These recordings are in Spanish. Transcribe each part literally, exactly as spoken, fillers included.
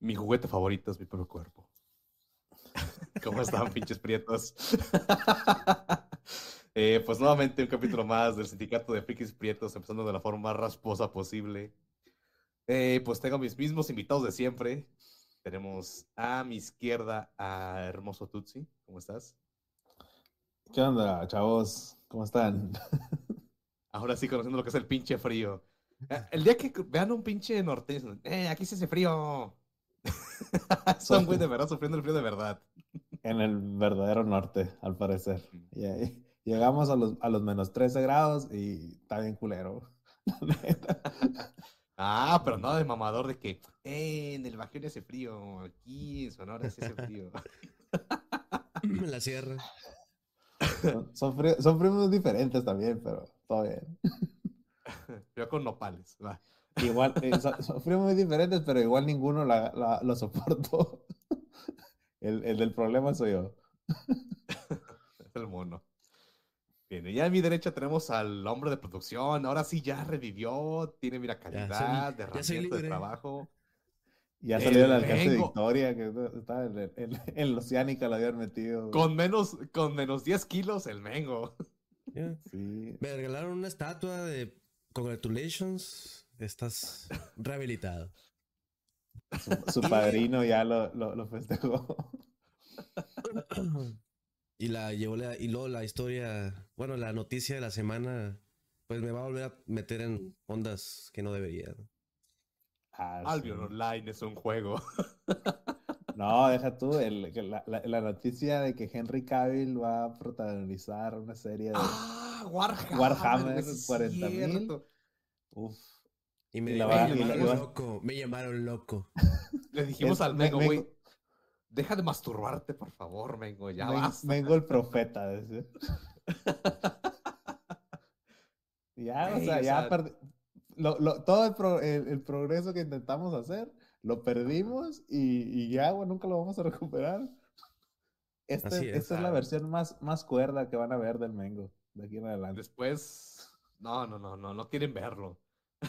Mi juguete favorito es mi propio cuerpo. ¿Cómo están, pinches prietos? eh, pues nuevamente un capítulo más del Sindicato de Frikis Prietos, empezando de la forma más rasposa posible. Eh, pues tengo mis mismos invitados de siempre. Tenemos a mi izquierda a Hermoso Tutsi. ¿Cómo estás? ¿Qué onda, chavos? ¿Cómo están? Ahora sí conociendo lo que es el pinche frío. Eh, el día que vean un pinche norteño, eh, aquí se hace frío. Está un güey de Soy verdad sufriendo el frío de verdad. en el verdadero norte, al parecer. Y ahí llegamos a los, a los menos trece grados y está bien culero. La neta. Ah, pero no de mamador de que eh, en el Bajío hace frío, aquí en Sonora sí hace frío. La sierra. Son, son, frío- son fríos diferentes también, pero todo bien. Frío con nopales, va. Igual, eh, son, son fríos muy diferentes, pero igual ninguno la, la- lo soportó. El, el del problema soy yo. Es el mono. Bien, y ya a mi derecha tenemos al hombre de producción. Ahora sí ya revivió, tiene mira Ya soy, calidad, de ya soy herramienta de libre. trabajo. Ya salió el El alcance de Mengo, Victoria, que estaba en, en, en la Oceánica, lo habían metido, güey. con menos, con menos diez kilos, el Mengo. Ya. Sí. Me regalaron una estatua de Congratulations. Estás rehabilitado. Su, su Y, padrino ya lo, lo, lo festejó. y la llevó la, y luego la historia, bueno, la noticia de la semana, pues me va a volver a meter en ondas que no debería, ¿no? Ah, Albion sí. Online es un juego. No, deja tú, el, que la, la, la noticia de que Henry Cavill va a protagonizar una serie de Ah, Warhammer, güey, sí Warhammer es cuarenta mil. cierto. Uf. Y Y me, la me Güey, va, le y la, y llamaron dijimos, va- loco, me llamaron loco. le dijimos es al Me- Mengo, güey, Mengo, deja de masturbarte, por favor, Mengo, ya Men- basta. Mengo el profeta. Decía. Ya, o Güey, sea, o ya sea, perdi- lo, lo- todo el, pro- el- el progreso que intentamos hacer, lo perdimos y, y ya, güey, nunca lo vamos a recuperar. Así Este, o esta es es. la sea, versión más, más cuerda que van a ver del Mengo, de aquí en adelante. después, no, no, no, no, no quieren verlo.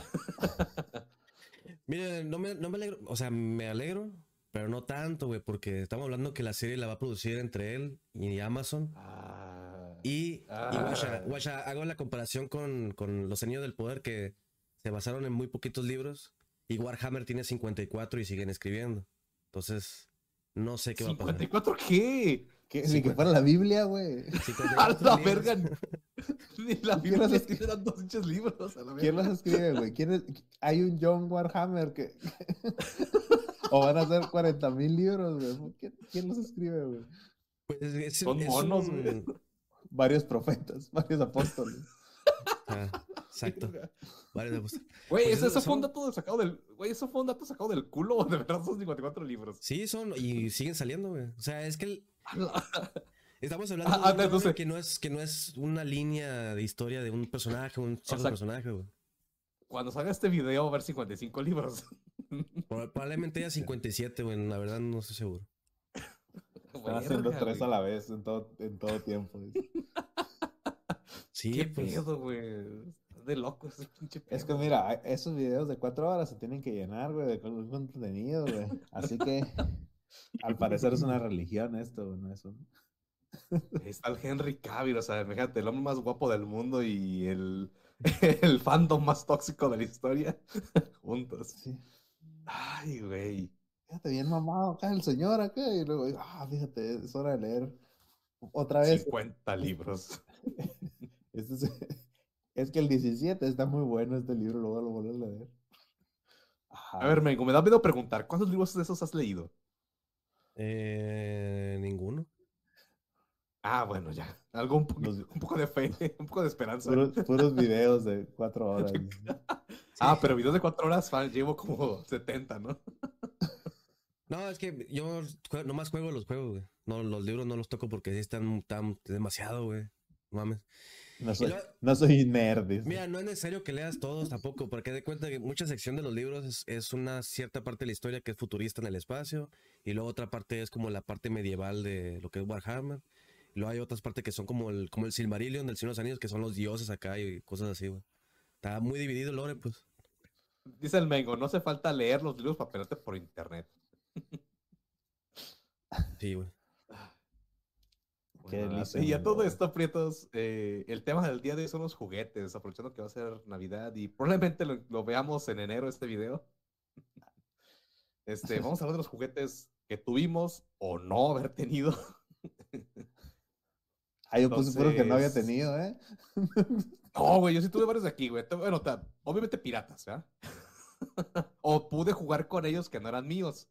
Miren, no me, no me alegro, o sea, me alegro, pero no tanto, güey, porque estamos hablando que la serie la va a producir entre él y Amazon. Ah, Y, y guacha, ah, guacha, hago la comparación con, con Los Anillos del Poder, que se basaron en muy poquitos libros, y Warhammer tiene cincuenta y cuatro y siguen escribiendo. Entonces, no sé qué va a pasar. ¿cincuenta y cuatro qué? Que, ni que cincuenta, fuera la Biblia, güey. cincuenta y A cuatro la libros. verga, ni la ¿Y quién los, Biblia es- tiene tantos pinches libros, a la quién los verga. escribe, güey? ¿Quién es- Hay un John Warhammer que... o van a ser cuarenta mil libros, güey. ¿Quién, quién los escribe, güey? Pues es, Son es monos, güey. un... Varios profetas, varios apóstoles. Ah, exacto. Verga. Vale, pues, Güey, pues eso, eso eso fue un son... dato sacado del. Güey, eso fue un dato sacado del culo. De verdad, son cincuenta y cuatro libros. Sí, son, y siguen saliendo, güey. O sea, es que el- A la- estamos hablando Ah, de un ah, no rollo sé. que no es, que no es una línea de historia de un personaje, un O cierto sea, personaje, güey. cuando salga este video va a haber cincuenta y cinco libros. Proba- Probablemente haya cincuenta y siete, güey. La verdad no estoy seguro. Están haciendo Verga, tres güey. a la vez en todo, en todo tiempo. Dice. Sí, ¿Qué pues. pedo, güey? Está de loco ese pinche Es que pedo, güey. mira, hay- esos videos de cuatro horas se tienen que llenar, güey, de con- contenido, güey. Así que, al parecer es una religión esto, güey, no es un- Ahí está el Henry Cavill, o sea, fíjate, el hombre más guapo del mundo y el, el fandom más tóxico de la historia juntos. Sí. Ay, güey. Fíjate, bien mamado acá el señor acá. Y luego, ah, fíjate, es hora de leer. Otra vez. cincuenta Es, libros. este es, es que el diecisiete está muy bueno este libro, luego lo vuelvo a leer. A Ajá. ver, Mengo, me da miedo preguntar, ¿cuántos libros de esos has leído? Eh, ninguno. Ah, bueno, ya. Algo un, poqui- Los, un poco de fe, un poco de esperanza. puros, puros videos de cuatro horas. Ah, Sí. pero videos de cuatro horas, fan, llevo como setenta, ¿no? No, es que yo jue- nomás juego los juegos, güey. No, los libros no los toco porque sí están, tan demasiado, güey. No mames. No Y soy, luego, no soy nerd, dice. mira, no es necesario que leas todos tampoco, porque de cuenta que mucha sección de los libros es, es una cierta parte de la historia que es futurista en el espacio, y luego otra parte es como la parte medieval de lo que es Warhammer. Y luego hay otras partes que son como el, como el Silmarillion del Señor de los Anillos, que son los dioses acá y cosas así, güey. Está muy dividido el lore, pues. Dice el Mengo, no hace falta leer los libros para pelearte por internet. Sí, güey. Qué Bueno, delicia, y a todo amigo. esto, Prietos, eh, el tema del día de hoy son los juguetes, aprovechando que va a ser Navidad y probablemente lo, lo veamos en enero este video. Este, vamos a hablar de los juguetes que tuvimos o no haber tenido. Ah, yo puse puro que no había Entonces, tenido, ¿eh? no, güey, yo sí tuve varios de aquí, güey. Tu- Bueno, ta- obviamente piratas, ¿verdad? O pude jugar con ellos que no eran míos.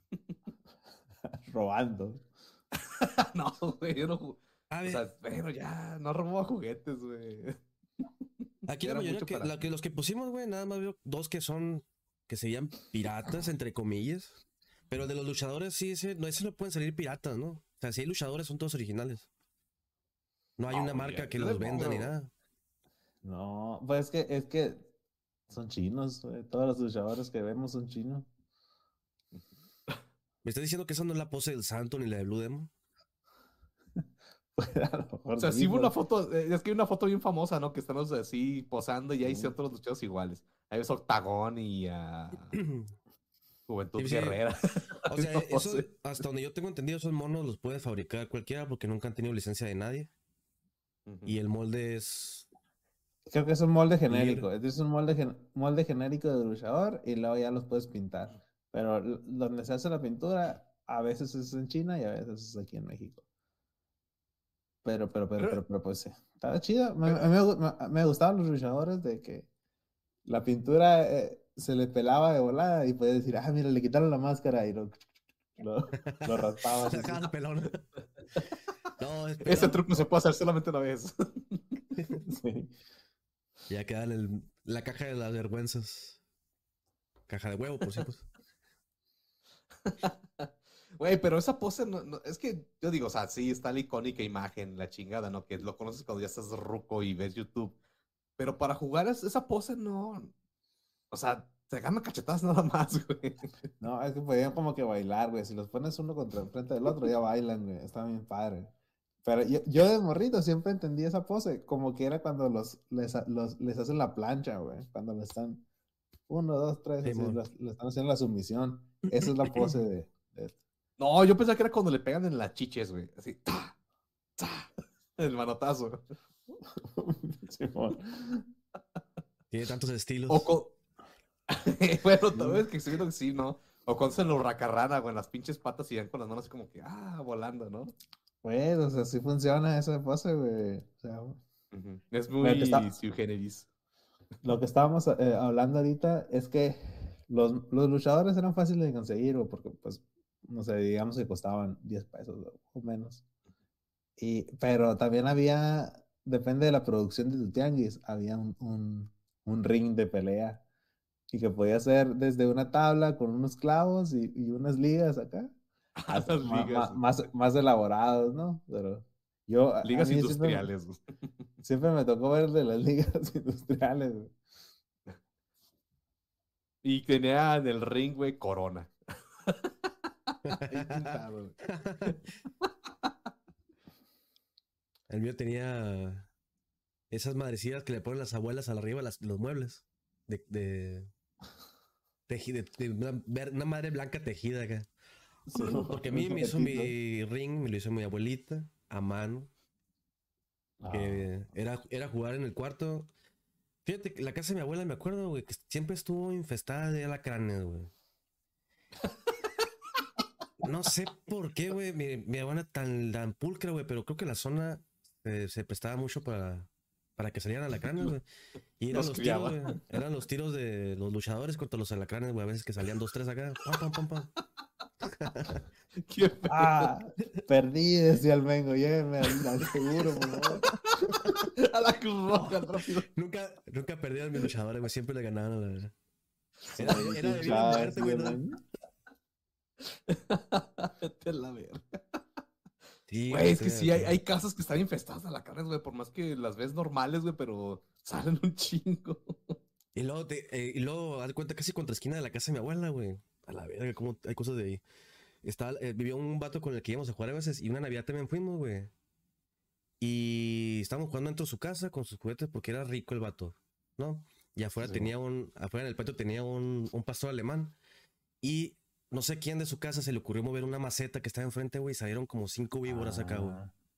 Robando. No, güey, yo no ju- A O ver, sea, bueno, ya, no robaba juguetes, güey. aquí Ya la era mayoría mucho que, para la que mí. los que pusimos, güey, nada más veo dos que son, que serían piratas, entre comillas. Pero de los luchadores, sí, ese, no, ese no pueden salir piratas, ¿no? O sea, si hay luchadores, son todos originales. No hay No, una güey, marca que yo de los venda ni morro. nada. No, pues es que, es que son chinos, güey. Todos los luchadores que vemos son chinos. ¿Me estás diciendo que esa no es la pose del Santo ni la de Blue Demon? Pues a lo O mejor sea, sí, sí hubo pues. una foto, eh, es que hay una foto bien famosa, ¿no? Que están los así posando y ahí Sí. son todos los luchadores iguales. Ahí ves a Octagón y a Juventud Sí, sí. Guerrera. O La sea, misma eso, pose. hasta donde yo tengo entendido, esos monos los puede fabricar cualquiera porque nunca han tenido licencia de nadie. Ujú. Y el molde es Creo que es un molde libre. genérico. Es un molde, gen- molde genérico de luchador y luego ya los puedes pintar. Pero l- donde se hace la pintura, a veces es en China y a veces es aquí en México. Pero, pero, pero, Pero, pero, pero pues sí. Estaba chido. Me, a pero, mí me, gu- me- me gustaban los luchadores de que la pintura eh, se le pelaba de volada y podía decir, ah, mira, le quitaron la máscara y lo, lo, lo raspabas así. Acá el pelón. No, ese espera. truco se puede hacer solamente una vez. Sí. Ya queda en el- la caja de las vergüenzas. Caja de huevo, por si pues. Güey, pero esa pose, no, no- es que yo digo, o sea, sí, está la icónica imagen, la chingada, ¿no? Que lo conoces cuando ya estás ruco y ves YouTube. Pero para jugar es- esa pose no. O sea, se gana cachetadas nada más, güey. No, es que podían como que bailar, güey. Si los pones uno contra el frente del otro, ya bailan, güey. Está bien padre. Pero yo, yo de morrito siempre entendí esa pose, como que era cuando los, les, ha- los, les hacen la plancha, güey. Cuando le están uno, dos, tres, así, Simón. los- le están haciendo la sumisión. Esa es la pose de, de esto. No, yo pensaba que era cuando le pegan en las chiches, güey. Así, ¡ta! ¡ta! El manotazo. Simón. Tiene tantos O estilos. con. Bueno, tal Sí. vez que estoy viendo que sí, ¿no? O cuando hacen los racarrana, güey, en las pinches patas y van con las manos así como que, ah, volando, ¿no? Pues, o sea, así funciona esa pose, güey. O sea, Ujú. Es lo que muy está, sui generis. lo que estábamos eh, hablando ahorita es que los, los luchadores eran fáciles de conseguir, güey, porque, pues, no sé, digamos que costaban diez pesos o o menos. Y, pero también había, depende de la producción de tu tianguis, había un, un, un ring de pelea y que podía ser desde una tabla con unos clavos y, y unas ligas acá, A hasta las ma- ligas. ma- más, más elaborados, ¿no? Pero yo, a, a Ligas mí siempre, me- industriales, güey. siempre me tocó ver de las ligas industriales, güey. Y tenía en el ring, güey, Corona. Ahí pintado, güey. El mío tenía esas madrecitas que le ponen las abuelas al arriba las, los muebles. De, de, teji- de- de una, ver- una madre blanca tejida acá. Sí, Porque a un mí me hizo tapetito. mi ring, me lo hizo mi abuelita a mano. Ah, Que era, era jugar en el cuarto. Fíjate que la casa de mi abuela, me acuerdo, güey, que siempre estuvo infestada de alacranes, güey. No sé por qué, güey, mi, mi abuela tan, tan pulcra, güey, pero creo que la zona eh, se prestaba mucho para, para que salieran alacranes, güey. Y eran Los los tiros, criaba. güey. Eran los tiros de los luchadores contra los alacranes, güey. A veces que salían dos, tres acá. Pam, pam, pam, pam. Qué pedo. ah, perdí, decía el Mengo, llévenme al, al seguro, por favor. A la Cruz Roja, rápido. Nunca, nunca perdían mis luchadores, güey. Siempre le ganaban, la verdad. Era, de- era de vida o Pinchada, muerte, güey, decía el ¿no? Mengo. Vete a la verga. Sí, Güey, güey, es que estoy sí, hay, acá. hay casas que están infestadas de alacranes, güey, por más que las ves normales, güey, pero salen un chingo. Y luego, te, eh, y luego, haz de cuenta, casi contra esquina de la casa de mi abuela, güey. A la verga, cómo hay cosas de ahí. Estaba, eh, vivía un vato con el que íbamos a jugar a veces y una Navidad también fuimos, güey. Y estábamos jugando dentro de su casa con sus juguetes porque era rico el vato, ¿no? Y afuera Sí, tenía un, afuera en el patio tenía un, un pastor alemán y no sé quién de su casa se le ocurrió mover una maceta que estaba enfrente, güey, y salieron como cinco víboras acá, güey.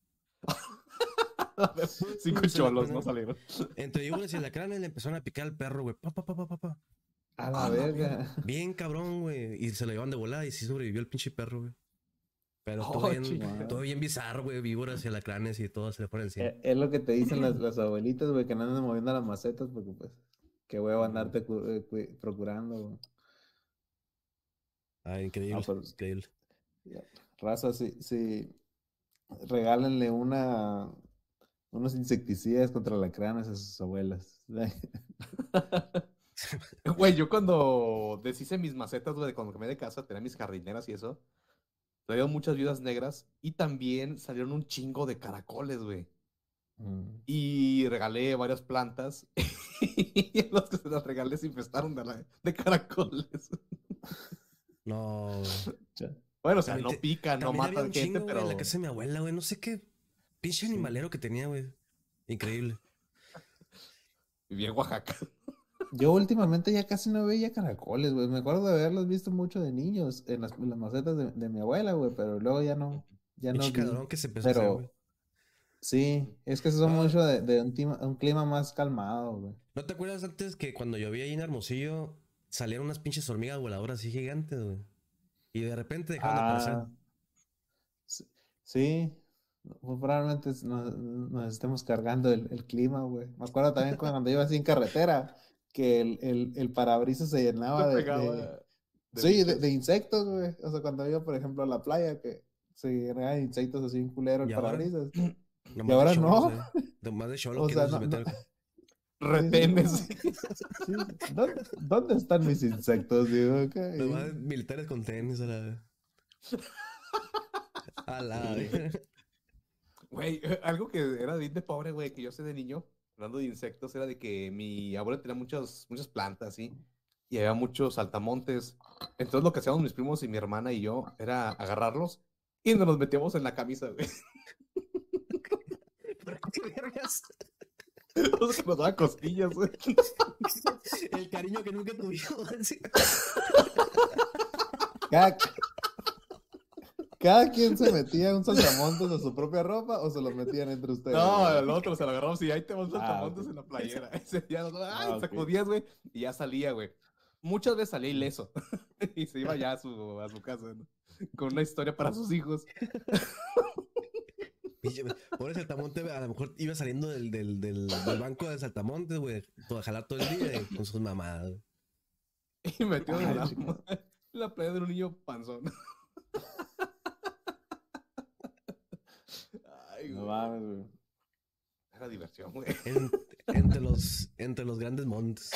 Ah, Cinco Se la cholos, ponen- ¿no? Salieron. Entre víboras y alacranes le empezaron a picar al perro, güey. Pa, pa, pa, pa, pa, pa. a la A la verga. Bien cabrón, güey. Y se lo llevan de volada y sí sobrevivió el pinche perro, güey. Pero Oh, todo bien, chinga. todo bien bizarro, güey. Víboras y alacranes y todo se le ponen encima. Eh, Es lo que te dicen las, las abuelitas, güey, que no anden moviendo las macetas porque, pues, qué huevo andarte cu- eh, cu- procurando, güey. Ah, Ah, increíble, pero, increíble. raza, sí, sí, regálenle una, unos insecticidas contra alacranes a sus abuelas. Güey, yo cuando deshice mis macetas, güey, de cuando cambié de casa, tenía mis jardineras y eso, salieron muchas viudas negras y también salieron un chingo de caracoles, güey. Mm. Y regalé varias plantas y los que se las regalé se infestaron de, la- de caracoles. No, güey. Ya. Bueno, o sea, También, no te- pican, no también había matan un gente, chingo, güey, en la pero casa de mi abuela, güey. No sé qué pinche Sí. animalero que tenía, güey. Increíble. vivía en Oaxaca. Yo últimamente ya casi no veía caracoles, güey. Me acuerdo de haberlos visto mucho de niños en las, en las macetas de, de mi abuela, güey, pero luego ya no, ya no Pinche vi. calorón que se empezó a hacer, güey. Pero sí, es que son No, mucho de, de un, clima, un clima más calmado, güey. ¿no te acuerdas antes que cuando llovía ahí en Hermosillo salieron unas pinches hormigas voladoras así gigantes, güey? Y de repente dejaron de aparecer. Ah, sí, sí, pues probablemente es- nos, nos estemos cargando el, el clima, güey. Me acuerdo también cuando iba así en carretera, que el, el, el parabrisas se Se llenaba de, pegaba de- de sí, de, bichos. de insectos, güey. O sea, cuando iba, por ejemplo, a la playa, que se llenaba de insectos así en culero el ¿Y ahora? parabrisas. Nomás Y ahora de cholos, no. eh. Nomás de cholo O que sea, no se no, no. meter. Sí, sí, Retenes. no. Sí, ¿Dónde, dónde están mis insectos? Digo, ok. Nomás militares con tenis a la. A la. Sí. Güey, eh, algo que era bien de pobre, güey, que yo sé de niño, hablando de insectos, era de que mi abuela tenía muchas, muchas plantas, ¿sí? Y había muchos saltamontes. Entonces lo que hacíamos mis primos y mi hermana y yo era agarrarlos y nos los metíamos en la camisa, güey. ¿Qué vergas? O sea, que nos daba cosquillas, güey. El cariño que nunca tuvimos. así. Cada, cada quien se metía un saltamontes a su propia ropa o se los metían entre ustedes. No, güey? el otro se lo agarramos y ahí te van Ah, saltamontes ok. en la playera. Ese día nos ay, Ah, ok. sacudías, güey, y ya salía, güey. Muchas veces salía ileso y se iba ya a su, a su casa, ¿no? Con una historia para sus hijos. Pinche- Pobre saltamonte, a lo mejor iba saliendo del, del, del, del banco de saltamontes, güey. A jalar todo el día y con sus mamadas. güey. Y metido en Ay, la, chico. en la playa de un niño panzón. Ay, No güey. mames, güey. Era diversión, güey. En- entre, los, entre los grandes montes.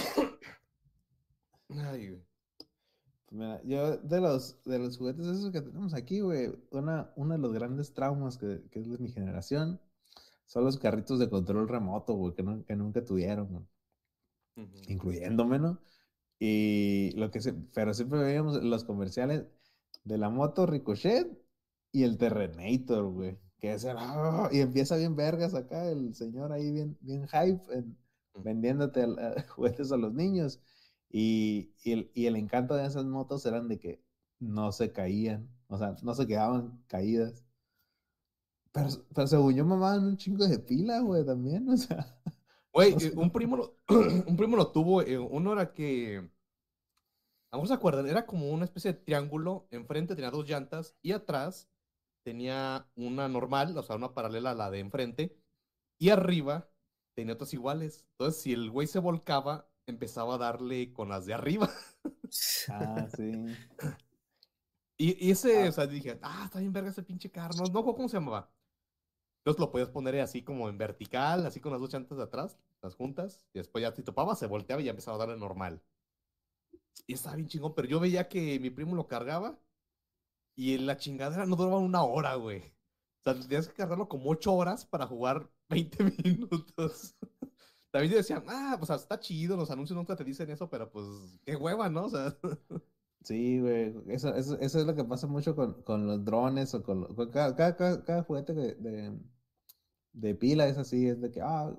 Ay, güey. Pues mira, yo de los, de los juguetes esos que tenemos aquí, güey, una, uno de los grandes traumas que, que es de mi generación son los carritos de control remoto, güey, que, no- que nunca tuvieron, güey, Ujú. incluyéndome, ¿no? Y lo que se, pero siempre veíamos los comerciales de la moto Ricochet y el Terrenator, güey, que es el, ¡ah! Y empieza bien vergas acá el señor ahí bien, bien hype en- vendiéndote al- a- juguetes a los niños. Y, y el, y el encanto de esas motos eran de que no se caían, o sea, no se quedaban caídas. Pero, pero según yo mamaban un chingo de pila, güey, también, o sea. Güey, no eh, sé. un primo lo, un primo lo tuvo. eh, uno era que. ¿Aún se acuerdan? Era como una especie de triángulo. Enfrente tenía dos llantas y atrás tenía una normal, o sea, una paralela a la de enfrente. Y arriba tenía otras iguales. Entonces, si el güey se volcaba, empezaba a darle con las de arriba. Ah, sí. Y, y ese, Ah, o sea, dije, ah, está bien verga ese pinche carro. No, no, ¿cómo se llamaba? Entonces lo podías poner así como en vertical, así con las dos llantas de atrás, las juntas. Y después ya si topaba, se volteaba y ya empezaba a darle normal. Y estaba bien chingón, pero yo veía que mi primo lo cargaba y en la chingadera no duraba una hora, güey. O sea, tenías que cargarlo como ocho horas para jugar veinte minutos. También decían, ah, pues está chido, los anuncios nunca te dicen eso, pero pues qué hueva, ¿no? O sea, sí, güey. Eso, eso, eso es lo que pasa mucho con, con los drones o con, lo- con cada, cada, cada- cada juguete de, de, de pila es así, es de que, ah,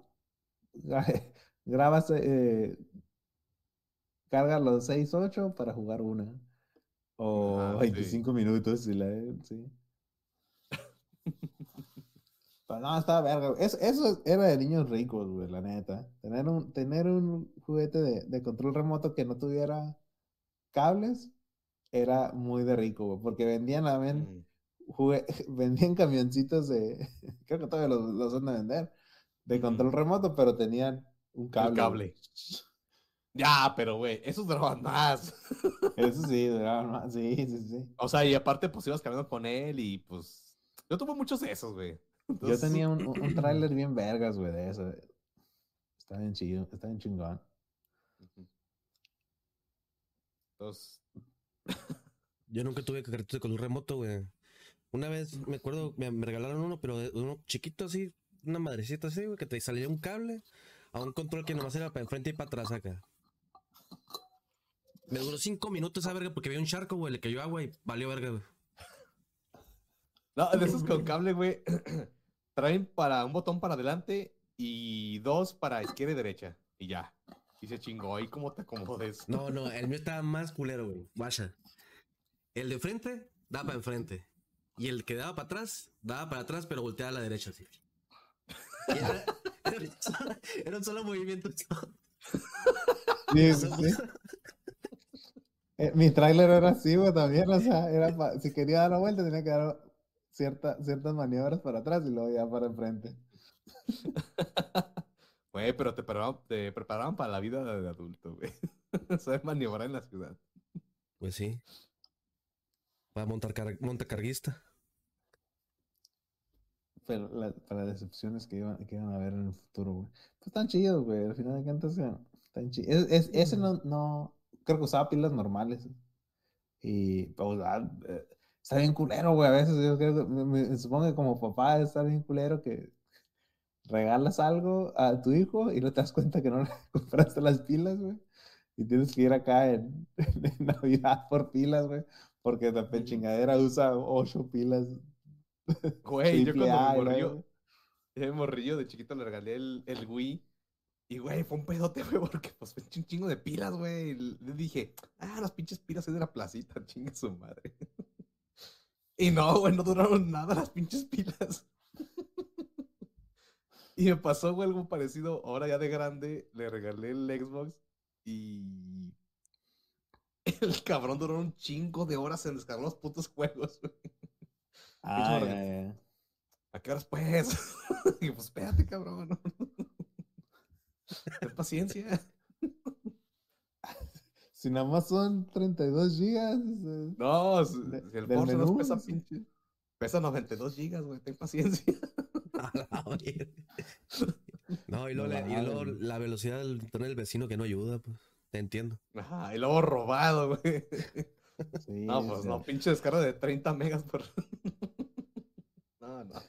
grabas, eh, carga los seis ocho para jugar una. O Ajá, veinticinco minutos, y la, sí. Pero no, estaba verga, güey. Eso, eso era de niños ricos, güey, la neta. Tener un, tener un juguete de, de control remoto que no tuviera cables era muy de rico, güey, porque vendían la ven, Mm. jugue- vendían camioncitos de, creo que todavía los, los van a vender, de Ujú. control remoto, pero tenían un El cable, güey. cable. Ya, pero güey, esos duraban más. Eso sí, duraba más, sí, sí, sí. O sea, y aparte, pues ibas caminando con él y pues. Yo tuve muchos de esos, güey. Yo Entonces. tenía un, un, un tráiler bien vergas, güey, de eso. Está bien chido, está bien chingón. Ujú. Entonces. Yo nunca tuve carrito de control remoto, güey. Una vez me acuerdo, me, me regalaron uno, pero de- uno chiquito así, una madrecita así, güey, que te salía un cable a un control que nomás era para enfrente y para atrás acá. Me duró cinco minutos esa verga porque había un charco, güey, le cayó agua y valió verga, güey. No, de esos con cable, güey. Traen para un botón para adelante y dos para izquierda y derecha. Y ya. Y se chingó. ¿Y cómo te acomodes? No, no, el mío estaba más culero, güey. Vaya. El de frente daba para enfrente. Y el que daba para atrás, daba para atrás, pero volteaba a la derecha, así. Y era, era, un solo, era un solo movimiento. Sí, sí, sí. Eh, mi tráiler era así, güey, también, o sea, era pa- si quería dar la vuelta tenía que dar cierta, ciertas maniobras para atrás y luego ya para enfrente. Güey, pero te preparaban, te preparaban para la vida de adulto, güey. Sabes maniobrar en la ciudad. Pues sí. Para montar car montacarguista. Pero la- para decepciones que iban, que iban a haber en el futuro, güey. Pues están chidos, güey, al final de cuentas, eh, están chidos. Es, es- ese no, no, creo que usaba pilas normales. Y, pues, ah, eh, está bien culero, güey, a veces yo creo que, me, me- supongo que como papá está bien culero que regalas algo a tu hijo y no te das cuenta que no le compraste las pilas, güey. Y tienes que ir acá en, en Navidad por pilas, güey. Porque la Ujú. chingadera usa ocho pilas Güey, yo triple cuando me A y morrillo, la... de morrillo de chiquito le regalé el, el Wii. Y, güey, fue un pedote, güey, porque pues fue un chingo de pilas, güey. Y le dije, ah, las pinches pilas es de la placita, chingue su madre. Y no, güey, no duraron nada las pinches pilas. Y me pasó, güey, algo parecido. Ahora ya de grande, le regalé el Xbox y el cabrón duró un chingo de horas en descargar los putos juegos, güey. Pinche Ay, morro, ay, ay. ¿a qué horas pues? Y pues espérate, cabrón. Ten paciencia. Si nada más son treinta y dos gigas eh, No, si de- si el del Forza nos menú. pesa Sí. pinche. Pesa noventa y dos gigas, güey, ten paciencia. A la verga. No, y luego, No la, y luego mames. la velocidad del internet del vecino que no ayuda, pues. Te entiendo. Ajá, y luego robado, güey. No, Sí, pues sí. no, pinche descarga de treinta megas por. No, no.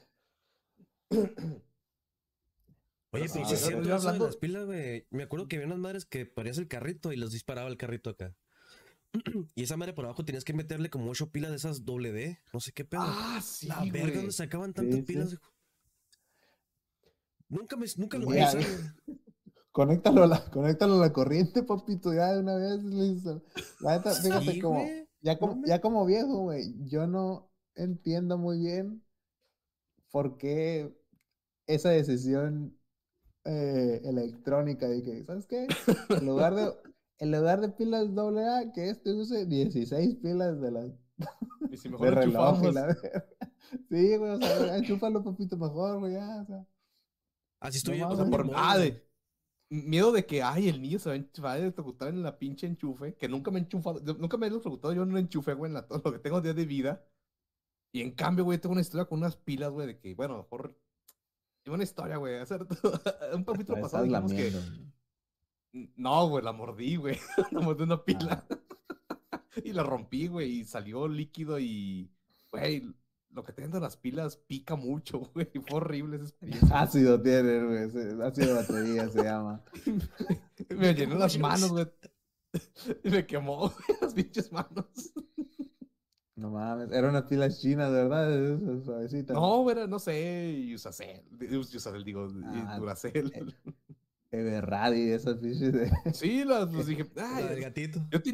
Pero Oye, sí, pero sí No, es güey, yo, este- cierto yo eso de las hablando. pilas, güey. Me acuerdo que había unas madres que parías el carrito y los disparaba el carrito acá. Y esa madre por abajo tenías que meterle como ocho pilas de esas doble D. No sé qué pedo. Ah, La sí, verga, ¿dónde güey. sacaban tantas Sí, pilas? sí. Hijo? Nunca me, nunca lo Ya, quise usar, güey. conéctalo a la, conéctalo a la corriente, papito, ya de una vez. Listo. La neta, fíjate Sí, como, güey. ya No como, me. ya como viejo, güey, yo no entiendo muy bien por qué esa decisión eh, electrónica de que, ¿sabes qué? En lugar de, en lugar de pilas doble A, que este use dieciséis pilas de las Y si mejor de lo reloj y enchufamos. la verga. Sí, güey, o sea, enchúfalo, papito, mejor, güey, ya, o sea, Así no estoy yo O con sea, mi mames. por. morro, Ah, güey. de. Miedo de que, ay, el niño se va a, ench- va a electrocutar en la pinche enchufe. Que nunca me he enchufado. yo- Nunca me he electrocutado yo en un enchufe, güey, en la, todo lo que tengo día de vida. Y en cambio, güey, tengo una historia con unas pilas, güey, de que, bueno, mejor. Tengo una historia, güey. Hace rato- un capítulo La pasado estás dijimos que. lamiendo. No, güey, la mordí, güey. La mordí una Ah, pila. Y la rompí, güey, y salió líquido y, güey, lo que tienen de las pilas pica mucho, güey. Fue horrible esa experiencia. ácido tiene, güey, se- ácido de batería se llama. Me llenó las Microerosions. manos, güey. Y me quemó, güey, las pinches manos. No mames, era una pila china, ¿verdad? De esas suavecitas. No, güey, no sé, Usacel, Usacel, digo, y Ah, Duracell. eh, Everradi, esas pinches de... Sí, las, pues dije, La del ay, gatito. yo tenía,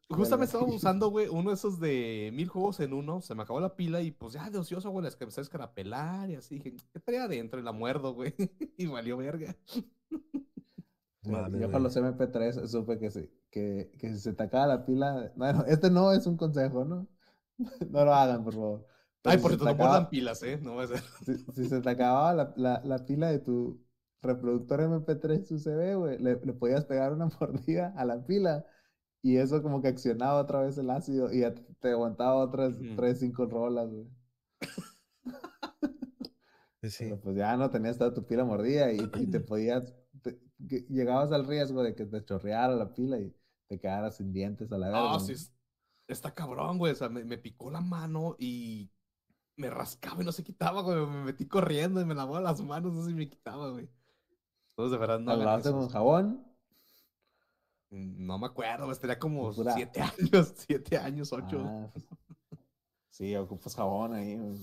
Justamente estaba usando, güey, uno de esos de mil juegos en uno. Se me acabó la pila y pues ya de ocioso, güey, las que empecé a escarapelar y así. Dije, ¿qué traía adentro? Y la muerdo, güey. Y valió verga. Fíjate, Mames, yo para güey. los M P tres supe que, se, que, que si se te acaba la pila. Bueno, este no es un consejo, ¿no? No lo hagan, por favor. Ay, Pero si por se cierto, te no muerdan acaba, pilas, ¿eh? No va a ser. si, si se te acababa la, la, la pila de tu reproductor M P tres U S B, güey, le, le podías pegar una mordida a la pila y eso como que accionaba otra vez el ácido y ya te, te aguantaba otras Ujú. tres cinco rolas, güey. Sí, Pero sí. pues ya no tenías toda tu pila mordida y, y te podías, te- que- llegabas al riesgo de que te chorreara la pila y te quedaras sin dientes a la verga, Ah, sí, ¿no? es- está cabrón, güey. O sea, me, me picó la mano y me rascaba y no se quitaba, güey. Me metí corriendo y me lavaba las manos, no sé si me quitaba, güey. Entonces, de verdad, no ¿La hagan lavaste eso. con jabón? Mm, No me acuerdo, güey. Tenía como Pues pura... siete años, siete años, ocho. Ah, pues, sí, ocupas jabón ahí, güey,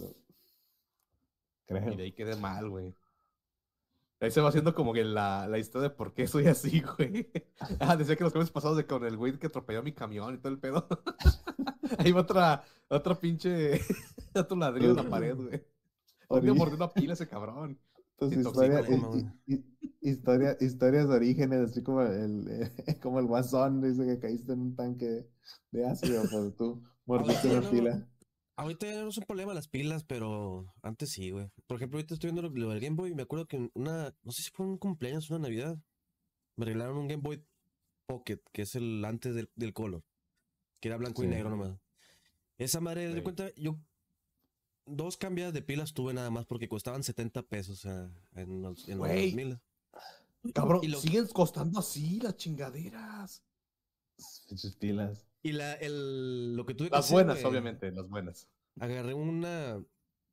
Y de creo. ahí quedé mal, güey. Ahí se va haciendo como que la, la historia de por qué soy así, güey. Ah, decía que los cambios pasados de con el güey que atropelló mi camión y todo el pedo. Ahí va otra, otra pinche, otro ladrillo en la pared, güey. Un día Ori- mordió una pila ese cabrón. tus Se Qué intoxica, historias, ¿no? problema, güey. hi- hi- hi- historia, historias de orígenes, así como el, eh, como el guasón, dice que caíste en un tanque de ácido, pues tú Ahorita mordiste ya una no, pila. ahorita ya no es un problema las pilas, pero antes sí, güey. Por ejemplo, ahorita estoy viendo lo, lo del Game Boy y me acuerdo que en una, no sé si fue un cumpleaños o una Navidad, me regalaron un Game Boy Pocket, que es el antes del, del Color, que era blanco y Sí. negro nomás. Esa madre, de Sí. cuenta, yo dos cambiadas de pilas tuve nada más porque costaban setenta pesos, o sea, en los, en los Güey, dos mil. cabrón, Y lo, siguen costando así las chingaderas. Pinches pilas. y la, el, lo que tuve que Las hacer, buenas, güey, obviamente, las buenas. agarré una,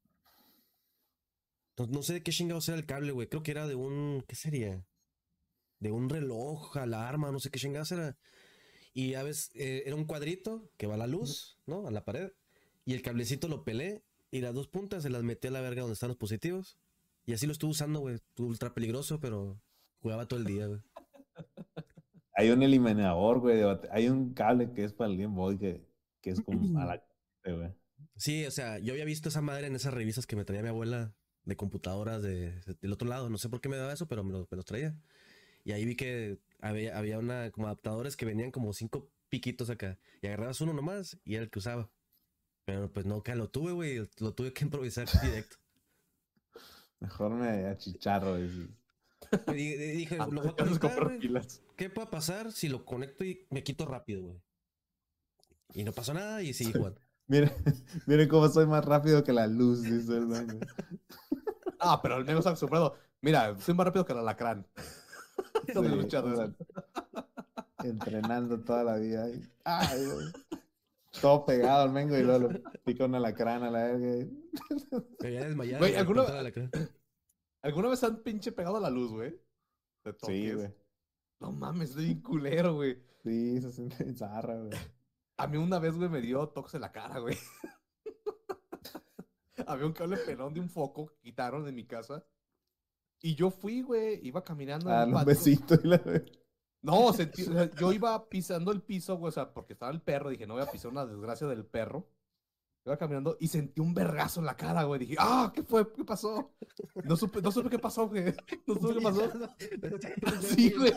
no, no sé de qué chingados era el cable, güey, creo que era de un, ¿qué sería? De un reloj, alarma, no sé qué chingados era. Y ya ves, eh, era un cuadrito que va a la luz, ¿no? A la pared. Y el cablecito lo pelé y las dos puntas se las metí a la verga donde están los positivos. Y así lo estuve usando, güey. Ultra peligroso, pero jugaba todo el día, güey. Hay un eliminador, güey, de bate- hay un cable que es para el Game Boy que, que es como a la... güey. Sí, o sea, yo había visto esa madre en esas revistas que me traía mi abuela de computadoras de, del otro lado. No sé por qué me daba eso, pero me, lo- me los traía. Y ahí vi que había, había una, como adaptadores que venían como cinco piquitos acá. Y agarrabas uno nomás y era el que usaba. Pero pues no, que lo tuve, güey. Lo tuve que improvisar directo. Mejor me achicharro. dices. Y di- dije, lo voy Antes a antes de conectar, comprar güey. pilas. ¿Qué puede pasar si lo conecto y me quito rápido, güey? Y no pasó nada y seguí jugando. Miren, miren cómo soy más rápido que la luz, dice el man, güey. Ah, pero al menos acostumbrado. Mira, soy más rápido que el alacrán. Con el Sí, o luchador. sea, entrenando toda la vida. y- ay, güey. Todo pegado al mengo y luego le pica una lacrana a la verga. y- Me había desmayado Güey, de ¿alguna, espantar a la cara. ¿alguna vez han pinche pegado a la luz, güey? De Sí, toques. güey. No mames, estoy bien culero, güey. Sí, se siente bien zarra, güey. A mí una vez, güey, me dio toques en la cara, güey. Había un cable pelón de un foco que quitaron de mi casa. Y yo fui, güey, iba caminando en A el un patio. besito y la verga. No, sentí- o sea, yo iba pisando el piso, güey, o sea, porque estaba el perro. Dije, no voy a pisar una desgracia del perro. Iba caminando y sentí un vergazo en la cara, güey. Dije, ah, ¿qué fue? ¿Qué pasó? No supe, no supe qué pasó, güey. No supe qué pasó. Sí, güey.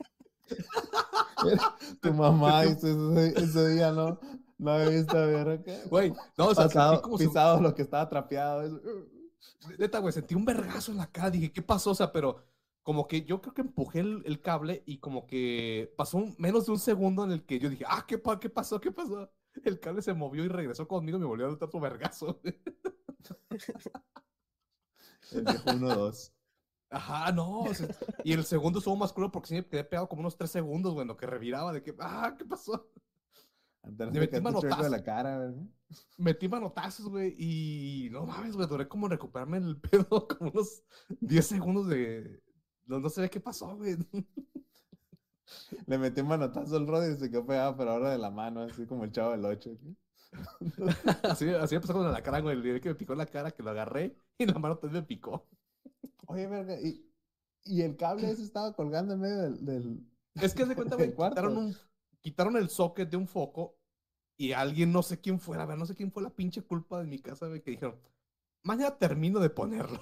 Tu mamá Sentí un- dice ese, ese día, ¿no? No había visto verga. Güey, no, o sea, sentí Pasado, como si... pisado lo que estaba trapeado. eso. Neta, güey, sentí un vergazo en la cara. Dije, ¿qué pasó? O sea, pero como que yo creo que empujé el, el cable y como que pasó un- menos de un segundo en el que yo dije, ah, ¿qué, pa- qué pasó? ¿Qué pasó? El cable se movió y regresó conmigo y me volvió a dar otro vergazo. El viejo uno dos. Ajá, no. O sea, y el segundo estuvo más crudo porque sí me quedé pegado como unos tres segundos, güey, en lo que reviraba de que, ah, ¿qué pasó? Antes Le de metí que te chueco de manotazos, la cara, ¿verdad? metí manotazos, güey, y no mames, güey, duré como en recuperarme el pedo como unos diez segundos de... No, no sé qué pasó, güey. Le metí un manotazo al Rodri y se quedó pegado, pero ahora de la mano, así como el chavo del ocho. Así, así empezó con la cara, güey. El día que me picó en la cara, que lo agarré y la mano también me picó. Oye, verga, y, y el cable ese estaba colgando en medio del, del, Es que haz de cuenta, del güey, quitaron cuarto. un, quitaron el socket de un foco y alguien, no sé quién fuera, a ver, no sé quién fue la pinche culpa de mi casa, güey, que dijeron, mañana termino de ponerlo.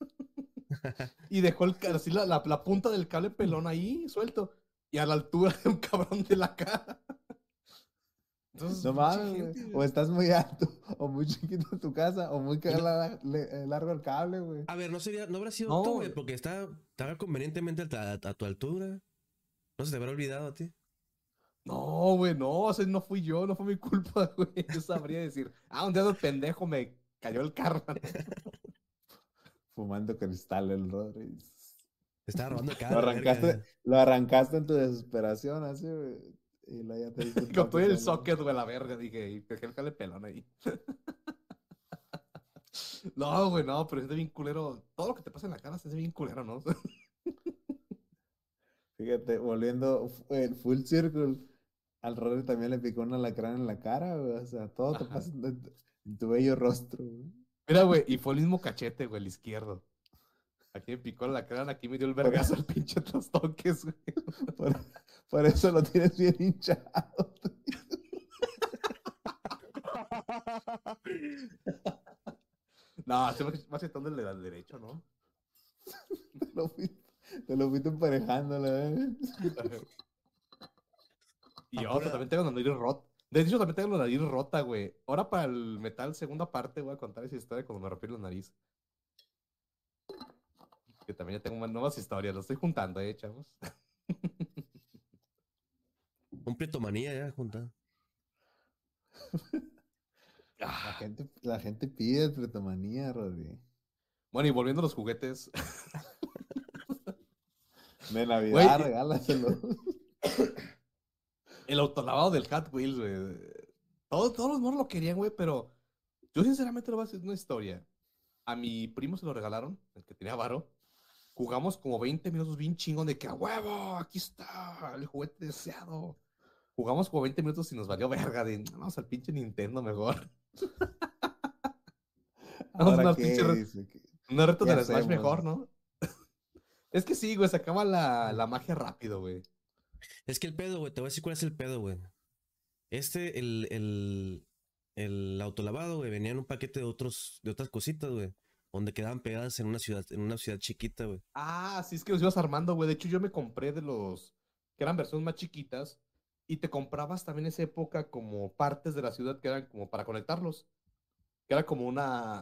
Y dejó el, ca- así la, la, la punta del cable pelón ahí suelto y a la altura de un cabrón de la cara. Entonces, No pinche mames, güey. gente, O güey. estás muy alto, o muy chiquito en tu casa, o muy Y no- la- le- largo el cable, güey. a ver, no sería, no habrá sido tú, No, güey, porque está, estaba convenientemente a, ta- a tu altura. No se te habrá olvidado a ti. no, güey, no, o sea, no fui yo, no fue mi culpa, güey. Yo sabría decir, ah, un día de pendejo me cayó el karma, ¿no? Fumando cristal el Rodri. Te estaba robando el Lo cable, arrancaste, verga. lo arrancaste en tu desesperación, así, güey. Y luego ya te diste un Con todo toque el solo. socket, güey, la verga, dije, y dejé el cable pelón ahí. No, güey, no, pero es de bien culero. Todo lo que te pasa en la cara es de bien culero, ¿no? Fíjate, volviendo en full circle, al Rodri también le picó un alacrán en la cara, güey. O sea, todo te Ajá. pasa en tu, en tu bello rostro, güey. Mira, güey, y fue el mismo cachete, güey, el izquierdo. Aquí me picó la cara, aquí me dio el Por, vergazo al pinche trastoques, güey. por, por eso lo tienes bien hinchado. No, se me va chetando el del derecho, ¿no? Te lo fuiste, te lo fuiste emparejando, la verdad. Y A otra, pura- también tengo la nariz rota. De hecho, también tengo la nariz rota, güey. Ahora para el metal, segunda parte, voy a contar esa historia cuando me rompí la nariz. Que también ya tengo más nuevas historias, lo estoy juntando, eh, chavos. Un pretomanía ya, junta. La gente, la gente pide pretomanía, Rodri. Bueno, y volviendo a los juguetes. De Navidad, Güey, regálaselo. el autolavado del Hot Wheels, güey. Todos, todos los morros lo querían, güey, pero yo sinceramente le voy a decir una historia. A mi primo se lo regalaron, el que tenía varo. Jugamos como veinte minutos bien chingón de que a huevo, aquí está el juguete deseado. Jugamos como veinte minutos y nos valió verga de vamos al pinche Nintendo mejor. Vamos a ¿Ahora una qué? pinche re- Dice que, una reto ¿qué del Smash hacemos? mejor, ¿no? Es que sí, güey, se acaba la, la magia rápido, güey. Es que el pedo, güey, te voy a decir cuál es el pedo, güey. Este, el, el, el autolavado, güey, venía en un paquete de otros, de otras cositas, güey. Donde quedaban pegadas en una ciudad, en una ciudad chiquita, güey. Ah, sí, es que los ibas armando, güey. De hecho, yo me compré de los que eran versiones más chiquitas y te comprabas también en esa época como partes de la ciudad que eran como para conectarlos. Que era como una,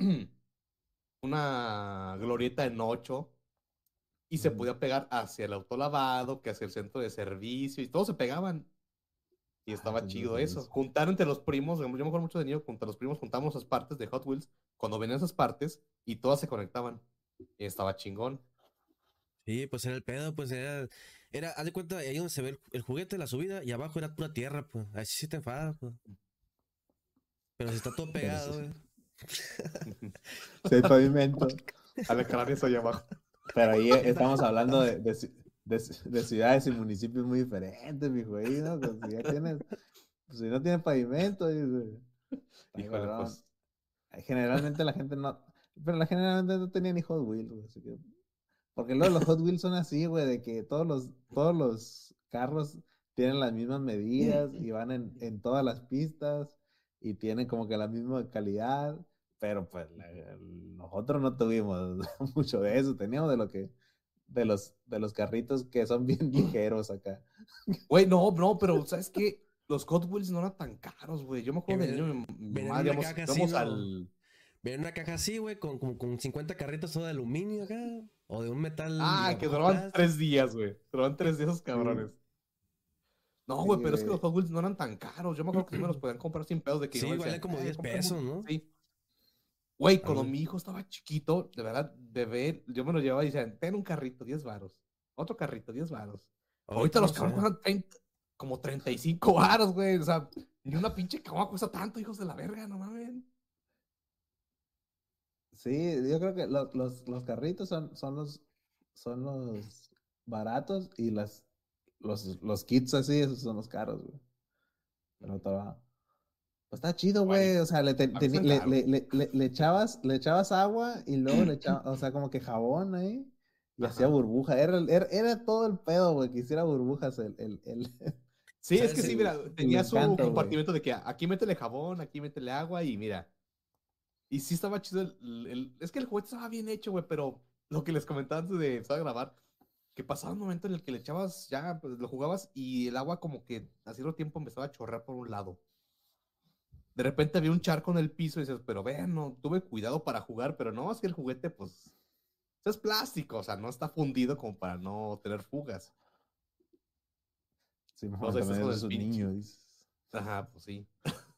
una glorieta en ocho y se Ujú. podía pegar hacia el autolavado, que hacia el centro de servicio y todos se pegaban. Y Ah, estaba centro de chido eso. servicio. Juntar entre los primos, yo me acuerdo mucho de niño, entre los primos juntamos esas partes de Hot Wheels cuando venían esas partes y todas se conectaban. Y estaba chingón. Sí, pues era el pedo, pues era, era, haz de cuenta, ahí donde se ve el, el juguete, la subida, y abajo era pura tierra, pues. Ahí sí te enfadas, pues. Pero si está todo Pero sí, pegado, güey. sí hay pavimento. Alacrán eso allá abajo. Pero ahí estamos hablando de, de, ci- de ci- de ciudades y municipios muy diferentes, mijo. Ahí, ¿no? Pues si ya tienes, pues si no tienes pavimento, dice, está Híjole, cabrón. pues. Generalmente la gente no, pero la generalmente no tenía ni Hot Wheels, güey, así que, porque luego los Hot Wheels son así, güey, de que todos los, todos los carros tienen las mismas medidas y van en, en todas las pistas y tienen como que la misma calidad, pero pues la- nosotros no tuvimos mucho de eso, teníamos de lo que, de los, de los carritos que son bien ligeros acá. Güey, no, no, pero ¿sabes qué? Los Hot Wheels no eran tan caros, güey. Yo me Que acuerdo de niño, ven- mi, mi venían mamá, en una digamos, caja así, íbamos ¿no? al... Venían en una caja así, güey, con, con, con cincuenta carritos todo de aluminio acá. O de un metal, Ah, que digamos, duraban plástico. tres días, güey. Duraban tres días esos Sí, cabrones. No, sí, güey, pero es que los güey. Hot Wheels no eran tan caros. Yo me acuerdo que sí me los podían comprar sin pedos de que mi Sí, mamá valen decía, como eh, diez cómprame pesos, un-". ¿no? Sí. Güey, cuando Algo. mi hijo estaba chiquito, de verdad, bebé, yo me lo llevaba y decían, ten un carrito, diez varos. Otro carrito, diez varos. Ahorita Ahorita no los sé. carros cuestan treinta, como treinta y cinco varos, güey. O sea, ni una pinche caguama cuesta tanto, hijos de la verga, no mames. Sí, yo creo que lo- los, los carritos son, son los, son los baratos y las, los, los kits así, esos son los caros, güey. Pero estaba, pues está chido, Güey, güey. O sea, le, te- a mí teni- están le, caros. le, le, le- le echabas, le echabas agua y luego le echabas, o sea, como que jabón ahí y hacía Ajá. burbuja. Era, el- era, era todo el pedo, güey, que hiciera burbujas el, el, el, Sí, es ¿Sabes? que sí, El- mira, Me tenía su encanta, güey. compartimento de que aquí métele jabón, aquí métele agua y mira. Y sí estaba chido el, el- es que el juguete estaba bien hecho, güey, pero lo que les comentaba antes de empezar a grabar, que pasaba un momento en el que le echabas ya, pues lo jugabas y el agua como que a cierto tiempo empezaba a chorrear por un lado. De repente había un charco en el piso y dices, pero vean, no, tuve cuidado para jugar, pero no, es que el juguete, pues, es plástico, o sea, no está fundido como para no tener fugas. Sí, O mamá, sea, estás también con eres el un pinche. niño. dices. Ajá, pues sí.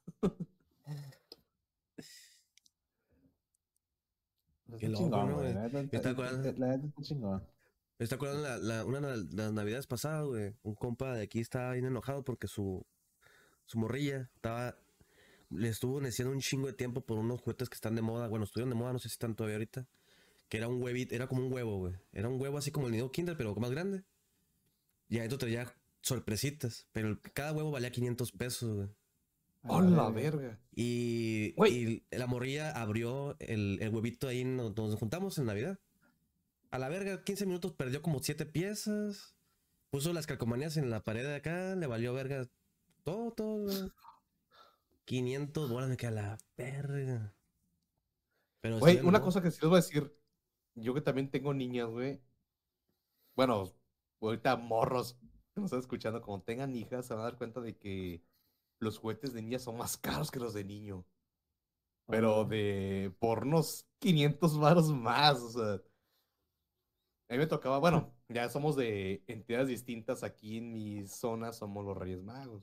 Qué Está loco, chingón, ¿no, güey. güey? La neta Me está, está acordando, la neta está chingón. me está acordando la, la- una de las navidades pasadas, güey. Un compa de aquí estaba bien enojado porque su, su morrilla estaba, le estuvo neciando un chingo de tiempo por unos juguetes que están de moda. Bueno, estuvieron de moda, no sé si están todavía ahorita. Que era un huevito, era como un huevo, güey. Era un huevo así como el nido Kinder, pero más grande. Y adentro traía sorpresitas. Pero el- cada huevo valía quinientos pesos, güey. A ¡Oh, la la verga. verga! Y, Güey, y la morrilla abrió el, el huevito ahí no- donde nos juntamos en Navidad. A la verga, quince minutos perdió como siete piezas. Puso las calcomanías en la pared de acá, le valió verga todo, todo. güey. quinientos bolas, me queda la verga. Pero estoy güey, una enojado. cosa que sí les voy a decir, yo que también tengo niñas, güey, bueno, ahorita morros que nos están escuchando, como tengan hijas, se van a dar cuenta de que los juguetes de niñas son más caros que los de niño, pero Órale. de por unos quinientos varos más, o sea, a mí me tocaba, bueno, ya somos de entidades distintas, aquí en mi zona somos los Reyes Magos.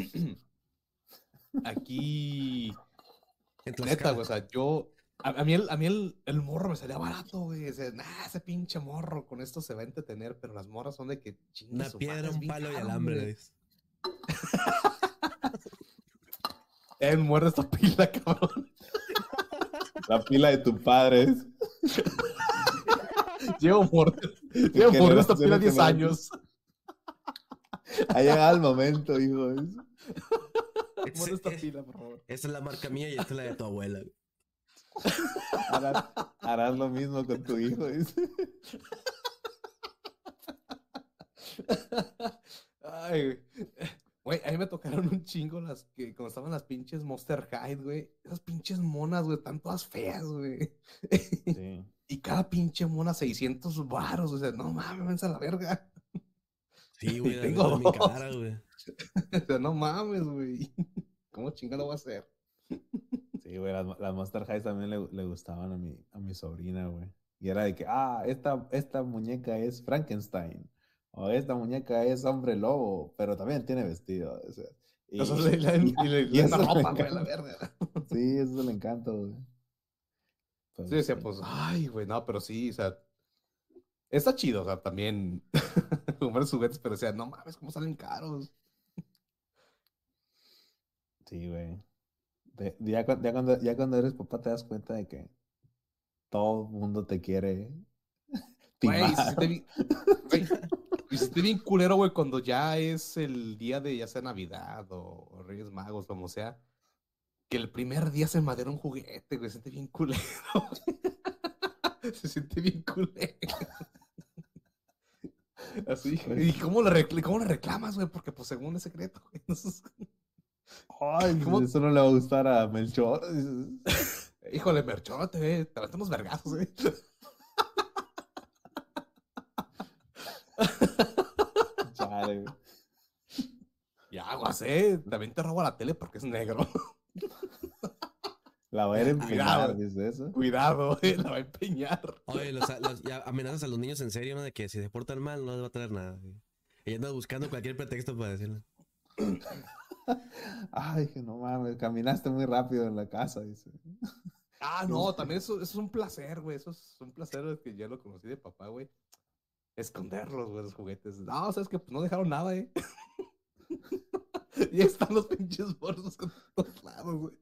Aquí, En neta, Tlaxcala. güey, o sea, yo, a, a mí, el, a mí el, el morro me salía barato, güey, o sea, nah, ese pinche morro, con esto se va a entretener, pero las morras son de que chingue Una su piedra, madre, es un bien palo y caro, alambre, le güey. dices. Eh, muerde esta pila, cabrón. La pila de tu padre es. Llevo mordiendo, ¿Qué llevo mordiendo esta generación pila en diez generación? años. Ha llegado el momento, hijo. es- Muerde Ese- esta es- pila, por favor. esa es la marca mía y esta es la de tu abuela. güey. Harás, harás lo mismo con tu hijo. dice. Ay, güey. Güey, a mí me tocaron un chingo las que cuando estaban las pinches Monster High, güey. Esas pinches monas, güey, están todas feas, güey. Sí. Y cada pinche mona seiscientos varos, o sea, no mames, váyanse a la verga. Sí, Y güey, las tengo venden bien dos. caras, güey. O sea, no mames, güey. ¿Cómo chinga lo voy a hacer? Sí, güey, las, las Monster High también le, le gustaban a mi, a mi sobrina, güey. Y era de que, ah, esta, esta muñeca es Frankenstein. O esta muñeca es hombre lobo, pero también tiene vestido. O sea, O sea, y, le, le, y, y le- y le dan la eso le ropa, güey, a la encanta. verga. Sí, eso le encanta, güey. Sí, Pero decía, sí. pues, ay, güey, no, pero sí, o sea, está chido, o sea, también comprar juguetes, pero o sea, no mames, cómo salen caros. Sí, güey. De- ya, cu- ya cuando, ya cuando eres papá te das cuenta de que todo el mundo te quiere Güey, se timar. siente bien, güey, y se siente bien culero, güey, cuando ya es el día de ya sea Navidad o, o Reyes Magos, como sea, que el primer día se madera un juguete, güey, se siente bien culero. Se siente bien culero. Así, Pues, ¿y cómo le, recl- cómo le reclamas, güey? Porque pues según es secreto, güey. Entonces, ay, pues, ¿cómo? eso no le va a gustar a Melchor. Dices, Híjole, Merchote, güey, te levantan unos vergazos, güey. chale, güey. Y aguas, eh, también te robo la tele porque es negro. La va a ir a empeñar, Cuidado, dice eso. cuidado, eh, la va a empeñar. Oye, los, los- ya amenazas a los niños en serio, ¿no? De que si se portan mal no les va a traer nada. güey. Ella anda buscando cualquier pretexto para decirle. Ay, que no mames, caminaste muy rápido en la casa, dice. Ah, no, también eso, eso es un placer, güey. Eso es un placer güey, que ya lo conocí de papá, güey. Esconderlos, güey, los juguetes. No, sabes que pues, no dejaron nada, eh. Y ahí están los pinches bolsos con todos lados, güey.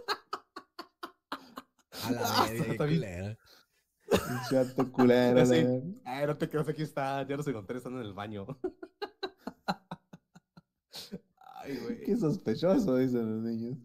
A la Ah, verga, qué está bien. culera. Chato culero, la Así, verdad. ay, no te quedas, aquí está. Ya los encontré, están en el baño. Ay, Qué güey. sospechoso, dicen los niños.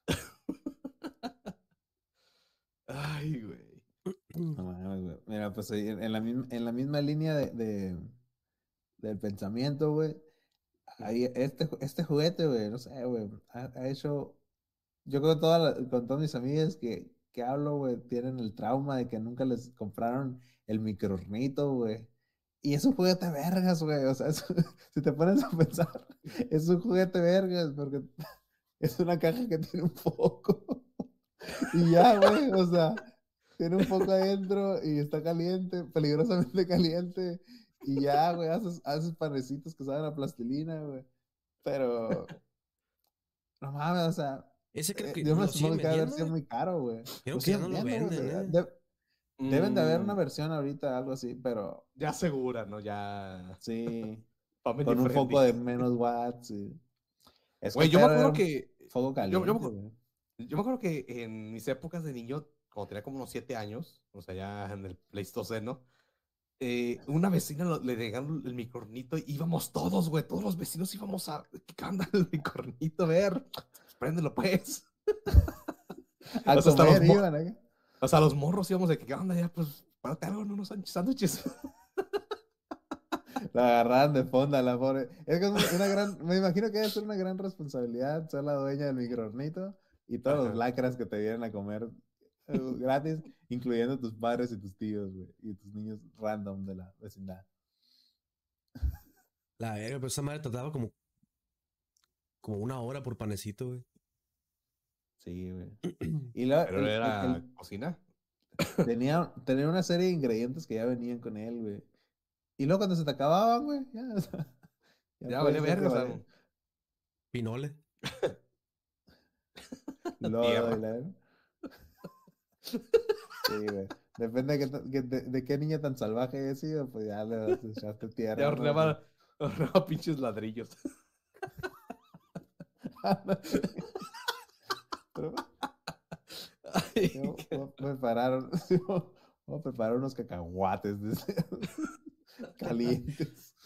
Ay, güey. No mames, güey. Mira, pues en en la, misma- en la misma línea de, de- del pensamiento, güey. ahí, este, este juguete, güey, no sé, güey, ha, ha hecho, yo creo que toda la- con todas mis amigas que, que hablo, güey, tienen el trauma de que nunca les compraron el microornito, güey. Y es un juguete vergas, güey, o sea, es- si te pones a pensar, es un juguete vergas, porque es una caja que tiene un foco. Y ya, güey, o sea, tiene un foco adentro y está caliente, peligrosamente caliente. Y ya, güey, haces, haces panecitos que saben a plastilina, güey. Pero, no mames, o sea, Ese creo eh, que yo me lo supongo siguen que debe haber vendiendo, sido güey. muy caro, güey. Creo Lo que ya siguen no lo vendiendo, güey. venden, de- ¿eh? de- deben de haber una Mm, versión ahorita, algo así, pero ya segura, ¿no? Ya. sí, Family con un foco de friendly. menos watts. Y... Es que Güey, yo me debe haber acuerdo un que. foco Yo, yo, me caliente, acu- güey. yo me acuerdo que en mis épocas de niño, cuando tenía como unos siete años, o sea, ya en el Pleistoceno, eh, una vecina lo- le regaló el microornito y íbamos todos, güey, todos los vecinos íbamos a. ¿Qué onda el microornito? A ver, préndelo, pues. A O sea, hasta los, comer mo- iban, ¿eh? o sea, los morros íbamos de que, ¿qué onda? Ya, pues, párate algo, no unos sándwiches. La agarraban de fonda, la pobre. Es que es una una gran, me imagino que debe ser una gran responsabilidad ser la dueña del microornito y todos los Ajá. lacras que te vienen a comer eh, gratis, incluyendo tus padres y tus tíos, güey, y tus niños random de la vecindad. La verga, pero esa madre trataba como, como una hora por panecito, güey. Sí, güey. Y luego, Pero el, el- era el- cocina. tenía, tenía una serie de ingredientes que ya venían con él, güey. Y luego cuando se te acababan, güey, ya, o sea, ya Ya puede vale ser que verga, o vale sea, Pinole. lodo y tierra. la... Sí, güey. Depende de qué, ta- que- de, de qué niña tan salvaje haya sido, pues ya le das- echaste Ya tierra, ¿no? Pues, horneaba, horneaba pinches ladrillos. pero Ay, yo qué- voy a preparar, un- sí, voy voy a preparar unos cacahuates de ese- calientes.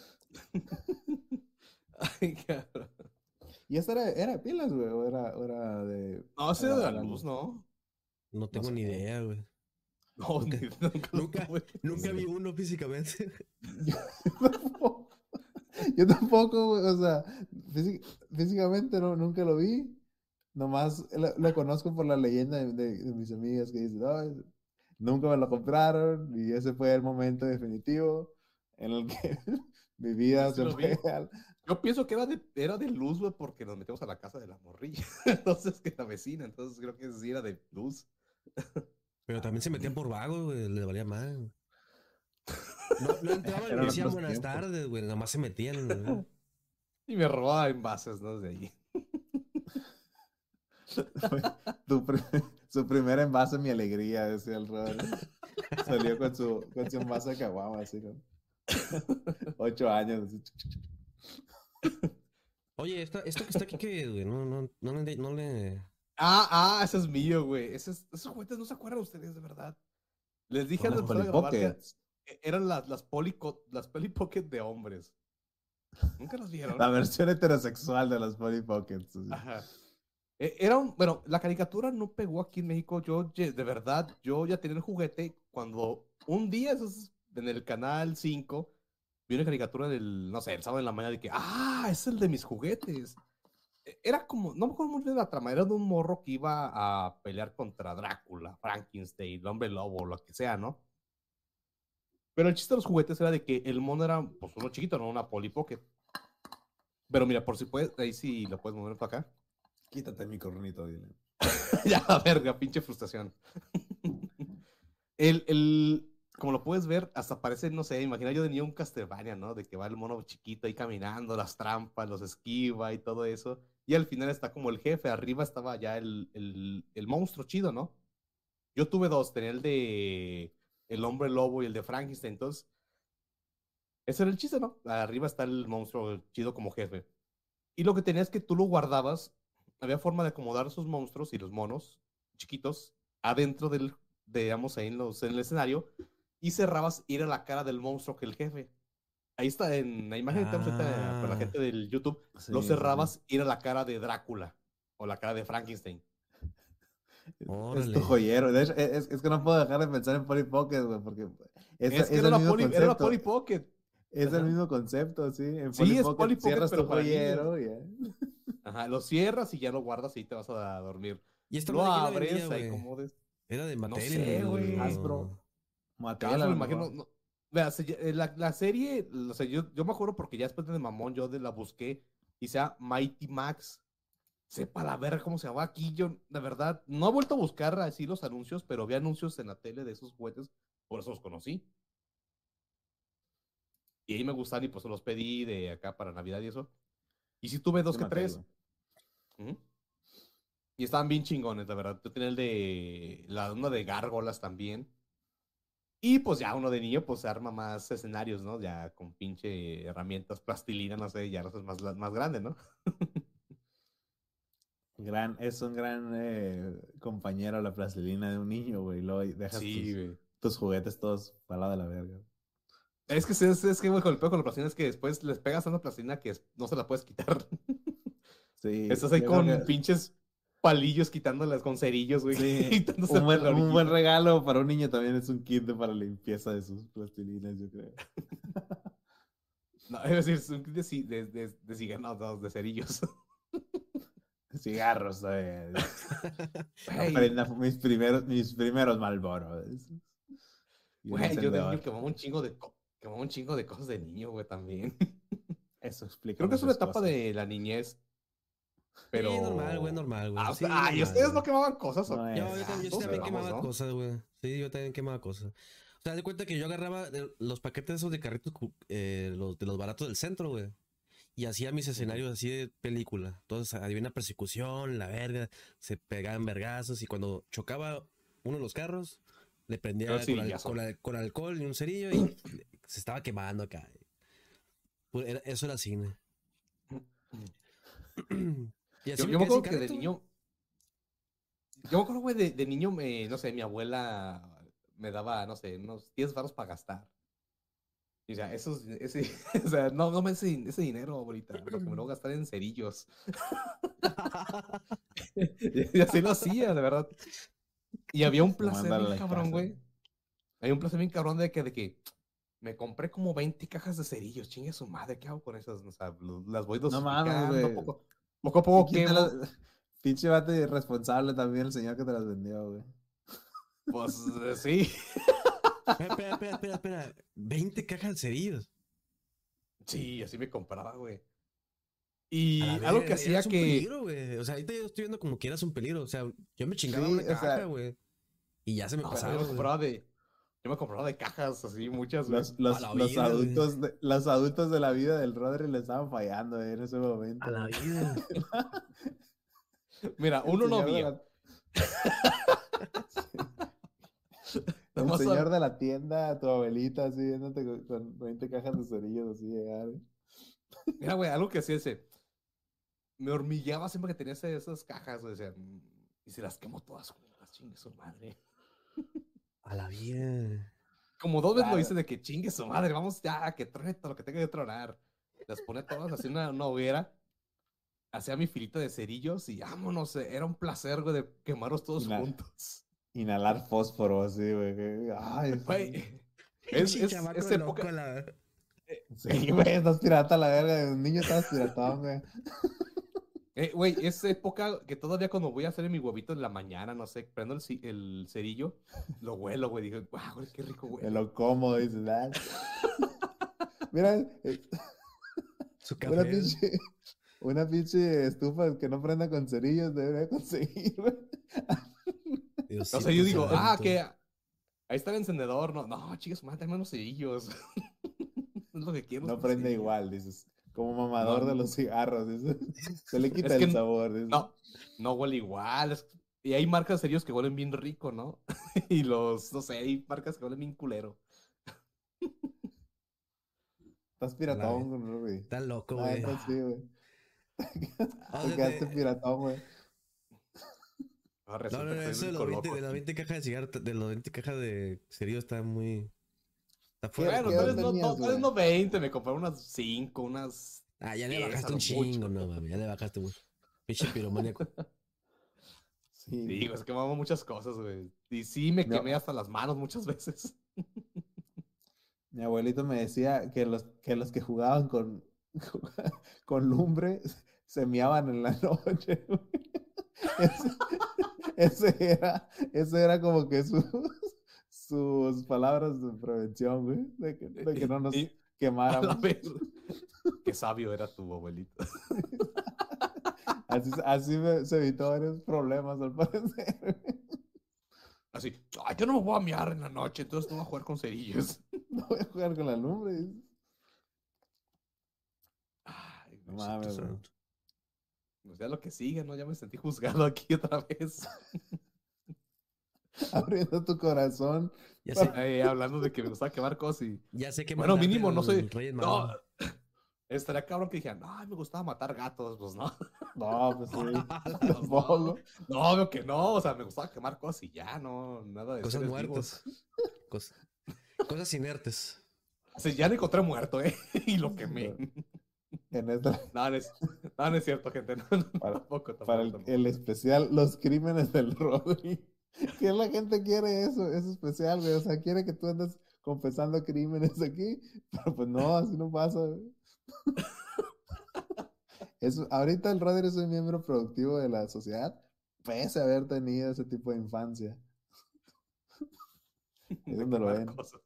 Ay, cabrón. ¿Y esta era, era de pilas, güey? ¿O era, o era de... No, ese a era de la- a la la luz, luz? ¿no? No No tengo sé. ni idea, güey. No, Nunca, ni- nunca lo nunca, tuve. nunca Sí. vi uno físicamente. Yo tampoco, yo tampoco, güey, o sea, físi- físicamente no, nunca lo vi. Nomás lo, lo conozco por la leyenda de, de- de mis amigas que dicen, "Ay, nunca me lo compraron y ese fue el momento definitivo en el que mi Yo vida sí se lo fue vi. al... Yo pienso que era de, era de luz, güey, porque nos metimos a la casa de la morrilla. Entonces, que la vecina, entonces creo que sí era de luz. Pero también se metían por vago, güey. Le valía mal, güey. No, no entraban ni Eran decían otros buenas tiempos. tardes, güey. Nada más se metían, güey. Y me robaba envases, ¿no? De ahí. Fue tu pri- su primer envase, mi alegría, decía el Rod. Salió con su, con su envase de caguama, así, ¿no? Ocho años. Así. Oye, esta, esto que está aquí, que, güey, no, no, no le, no le... Ah, ah, ese es mío, güey. Ese es- esos juguetes no se acuerdan ustedes, de verdad. Les dije Las antes de Polly empezar a grabar que Pockets. eran las, las, Polly, las Polly Pocket de hombres. ¿Nunca las vieron? La versión heterosexual de las Polly Pockets. Así. Ajá. Eh, Era un, bueno, la caricatura no pegó aquí en México. Yo, ye- de verdad, yo ya tenía el juguete cuando un día, eso es en el canal cinco, vi una caricatura del, no sé, el sábado en la mañana de que, ah, es el de mis juguetes. E- Era como, no me acuerdo muy bien de la trama, era de un morro que iba a pelear contra Drácula, Frankenstein, el hombre lobo, lo que sea, ¿no? Pero el chiste de los juguetes era de que el mono era, pues, uno chiquito, no una Polly Pocket. Pero mira, por si puedes, ahí sí lo puedes mover para acá. Quítate mi cornito, dile. Ya, la verga, pinche frustración. El, el, como lo puedes ver, hasta parece, no sé, imagina yo tenía un Castlevania, ¿no? De que va el mono chiquito ahí caminando, las trampas, los esquiva y todo eso. Y al final está como el jefe, arriba estaba ya el, el, el monstruo chido, ¿no? Yo tuve dos, tenía el de el hombre lobo y el de Frankenstein, entonces, ese era el chiste, ¿no? Arriba está el monstruo chido como jefe. Y lo que tenías es que tú lo guardabas, había forma de acomodar esos monstruos y los monos chiquitos adentro del, digamos, ahí en, los, en el escenario y cerrabas ir a la cara del monstruo que el jefe. Ahí está en la imagen que tenemos ahorita con la Ah. gente del YouTube. Sí, Lo sí, cerrabas ir a la cara de Drácula o la cara de Frankenstein. Es Órale. tu joyero. De hecho, es, es que no puedo dejar de pensar en Polly Pocket, güey, porque esa- Es que es era el la, mismo Polly, era la concepto. Polly Pocket. Es Ajá. el mismo concepto, sí. En Sí, Polly es Pocket Polly Pocket, cierras pero tu para joyero, ya. Ajá, lo cierras y ya lo guardas y te vas a dormir. ¿Y esta Lo madre quién la vendía, abres, ahí güey? como de... Era de No Mattel sé, güey. o... Hasbro. Mattel a Hasbro, lo imagino. mejor. No. Vea, se ll- eh, la, la serie, o sea, yo, yo me acuerdo porque ya después de mamón yo de la busqué y sea Mighty Max. Sepa la verga cómo se llama aquí. Yo, de verdad, no he vuelto a buscar así los anuncios, pero vi anuncios en la tele de esos juguetes, por eso los conocí. Y ahí me gustan y pues los pedí de acá para Navidad y eso. Y sí tuve dos De que Mattel, tres. güey. Ujú. Y estaban bien chingones, la verdad. Yo tenía el de, la, uno de gárgolas también. Y pues ya uno de niño pues se arma más escenarios, ¿no? Ya con pinche herramientas, plastilina, no sé, ya lo haces más, más grande, ¿no? Gran, es un gran eh, compañero la plastilina de un niño, güey. Luego dejas Sí, tus, güey. tus juguetes todos para lado de la verga. Es que, es, es que, güey, con el peor con la plastilina es que después les pegas a una plastilina que es- no se la puedes quitar. Sí, Estás ahí yo creo con que pinches palillos quitándolas con cerillos, güey. sí, Quitándose un buen, la un buen orillita. regalo para un niño también es un kit de- para limpieza de sus plastilinas, yo creo. No, es decir, es un kit de, ci- de, de, de cigarros, no, de cerillos. Cigarros, eh. Güey, Aprenda mis primeros, mis primeros Marlboro. Y un güey, yo de niño encendedor. quemaba un chingo de, co- quemaba un chingo de cosas de niño, güey, también. Eso explica Creo que es una muchas etapa cosas. de la niñez. Sí, normal, güey, Pero. normal, güey. Ah, usted- Sí, ay, normal, ¿ustedes no güey. quemaban cosas No o es. Yo, yo, ah, también, yo sí todos también quemamos, quemaba ¿no? cosas, güey. Sí, yo también quemaba cosas. O sea, de cuenta que yo agarraba de- los paquetes esos de carritos, cu- eh, los, de los baratos del centro, güey. Y hacía mis Ujú. escenarios así de película. Entonces había una persecución, la verga, se pegaban vergazos y cuando chocaba uno de los carros, le Pero prendía con, al- con, cirillazo. al- con alcohol y un cerillo y se estaba quemando acá. Pues era- eso era cine. Y así Yo, me yo me quedé sin acuerdo que de carrito, güey. niño. Yo me acuerdo, güey, de, de niño, me, no sé, mi abuela me daba, no sé, unos diez baros para gastar. Y, o sea, esos, ese, o sea, no, no me ese, ese dinero, abuelita, porque me lo voy a gastar en cerillos. Y así lo hacía, de verdad. Y había un Lo placer manda a bien la cabrón, casa. güey. Había un placer bien cabrón de que, de que me compré como veinte cajas de cerillos. Chingue su madre, ¿qué hago con esas? O sea, lo- las voy No mames, dosificando, güey. poco, poco a ¿Y poco quién te las... quemo. Pinche vato irresponsable también, el señor que te las vendió, güey. Pues eh, sí, Espera, espera, espera, espera, espera. veinte cajas de cerillos. sí, así me compraba, güey. A la Y algo que verga, hacía eras un que, peligro, güey. O sea, ahorita yo estoy viendo como que eras un peligro. O sea, yo me chingaba Sí, una o caja, sea, güey. Y ya se me no, güey, yo pasaba, me güey. compraba de, yo me compraba de cajas así, muchas, güey. los, A los, la los vida, güey. adultos de, los adultos de la vida del Rodri le estaban fallando, eh, en ese momento, A la güey. vida. Mira, El uno no señor de había. la... Nada El más, señor de la tienda, tu abuelita, así, viéndote con, con veinte cajas de cerillos, así, llegar. ¿Eh? mira, güey, algo que hacía ese. Me hormigueaba siempre que tenía ese- esas cajas, güey. Decía, "Mm, y si las quemo todas, güey, las chingue su madre. A la vida. Como dos veces lo hice Claro. de que chingue su madre, vamos ya, que truene todo lo que tenga que tronar. Las ponía todas así en una, una hoguera, hacía mi filita de cerillos y vámonos, eh, era un placer, güey, de quemarlos todos Ina- juntos. Inhalar fósforo, así, güey. que- Ay, Güey, es, Pinche es, chamaco es loco, época. la... sí, güey, estás pirata a la verga. De un niño estás piratón, güey. Eh, güey, es época que todavía cuando voy a hacer mi huevito en la mañana, no sé, prendo el, ci- el cerillo, lo huelo, güey. Dije, wow, güey, qué rico Me huele. lo como, dices, ah. Mira, eh, Su una café. pinche, una pinche estufa que no prenda con cerillos debería conseguir, güey. O sea, Diosito yo digo, ah, santo. que ahí está el encendedor. No, no, chicos, mátenme unos cerillos. Es lo que quiero. No unos prende cerillos. igual, dices. Como mamador No, de los cigarros, dices. Se le quita es que el sabor, dices. no, no huele igual. es- Y hay marcas de cerillos que huelen bien rico, ¿no? Y los, no sé, hay marcas que huelen bien culero. Estás A la piratón, vez. Ruby. Está loco, La güey. neta sí, güey. Ah, Te de- quedaste de- piratón, güey. Ah, No, no, resulta no, que soy el eso de los único veinte, loco de las aquí. veinte cajas de cigarro, de los veinte cajas de cerillos está muy... Está ¿Qué, fuerte, qué Bueno, tal edad vez güey. no, tenías, no, tal vez güey? no veinte, me compré unas cinco, unas Ah, ya le diez a bajaste lo un chingo, mucho. no, mami, ya le bajaste mucho. Pinche piromaníaco. Sí. Sí, pues quemamos muchas cosas, güey. Y sí, me quemé No, hasta las manos muchas veces. Mi abuelito me decía que los que, los que jugaban con, con lumbre se miaban en la noche. Ese, ese era, ese era como que sus, sus palabras de prevención, güey, de que, de que no nos Y, a la quemáramos. vez, qué sabio era tu abuelito. Así, así me- se evitó varios problemas, al parecer. Así, "Ay, yo no me voy a miar en la noche, entonces no voy a jugar con cerillos. No voy a jugar con la lumbre. Ay, No güey, mames, güey. Santo. pues ya lo que sigue, ¿no? Ya me sentí juzgado aquí otra vez. Abriendo tu corazón. Ya sé, Eh, hablando de que me gustaba quemar cosas y... ya sé que Bueno, mandarte mínimo, no soy... al Reyes No, Magos. estaría cabrón que dijeran, ay, me gustaba matar gatos, pues no. No, pues sí. Pues, Tampoco. no, no, obvio que no, o sea, me gustaba quemar cosas y ya, no, nada de Cosas seres muertas. vivos. Cos- cosas inertes. O sea, ya lo encontré muerto, ¿eh? Y lo quemé. En esta, No, no es, no, no es cierto, gente, no, no, para, tampoco, tampoco, para el, tampoco. el especial Los Crímenes del Rodri. Que la gente quiere eso, eso especial, güey. O sea, quiere que tú andes confesando crímenes aquí. Pero pues no, así no pasa, güey. Eso, ahorita el Rodri es un miembro productivo de la sociedad, pese a haber tenido ese tipo de infancia. Es De donde lo quemar ven. cosas.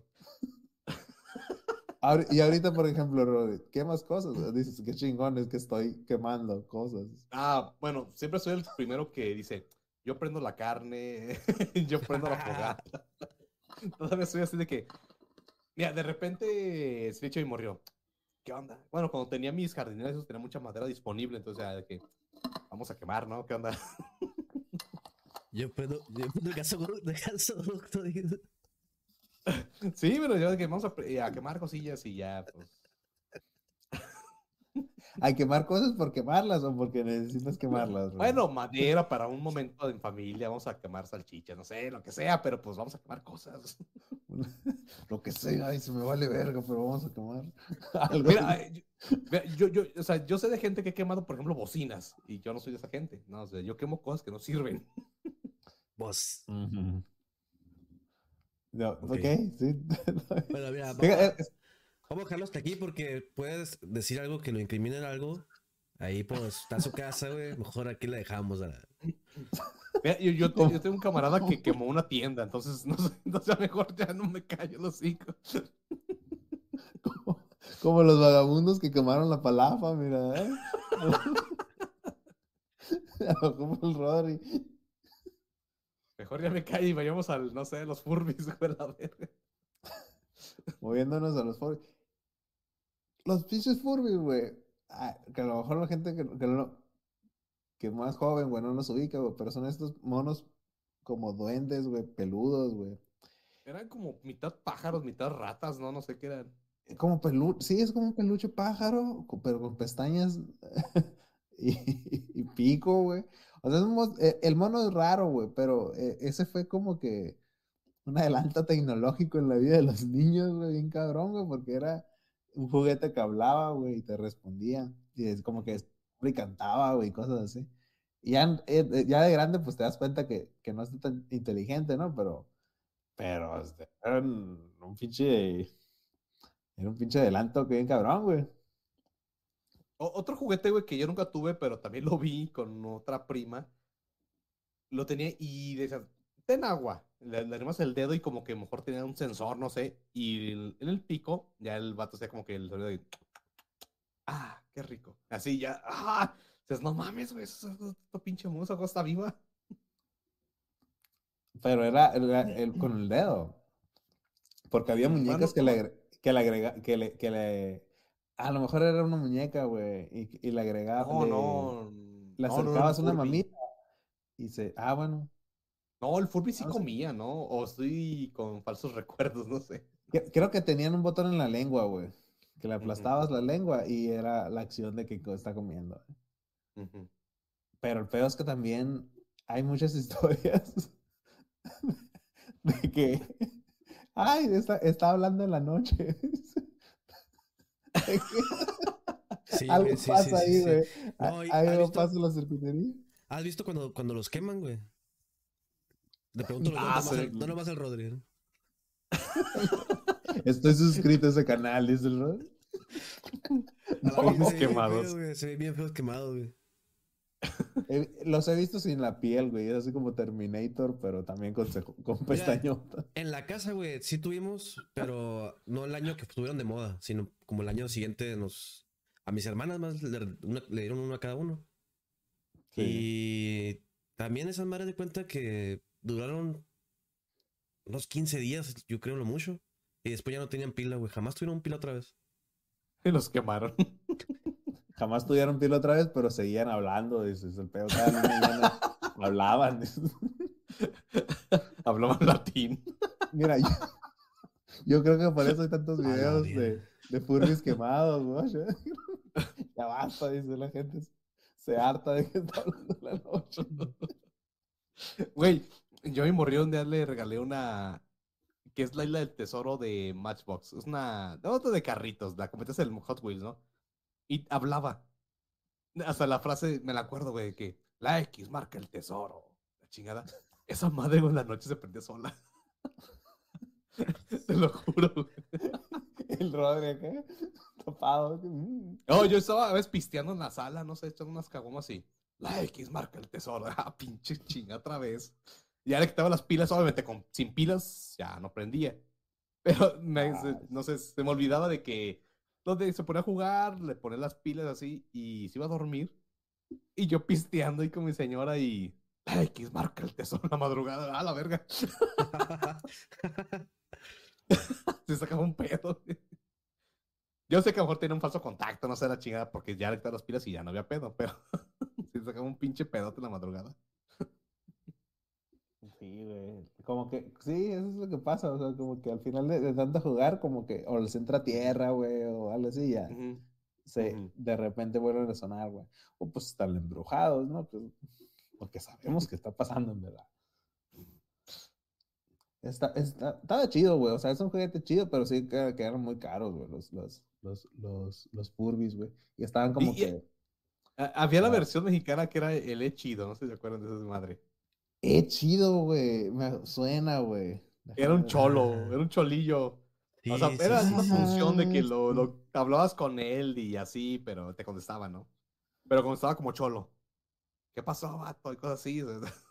Ahori- Y ahorita, por ejemplo, Rodri, ¿qué más cosas? Dices, qué chingón es que estoy quemando cosas. Ah, bueno, siempre soy el primero que dice, yo prendo la carne, yo prendo la fogata. Todavía soy así de que, mira, de repente Switch y murió. ¿Qué onda? Bueno, cuando tenía mis jardineras, esos tenía mucha madera disponible, entonces ya de que vamos a quemar, ¿no? ¿Qué onda? Yo puedo, yo puedo el gasoducto, de gasoducto, digo. Sí, pero yo de que vamos a, pre- a quemar cosillas y ya, pues. ¿A quemar cosas por quemarlas o porque necesitas quemarlas, Rodri? Bueno, madera para un momento en familia, vamos a quemar salchichas, no sé, lo que sea, pero pues vamos a quemar cosas. Lo que sea, ay, se me vale verga, pero vamos a quemar algo. Mira, ay, yo, mira, yo, yo, o sea, yo sé de gente que ha quemado, por ejemplo, bocinas, y yo no soy de esa gente, no, o sea, yo quemo cosas que no sirven. Vos. Ujú. No, Ok. ok, sí. Bueno, mira, Fíjate, vamos, es- vamos a dejarlo hasta aquí porque puedes decir algo que lo incrimine en algo. Ahí, pues, está su casa, güey. Mejor aquí la dejamos. A la... Mira, yo, yo, te- como, yo tengo un camarada que quemó una tienda, entonces, no sé, entonces mejor ya no me callo los hocico. como- como los vagabundos que quemaron la palafa, mira, ¿eh? Como el Rodri. Mejor ya me callo y vayamos al, no sé, los Furbis, güey, la verga. Moviéndonos a los Furbies. Los pinches Furbies, güey. Ah, que a lo mejor la gente que, que, no- que más joven, güey, no los ubica, güey, pero son estos monos como duendes, güey, peludos, güey. Eran como mitad pájaros, mitad ratas, ¿no? No sé qué eran. Como peluche, sí, es como un peluche pájaro, co- pero con pestañas y, y pico, güey. O sea, es un mo- eh, el mono es raro, güey, pero eh, ese fue como que un adelanto tecnológico en la vida de los niños, güey, bien cabrón, güey, porque era un juguete que hablaba, güey, y te respondía. Y es como que y cantaba, güey, y cosas así. Y ya, eh, eh, ya de grande, pues te das cuenta que, que no es tan inteligente, ¿no? Pero, pero, este, era un, un pinche, era un pinche adelanto que bien cabrón, güey. O- otro juguete, güey, que yo nunca tuve, pero también lo vi con otra prima. Lo tenía y decía, ten agua. Le, le animas el dedo y como que mejor tenía un sensor, no sé. Y el- en el pico, ya el vato hacía como que el sonido de, ah, qué rico. Así ya, ah. Dices, no mames, güey, eso es esta pinche musa, está viva. Pero era, era el- con el dedo. Porque había Mm, muñecas bueno, que no, le, agre- que le agrega, que le, que le, a lo mejor era una muñeca, güey, y, y le agregaba, no, le, no, le no, no, el acercabas una Furby. mamita y se, ah, bueno, No, el Furby sí no sé. comía, ¿no? O estoy con falsos recuerdos, no sé. Cre- Creo que tenían un botón en la lengua, güey, que le Ujú, aplastabas la lengua y era la acción de que co- está comiendo. ujú. Pero el peor es que también hay muchas historias de que, ay, está, está hablando en la noche. De que Sí, algo güey, sí, sí, pasa sí, ahí, sí. güey. No, A- y- ¿has Algo pasa visto, en la circuitería. has visto cuando, cuando los queman, güey? De pronto, no Ah, nomás se el, ve. no nomás el Rodri, ¿no? Estoy suscrito a ese canal, dice el Rod. A la Ojos vez se ven bien quemados. feos, güey. Se ven bien feos quemados, güey. He- los he visto sin la piel, güey. Es así como Terminator, pero también con, seco- con Mira, pestañota. en la casa, güey, sí tuvimos, pero no el año que estuvieron de moda, sino como el año siguiente nos... A mis hermanas más le, una- le dieron uno a cada uno. Sí. Y también esas madres de cuenta que duraron unos quince días, yo creo lo mucho. Y después ya no tenían pila, güey. Jamás tuvieron pila otra vez. Y los quemaron. Jamás tuvieron piel otra vez, pero seguían hablando. Dices, el pedo cada lunes y viernes hablaban. dices. Hablaban latín. Mira, yo, yo creo que por eso hay tantos A la videos verga. de, de furries quemados, güey. Ya basta, dice la gente. Se harta de que está hablando en la noche. Güey, yo a mi morrillo un día le regalé una... que es la isla del tesoro de Matchbox. Es una... de otro de carritos, la competencia del Hot Wheels, ¿no? Y hablaba. Hasta la frase, me la acuerdo, güey, que la X marca el tesoro. La chingada. Esa madre, güey, en la noche se prendió sola. Te lo juro, güey. El Rodri acá, tapado. mm. No, yo estaba a veces pisteando en la sala, no sé, echando unas cagomas y la X marca el tesoro. Ah, pinche chinga otra vez. Ya le quitaba las pilas, obviamente con, sin pilas ya no prendía. Pero me- se- Ah, no sé, se me olvidaba de que donde se ponía a jugar, le ponía las pilas así y se iba a dormir. Y yo pisteando ahí con mi señora y la X marca el tesoro en la madrugada. A la verga. Se sacaba un pedo. Yo sé que a lo mejor tenía un falso contacto, no sé la chingada, porque ya le quitaba las pilas y ya no había pedo, pero se sacaba un pinche pedote en la madrugada. Sí, güey. Como que, sí, eso es lo que pasa. O sea, como que al final de, de tanto jugar, como que o les entra tierra, güey, o algo así, ya. Ujú, Se, ujú. de repente vuelven a sonar, güey. O pues están embrujados, ¿no? Pues, porque sabemos que está pasando en verdad. Está, está, estaba chido, güey. O sea, es un juguete chido, pero sí que- quedaron muy caros, güey, los, los, los, los, los Furbies, güey. Y estaban como Y, y, que, a- había la ah, versión mexicana que era el Echido, no sé si se acuerdan de esa madre. eh, chido, güey. Me suena, güey. Era un Déjame ver. cholo, Ah, era un cholillo. O sea, sí, sí, era sí, una sí. función de que Ah, lo, sí. lo hablabas con él y así, pero te contestaba, ¿no? Pero contestaba como cholo. ¿Qué pasó, vato? Y cosas así.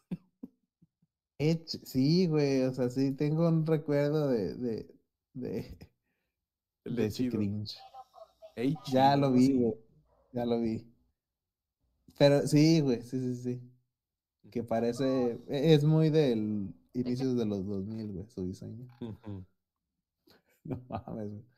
Eh, ch- sí, güey. O sea, sí tengo un recuerdo de, de, de, El de ese Echido. cringe. Ey, Ya chido, lo algo vi, así. güey. Ya lo vi. Pero sí, güey. Sí, sí, sí. Que parece, e- es muy del inicios de los dos mil, güey, su diseño. Ujú. No mames, güey.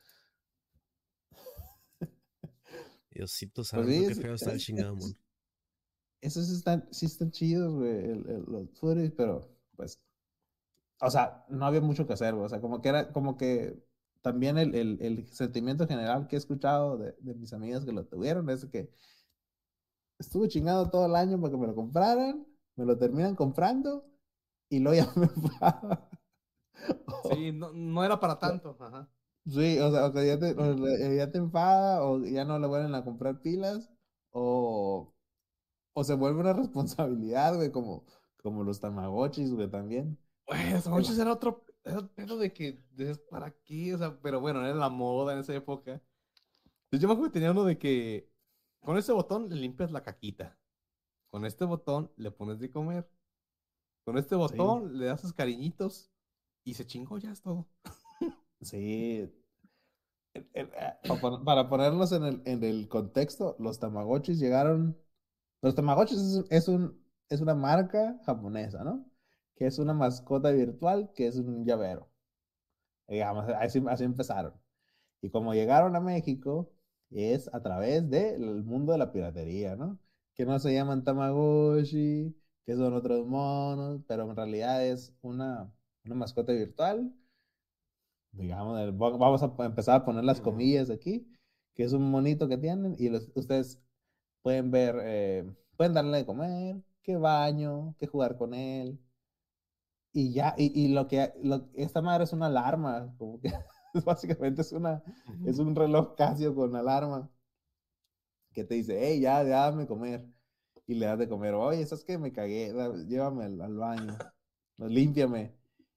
Diosito Pues santo, sí, qué es- feo está el es- chingado es- mundo. esos sí están, sí están chidos, güey, el- el- los furries, pero pues, o sea, no había mucho que hacer, güey. O sea, como que era, como que también el, el, el sentimiento general que he escuchado de, de mis amigas que lo tuvieron es que estuve chingado todo el año para que me lo compraran, me lo terminan comprando y luego ya me enfada. Sí, no, no era para tanto. Ajá. Sí, o sea, o sea, ya te, o le- ya te enfada o ya no le vuelven a comprar pilas o, o se vuelve una responsabilidad, güey, como, como los tamagotchis, güey, también. Güey, los Que la- Tamagotchis era otro era el pedo de que, de- ¿para qué? O sea, pero bueno, era la moda en esa época. Entonces yo me acuerdo que tenía uno de que con este botón le limpias la caquita. Con este botón le pones de comer. Con este Sí, botón le das sus cariñitos y se chingó, ya es todo. sí. El- el- eh, pa- pon- Para ponerlos en el, en el contexto, los tamagotchis llegaron. Los tamagotchis es, es un, es una marca japonesa, ¿no? Que es una mascota virtual, que es un llavero. Digamos, así, así empezaron. Y como llegaron a México, es a través del mundo de la piratería, ¿no? Que no se llaman Tamagotchi, que son otros monos, pero en realidad es una, una mascota virtual. Digamos, el- va- vamos a empezar a poner las Ujú. comillas aquí, que es un monito que tienen y los- ustedes pueden ver, eh, pueden darle de comer, qué baño, qué jugar con él. Y ya, y, y lo que, lo- esta madre es una alarma, como que básicamente es una, es Ujú. un reloj Casio con alarma que te dice, hey, ya, ya dame comer. Y le das de comer, oye, ¿sabes qué? Me cagué, da- llévame al, al baño, no, límpiame.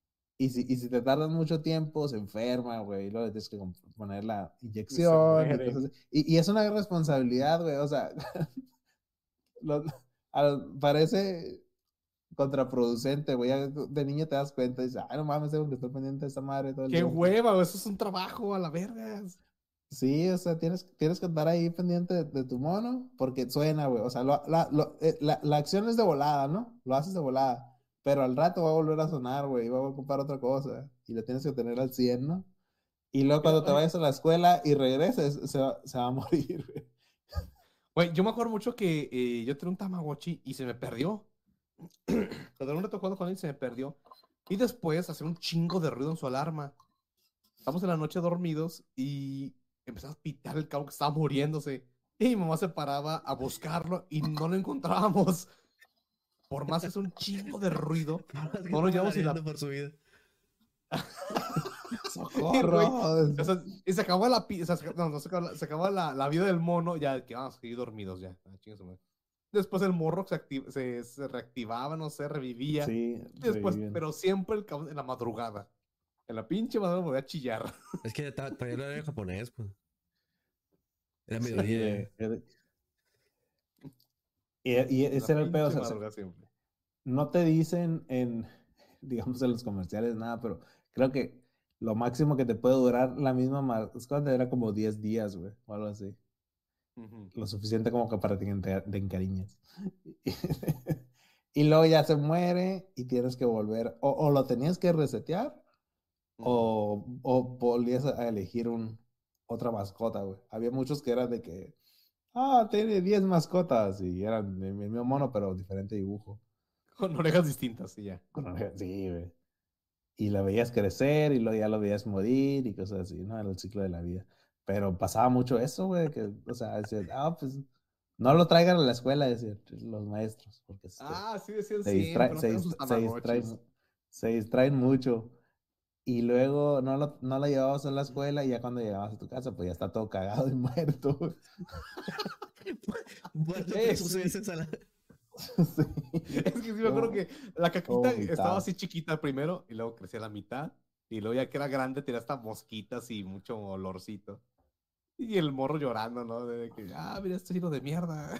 Y si, y si te tardas mucho tiempo, se enferma, güey, y luego le tienes que comp- poner la Y se inyección y muere. cosas así. Y, y es una responsabilidad, güey, o sea, lo- al- parece contraproducente, güey. Ya de niño te das cuenta y dices, ay, no mames, tengo que estar pendiente de esta madre todo el ¡Qué tiempo. hueva! Eso es un trabajo a la verga. Sí, o sea, tienes, tienes que estar ahí pendiente de, de tu mono porque suena, güey. O sea, lo- la, lo- eh, la, la acción es de volada, ¿no? Lo haces de volada. Pero al rato va a volver a sonar, güey, y va a ocupar otra cosa. Y lo tienes que tener al cien, ¿no? Y luego Mira, cuando te oye, vayas a la escuela y regreses, se va, se va a morir, güey. güey, yo me acuerdo mucho que eh, yo tenía un Tamagotchi y se me perdió. Cuando era un rato jugando con él se me perdió. Y después hacer un chingo de ruido en su alarma. Estamos en la noche dormidos y empezaba a pitar el cabo que estaba muriéndose. Y mi mamá se paraba a buscarlo y no lo encontrábamos. Por más que es un chingo de ruido, Más que no lo estaba llevamos y la... ladeando por su vida. Y, güey, ¡Socorro! o sea, y se acabó la... pi- o sea, se, no, no se acabó, la, se acabó la, la vida del mono, ya que vamos a seguir dormidos ya. Ah, chinga su madre. Después el morro se, activ- se, se reactivaba, no sé, revivía. Sí, Y después, reviven. pero siempre el cabrón en la madrugada. En la pinche madrugada me voy a chillar. Es que ta- todavía no era japonés, pues. Era Sí, mediodía ya. güey. Y, y En la ese era el pedo, o pinche sea, se- madrugada siempre. no te dicen en, digamos, en los comerciales nada, pero creo que lo máximo que te puede durar la misma mascota era como diez días, güey, o algo así. Ujú. Lo suficiente como que para que te, te encariñes. Y luego ya se muere y tienes que volver, o, o lo tenías que resetear, Ujú. o, o volvías a elegir un, otra mascota, güey. Había muchos que eran de que, ah, tiene diez mascotas y eran el mismo mono, pero diferente dibujo. Con orejas distintas y ya. Con orejas- Sí, güey. Y lo veías crecer y luego ya lo veías morir y cosas así, ¿no? Era el ciclo de la vida. Pero pasaba mucho eso, güey, que, o sea, decían, ah, pues no lo traigan a la escuela, decían los maestros, porque este, Ah, sí decían se siempre, distraen, no se, tengan sus distra- se tamagotchis. distraen, se distraen mucho. Y luego no lo, no lo llevabas a la escuela y ya cuando llegabas a tu casa, pues ya está todo cagado y muerto, güey. Muerto Eh, tres sí. veces a la... Sí. Es que sí me acuerdo que la Todo caquita estaba vomitado. así chiquita primero y luego crecía a la mitad. Y luego ya que era grande tenía hasta mosquitas y mucho olorcito. Y el morro llorando, ¿no? De que, ah, mira, estoy lleno de mierda.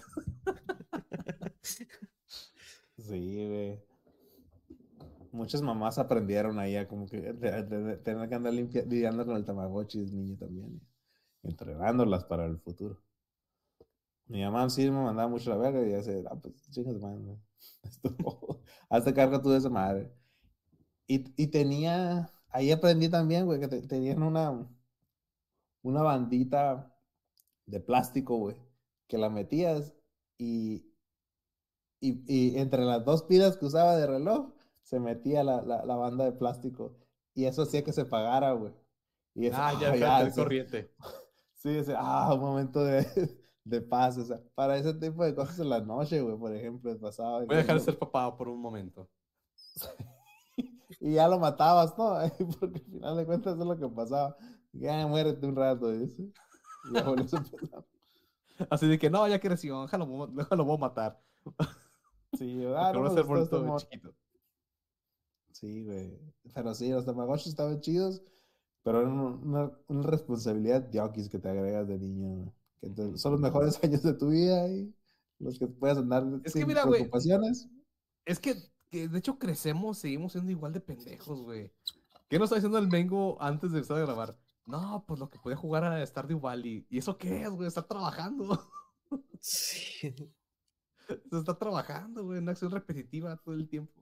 Sí, güey. Muchas mamás aprendieron ahí a como que de- de- de tener que andar limpia- lidiando con el Tamagotchi de niño también. Y entrenándolas para el futuro. Mi mamá sí me mandaba mucho la verga y ya se, ah, pues chingas, man. Esto, hazte cargo tú de esa madre. Y, y tenía, ahí aprendí también, güey, que te- tenían una, una bandita de plástico, güey, que la metías y, y, y entre las dos pilas que usaba de reloj, se metía la, la, la banda de plástico y eso hacía que se pagara, güey. Y es, Ah, ya ah, deja de ya, tener ese- corriente. sí, ese, ah, un momento de, de paz, o sea, para ese tipo de cosas en la noche, güey, por ejemplo, pasaba. Voy a dejar de ser papá por un momento. Y ya lo matabas, ¿no? Porque al final de cuentas es lo que pasaba. Ya muérete un rato, dice. Y ya volvés a empezar. Así de que, no, ya creció, déjalo, déjalo, voy a matar. Sí, ah, Porque no no va me a ser gustó este bonito de mono. chiquito. Sí, güey. Pero sí, los Tamagotchi estaban chidos, pero eran una, una responsabilidad diokis que te agregas de niño, güey. Que te- Ujú. son los mejores años de tu vida y los que puedes andar Es que sin mira, güey, preocupaciones. es que, que de hecho crecemos, seguimos siendo igual de pendejos, güey. ¿Qué nos está diciendo el Mengo antes de empezar a grabar? No, pues lo que podía jugar a Stardew Valley. ¿Y eso qué es, güey? Está trabajando. Sí. Se está trabajando, güey, una acción repetitiva todo el tiempo.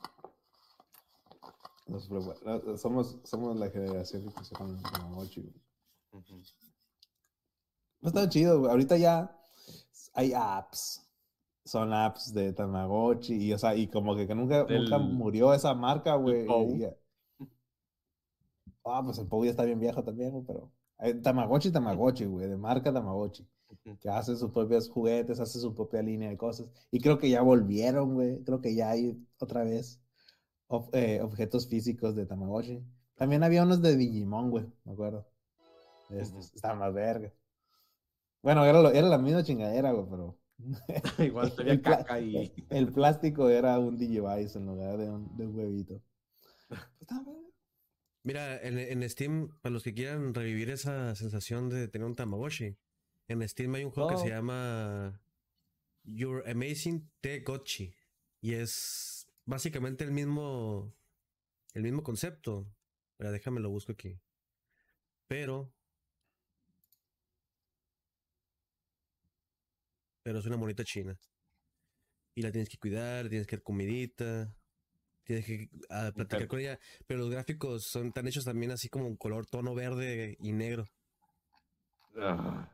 Nos preocupa- no, somos, somos la generación que creció con el Tamagotchi, güey. Ujú. No está chido, güey. Ahorita ya hay apps. Son apps de Tamagotchi. Y, o sea, y como que, que nunca, nunca Del, murió esa marca, del güey. Pou. Y- y- Ah, pues el Pou ya está bien viejo también, güey, pero. hay Tamagotchi, Tamagotchi, güey, de marca Tamagotchi. Ujú. Que hace sus propios juguetes, hace su propia línea de cosas. Y creo que ya volvieron, güey. Creo que ya hay otra vez ob- eh, objetos físicos de Tamagotchi. También había unos de Digimon, güey, me acuerdo. Estos, Ujú. estaban más verga. Bueno, era, lo- era la misma chingadera, güey, pero Igual tenía el, pla- caca y. el plástico era un Digivice en lugar de un, de un huevito. Está verga. Mira, en, en Steam, para los que quieran revivir esa sensación de tener un Tamagotchi, en Steam hay un juego que se Oh. llama Your Amazing Tamagotchi. Y es básicamente el mismo, el mismo concepto. Mira, déjame lo busco aquí. Pero, pero es una monita china. Y la tienes que cuidar, tienes que dar comidita, tienes que ah, platicar con ella. Pero los gráficos son tan hechos también así como un color tono verde y negro. Ah.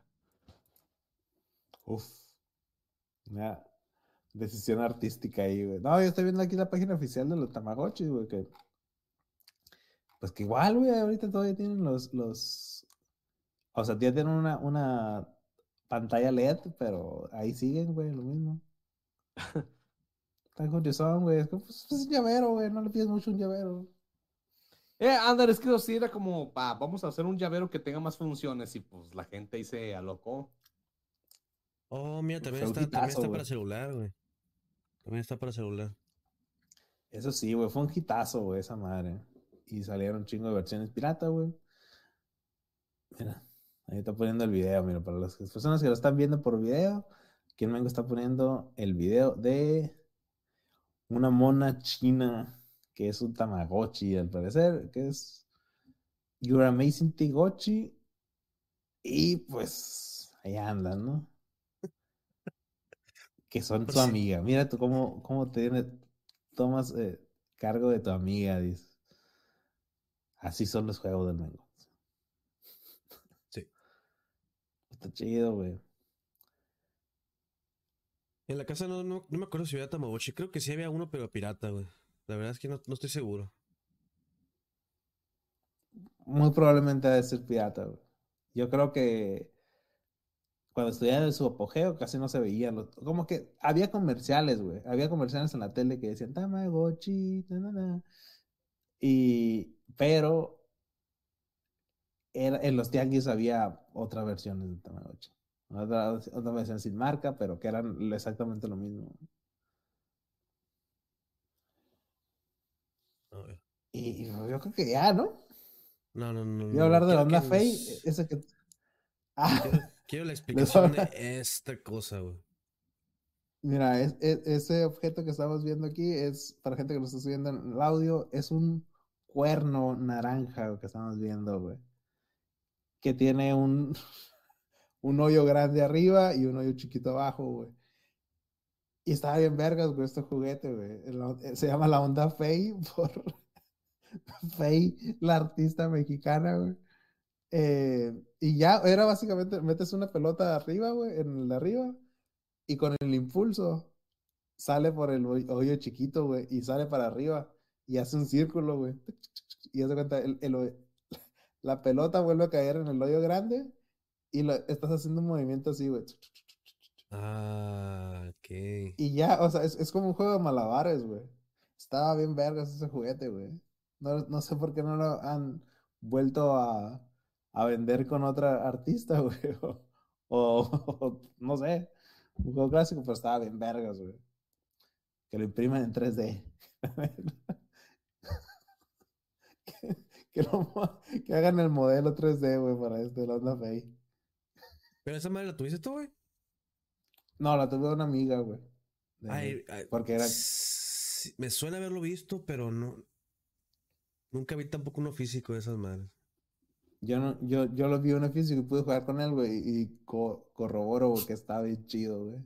Uf. Una decisión artística ahí, güey. No, yo estoy viendo aquí la página oficial de los Tamagotchi, güey, que pues que igual, güey, ahorita todavía tienen los, los, o sea, ya tienen una, una pantalla L E D, pero ahí siguen, güey, lo mismo. Están curiosón, güey, es como, pues, pues, es un llavero, güey, no le pides mucho un llavero. Eh, ándale, es que eso sí era como, pa, vamos a hacer un llavero que tenga más funciones y pues la gente ahí se alocó. Oh, mira, también Fue un está, también hitazo, está güey. para celular, güey. También está para celular. Eso sí, güey, fue un hitazo, güey, esa madre. Y salieron un chingo de versiones pirata, güey. Mira, ahí está poniendo el video, mira, para las personas que lo están viendo por video, aquí en Mango está poniendo el video de una mona china que es un Tamagotchi, al parecer, que es Your Amazing Tamagotchi. Y pues ahí andan, ¿no? Que son Pues tu sí. amiga. Mira tú cómo, cómo te viene- tomas eh, cargo de tu amiga, dice. Así son los juegos del Mango. Sí. Está chido, güey. En la casa no, no, no me acuerdo si había Tamagotchi. Creo que sí había uno, pero pirata, güey. La verdad es que no, no estoy seguro. Muy probablemente ha de ser pirata, güey. Yo creo que cuando estudiaba en su apogeo casi no se veían los... Como que había comerciales, güey. Había comerciales en la tele que decían Tamagotchi, na, na, na. Y... Pero era, en los tianguis había otras versiones de Tamagotchi. Otra, otra versión sin marca, pero que eran exactamente lo mismo. A ver. Y, y yo creo que ya, ¿no? No, no, no, Iba a no, no. hablar de la Quiero que onda Fey, nos... ese que... Ah, Quiero, quiero la les voy a explicación de hablar. esta cosa, güey. Mira, es, es- ese objeto que estamos viendo aquí es, para gente que lo está viendo en el audio, es un cuerno naranja que estamos viendo, güey. Que tiene un, un hoyo grande arriba y un hoyo chiquito abajo, güey. Y estaba bien vergas, güey, este juguete, güey. El- Se llama la onda Fey por Fey, la artista mexicana, güey. Eh, y ya, era básicamente, metes una pelota arriba, güey, en el de arriba, y con el impulso sale por el hoy- hoyo chiquito, güey, y sale para arriba y hace un círculo, güey. Y hace cuenta, el, el hoy- la pelota vuelve a caer en el hoyo grande y lo, estás haciendo un movimiento así, güey. Ah, ok. Y ya, o sea, es, es como un juego de malabares, güey. Estaba bien vergas ese juguete, güey. No, no sé por qué no lo han vuelto a, a vender con otra artista, güey. O, o- o no sé, un juego clásico, pero estaba bien vergas, güey. Que lo imprimen en tres D. que, que, lo- que hagan el modelo tres D, güey, para este, la onda Fey. Pero esa madre la tuviste tú, güey. No, la tuve una amiga, güey. de- Ay, ay, Porque era. sí, me suena haberlo visto, pero no. Nunca vi tampoco uno físico de esas madres. Yo, no, yo, yo lo vi en un físico y pude jugar con él, güey. Y co- corroboro, güey, que estaba bien chido, güey.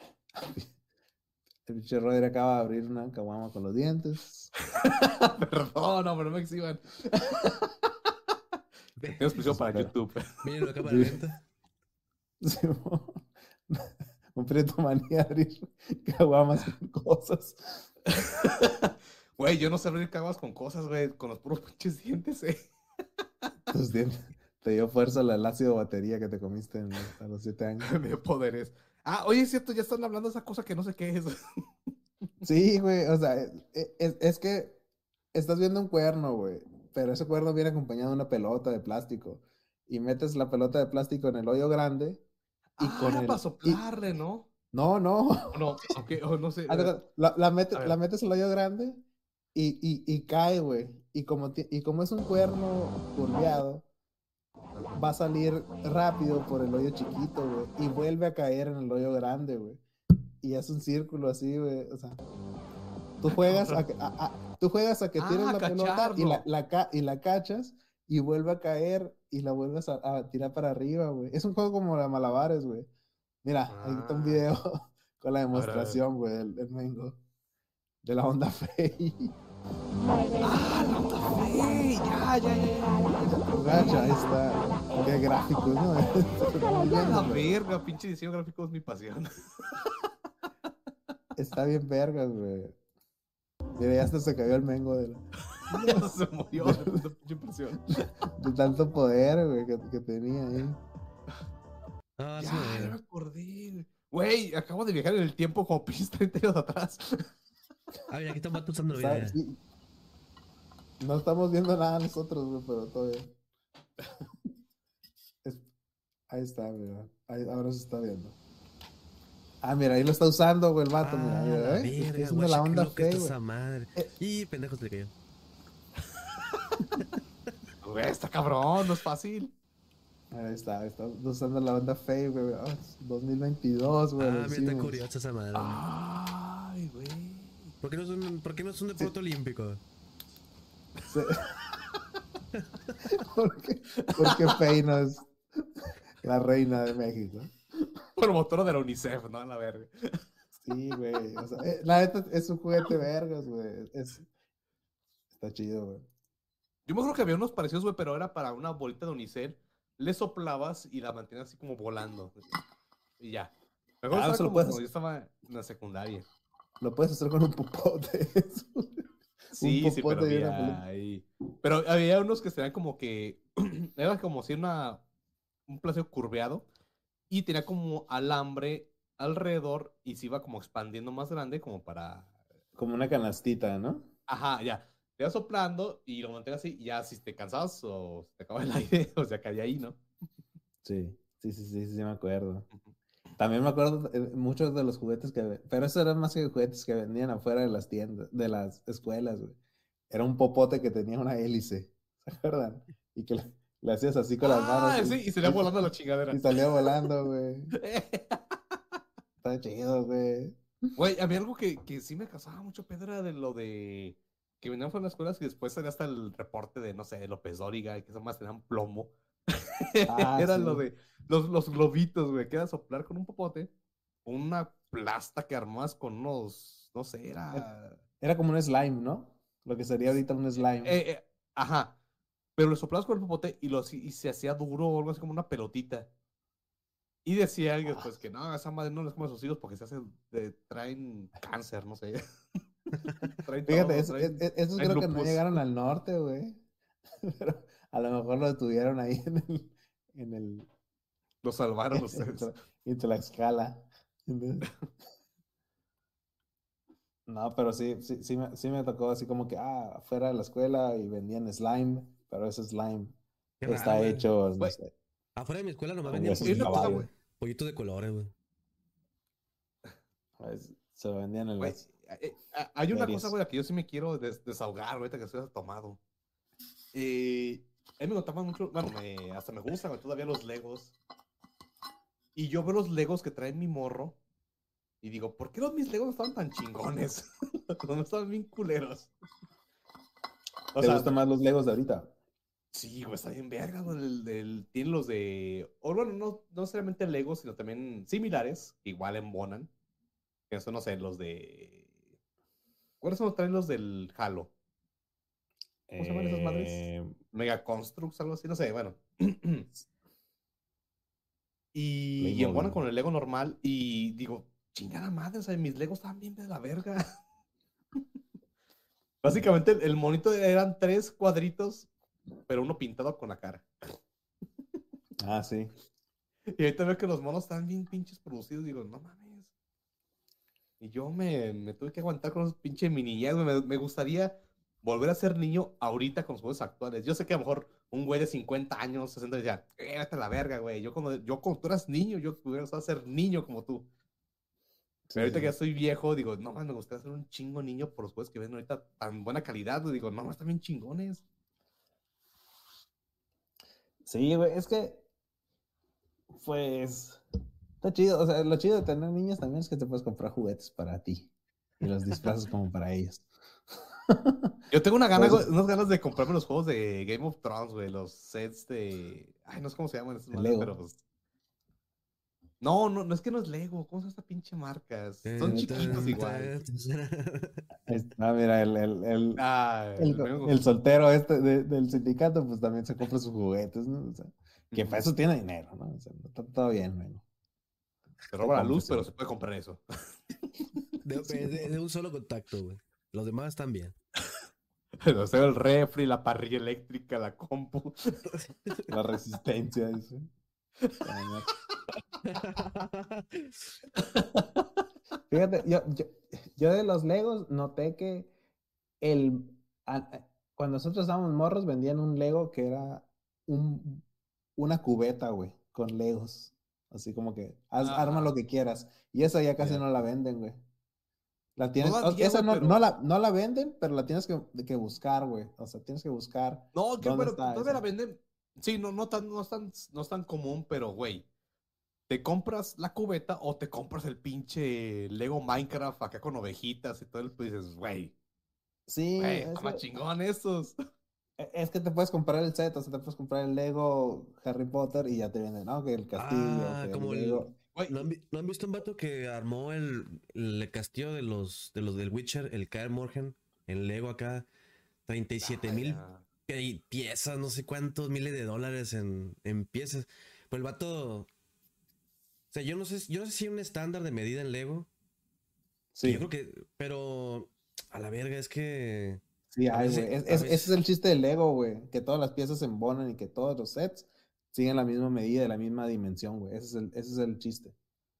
El pinche Rodri acaba de abrir una caguama con los dientes. Perdón, no, pero no me exhiban. Ve, Tengo expresión para Espera. YouTube. miren la cámara Sí. lenta. Sí, mo. Un prieto manía abrir caguamas con cosas. Güey, yo no sé abrir caguas con cosas, güey, con los puros pinches dientes, eh. Tus dientes. Te dio fuerza el ácido batería que te comiste en- a los siete años. Me dio poderes. Ah, oye, es cierto, ya están hablando de esa cosa que no sé qué es. Sí, güey, o sea, es, es- es que estás viendo un cuerno, güey, pero ese cuerno viene acompañado de una pelota de plástico y metes la pelota de plástico en el hoyo grande y Ah, con era para el... Y, soplarle, ¿no? no, no, O no, ok, o no sé. haz de eh, cuenta, la, la, mete- A la ver. metes en el hoyo grande y, y, y cae, güey, y, como, ti- y como es un cuerno curveado, va a salir rápido por el hoyo chiquito, güey, y vuelve a caer en el hoyo grande, güey. Y es un círculo así, güey. O sea, tú Ah, juegas a cabrón. que, a- a- tú juegas a que tires Ah, la pelota y la, cacharlo. la, ca- y la cachas y vuelve a caer y la vuelves a, a tirar para arriba, güey. Es un juego como la Malabares, güey. Mira, ahí está un Ah, video con la a ver, a ver. demostración, güey, del, del Mengo, de la onda Fey. Ah, la onda Fey. Ya, ya, ya, ya. Gacha, ahí está. Qué gráficos, ¿no? Muy Ya, bien, la güey. verga, pinche diseño gráfico es mi pasión. Está bien vergas, güey. Mira, ya hasta se cayó el Mengo de, la- Ya se murió de tanta pinche impresión. de tanto poder, güey, que, que tenía ahí. Ah, sí, Ya, ya me güey. acordé. Güey, Güey, acabo de viajar en el tiempo como pinches treinta años atrás. Ah, mira, aquí están vatos usando Está- video. sí, no estamos viendo nada nosotros, güey, pero todo bien. Es- ahí está, mira. Ahí, ahora se está viendo. Ah, mira, ahí lo está usando, güey, el vato, mira, Ah, mira, la ¿eh? Está verga, haciendo guacha, la qué onda loca fe, está güey. esa madre. Eh. Y pendejo se le cayó. Güey, está cabrón, no es fácil. Ahí está, está usando la onda fe, güey. Ah, dos mil veintidós, güey, Ah, lo mira, está hicimos. curiosa esa madre. Ay, güey. ¿Por qué no es un, por qué no es un deporte olímpico? Se- ¿Por qué, por qué Fey no es la reina de México? Promotora de la UNICEF, ¿no? A la verga. Sí, güey. O sea, eh, la neta es un juguete vergas, güey. Es, está chido, güey. Yo me acuerdo que había unos parecidos, güey, pero era para una bolita de unicel. Le soplabas y la mantenías así como volando. Y ya. Me acuerdo Ah, que eso estaba lo como puedes cuando yo hacer, estaba en la secundaria. lo puedes hacer con un popote. Un Sí, sí, pero popote y una pelota. había ahí. Pero había unos que serían como que. Era como si una. Un plástico curveado. Y tenía como alambre alrededor. Y se iba como expandiendo más grande, como para. Como una canastita, ¿no? Ajá, ya. Te ibas soplando y lo mantenías así. Y ya si te cansabas o se te acaba el aire, o sea, caía ahí, ¿no? Sí, sí, sí, sí, sí, me acuerdo. También me acuerdo eh, muchos de los juguetes que... Pero eso eran más que juguetes que vendían afuera de las tiendas, de las escuelas, güey. Era un popote que tenía una hélice, ¿se acuerdan? Y que le, le hacías así con las manos Ah, y, sí, y salía y- volando la chingadera. y salía volando, güey. Está chido, güey. Güey, había algo que, que sí me causaba mucho pedo, era de lo de que venían fuera de las escuelas y después salía hasta el reporte de, no sé, López Dóriga y que esas más tenían plomo. Ah, Era sí. lo de los, los globitos, güey, que era soplar con un popote, una plasta que armabas con unos, no sé, era... Era como un slime, ¿no? Lo que sería ahorita un slime. Eh, eh, ajá, pero lo soplabas con el popote y, lo, hacía- y se hacía duro o algo así como una pelotita. Y decía alguien, pues, que no, esa madre no les come a sus hijos porque se hacen, eh, traen cáncer, no sé. Traen Fíjate, todo, es- es- traen, es- esos traen creo que no lupus. llegaron al norte, güey. Pero a lo mejor lo detuvieron ahí en el, en el, Lo salvaron en ustedes. Tla- en Tlaxcala. Entonces, no, pero sí, sí, sí me, sí me tocó así como que, ah, fuera de la escuela y vendían slime, pero ese slime Qué raro, está güey. hecho, no Güey, sé, Afuera de mi escuela nomás con vendían huesos y de una pollitos, cosa, güey. güey. caballo. Pollitos de colores, güey. Pues, se lo vendían en Güey, las eh, eh, hay una cosa, ferias. güey, que yo sí me quiero des- desahogar ahorita que estoy tomado. Eh, a mí me gustaban mucho, bueno, me- hasta me gustan güey, todavía los Legos. Y yo veo los Legos que traen mi morro y digo, ¿por qué los mis Legos no estaban tan chingones? No estaban bien culeros. O ¿Te sea, gustan más los Legos de ahorita? sí, güey, está bien verga, güey. El, el- tienen los de. O bueno, no, no necesariamente Legos, sino también similares, que igual embonan. Que son, no sé, los de. ¿Cuáles son los traen los del Halo? ¿Cómo se llaman esas madres? Eh, Mega Constructs, algo así, no sé, bueno. y, y Lego, embonan güey. con el Lego normal. Y digo, chingada madre, o sea, mis Legos estaban bien de la verga. Básicamente, el, el monito eran tres cuadritos, pero uno pintado con la cara. Ah, sí. Y ahorita veo que los monos están bien pinches producidos. Digo, no mames. Y yo me, me tuve que aguantar con los pinches miniñas, güey. Me, me gustaría volver a ser niño ahorita con los juegos actuales. Yo sé que a lo mejor un güey de cincuenta años, sesenta, decía, eh, vete a la verga, güey. Yo cuando, yo cuando tú eras niño, yo hubiera gustado ser niño como tú. Pero Sí, ahorita que ya sí. soy viejo, digo, no, man, me gustaría ser un chingo niño por los juegos que ven ahorita tan buena calidad. Digo, no, están bien chingones. Sí, güey, es que, pues, está chido. O sea, lo chido de tener niños también es que te puedes comprar juguetes para ti y los disfrazas como para ellos. Yo tengo una Por gana, eso, güey, unas ganas de comprarme los juegos de Game of Thrones, güey, los sets de... Ay, no sé cómo se llaman esas el madres, Lego. pero pues... No, no, no es que no es Lego, ¿cómo se llama esta pinche marca? Son Ten, chiquitos ten, igual. ten. Ahí está, mira, el, el, el, Ah, el, vengo- el soltero este de- del sindicato, pues también se compra sus juguetes, ¿no? O sea, que para Ujú. eso tiene dinero, ¿no? O sea, está todo bien, bueno. Se Se roba la compra luz, pero su- se puede comprar eso. De, Sí, de- de un solo contacto, güey. Los demás están bien. O sea, el refri, la parrilla eléctrica, la compu. la resistencia, dice. Caña. Fíjate, yo, yo, yo de los Legos noté que el, a- a- cuando nosotros estábamos morros vendían un Lego que era un, una cubeta, güey, con Legos. Así como que haz, arma lo Ajá. que quieras. Y esa ya casi Ya. no la venden, güey. La tienes, o- Todavía, esa güey, no, no pero... la, no la venden, pero la tienes que, que buscar, güey. O sea, tienes que buscar No, que dónde pero está todavía la esa. venden. Sí, no, no tan, no es tan, no es tan común, pero güey, te compras la cubeta o te compras el pinche Lego Minecraft acá con ovejitas y todo el pues dices, güey, Sí, güey, está es más que, chingón estos. e, es que te puedes comprar el set, o sea, te puedes comprar el Lego Harry Potter y ya te vienen, ¿no? Que el castillo, Ah, que el como el. Lego. Güey, ¿No han, vi- no han visto un vato que armó el, el castillo de los, de los del Witcher, el Kaer Morhen, en Lego acá? treinta y siete ah, mil ya. piezas, no sé cuántos miles de dólares en, en piezas. Pues el vato. O sea, yo no sé, yo no sé si hay un estándar de medida en Lego. Que yo creo Sí, que. Pero. A la verga, es que. sí A hay, veces. güey. Es, A es- ese es veces. el chiste del Lego, güey. Que todas las piezas se embonan y que todos los sets siguen la misma medida y la misma dimensión, güey. Ese es el, ese es el chiste.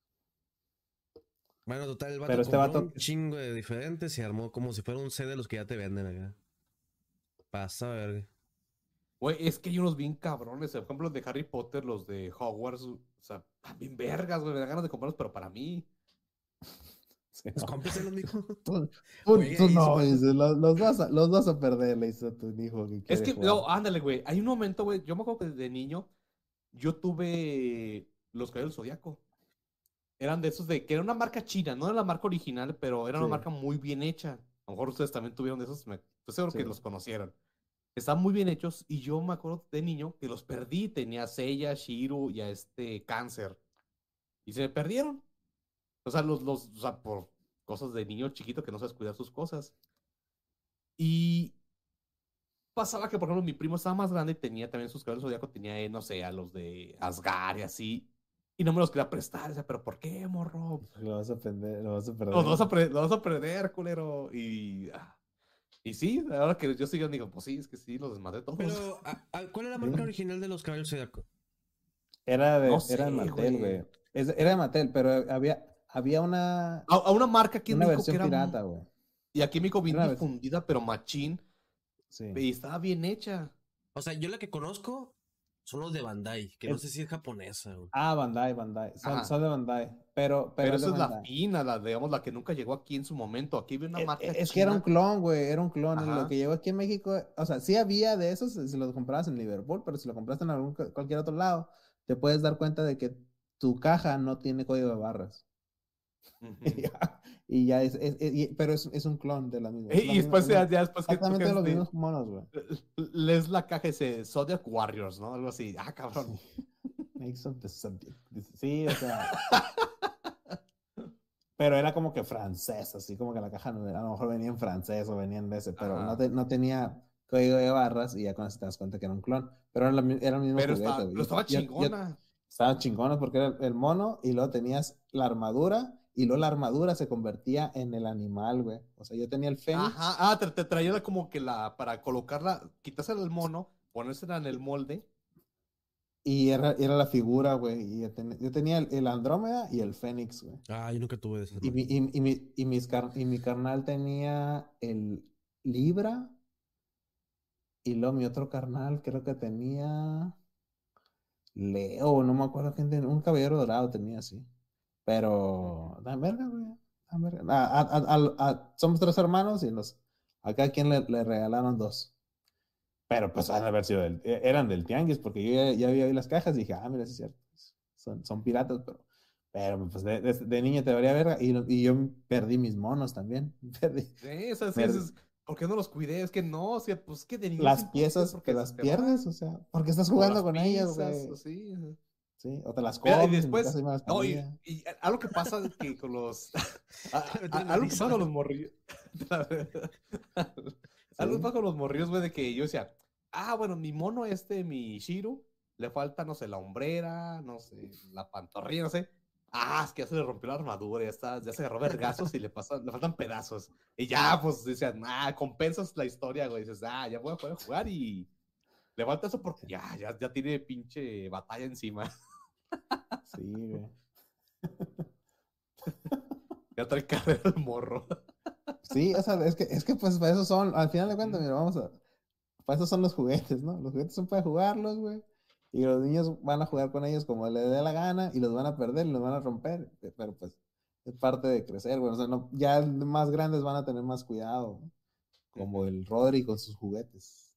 Bueno, total, el Pero vato este compró vato, un chingo de diferentes y armó como si fuera un set de los que ya te venden acá. Pasa, verga. Güey, es que hay unos bien cabrones, por ejemplo, los de Harry Potter, los de Hogwarts, o sea, están bien vergas, güey, me da ganas de comprarlos, pero para mí. sí, Pues no. cómpreselos, mijo. Tú, tú- Juegue tú ahí su no, vato. dice, los, los vas a, los vas a perder, le dice a tu hijo que Es quiere que, jugar. no, ándale, güey, hay un momento, güey, yo me acuerdo que desde niño yo tuve los Caballeros del Zodiaco. Eran de esos de que era una marca china, no era la marca original, pero era una Sí, marca muy bien hecha. A lo mejor ustedes también tuvieron de esos, me, estoy seguro que sí. los conocieron. Están muy bien hechos y yo me acuerdo de niño que los perdí. Tenía a Seiya, Shiro y a este Cáncer. Y se me perdieron. O sea, los, los, o sea, por cosas de niño chiquito que no sabes cuidar sus cosas. Y pasaba que, por ejemplo, mi primo estaba más grande y tenía también sus caballeros zodiaco, tenía, eh, no sé, a los de Asgard y así. Y no me los quería prestar. O sea, pero ¿por qué, morro? Lo vas a perder, lo vas a Los perder. vas a, pre- los vas a perder, culero. Y, ah, y sí, ahora que yo sigo, digo, pues sí, es que sí, los desmadré todos. Pero, ¿a- a- ¿cuál es la marca Sí. original de los caballos Zodiaco? Era No de, era de sé, Mattel, güey. güey. Es- Era de Mattel, pero había, había una, A, a una marca aquí en una México que versión era, pirata, güey. y aquí en México bien Era una versión, difundida, pero machín, sí. y estaba bien hecha. O sea, yo la que conozco son los de Bandai, que no Es- sé si es japonesa, güey. ah, Bandai, Bandai. Son, Ajá. son de Bandai. Pero, pero Pero haz de esa es la cuenta. fina, la, digamos, la que nunca llegó aquí en su momento. Aquí había una e- marca e- Es, que era un china. clon, güey. Era un clon. Lo Ajá. que llegó aquí en México, o sea, sí había de esos si lo comprabas en Liverpool, pero si lo compraste en algún, cualquier otro lado, te puedes dar cuenta de que tu caja no tiene código de barras. Y Ujú. ya, y ya es, es- es- y- pero es, es un clon de la misma. Y, Es la y misma, después, es ya, la- ya después que tú exactamente los de, mismos monos, güey. lees la caja ese Zodiac Warriors, ¿no? Algo así. Ah, cabrón. Sí. Makes of the subject. Dice, sí, o sea. Pero era como que francés, así como que la caja no- a lo mejor venía en francés o venía en ese, pero no, Ajá. te- no tenía código de barras y ya con eso te das cuenta que era un clon. Pero era, la mi- era el mismo Pero, juguete, está, güey. pero Yo, estaba yo- yo- chingona. estaba chingona porque era el, el mono y luego tenías la armadura y luego la armadura se convertía en el animal, güey. O sea, yo tenía el fénix. Ajá. Ah, te, te traía la- como que la, para colocarla, quitársela al mono, ponérsela en el molde. Y era, era la figura, güey. Y yo, ten- yo tenía el, el Andrómeda y el Fénix, güey. Ah, yo nunca tuve de esas Y mi, marcas. y, y mi, y mis car- y mi carnal tenía el Libra. Y luego mi otro carnal creo que tenía Leo, no me acuerdo quién tenía. Un caballero dorado tenía así. Pero, da verga, güey. a ver, a- a- a- a- a- somos tres hermanos y los, a cada quien le, le regalaron dos. Pero pues han de haber sido del, e- eran del tianguis, porque yo ya, ya había ahí las cajas y dije, ah, mira, sí es cierto, pues, son, son piratas, pero, pero pues de, de, de niño te debería ver, y, y yo perdí mis monos también, perdí, Sí, o sea, sí, es, perdí. es- ¿por qué no los cuidé? Es que no, o sea, pues que de niño es Las imposible piezas te porque se las te pierdes, van. o sea, porque estás O jugando las con ellas, pizzas, güey, o sí. Ajá. sí, o te las Mira, y comes, en mi caso después, yo me las no, y, comía. y algo que pasa que con los. a- a- Me trae una algo que risa. pasa con los morrillos. Algo que Sí. pasa con los morrillos, güey, de que yo decía, ah, bueno, mi mono este, mi Shiro, le falta, no sé, la hombrera, no sé, la pantorrilla, no sé. Ah, es que ya se le rompió la armadura, ya está, ya se agarró vergazos y le pasan, le faltan pedazos. Y ya, pues, decían, ah, compensas la historia, güey. Dices, ah, ya voy a poder jugar y le falta eso porque ya, ya, ya tiene pinche batalla encima. Sí, güey. Ya trae carrera el morro. Sí, o sea, es que, es que pues para eso son, al final de cuentas, mira, vamos a, para eso son los juguetes, ¿no? Los juguetes son para jugarlos, güey. Y los niños van a jugar con ellos como les dé la gana y los van a perder y los van a romper. Pero pues es parte de crecer, güey. O sea, no, ya más grandes van a tener más cuidado, ¿no? Como Ujú. el Rodri con sus juguetes.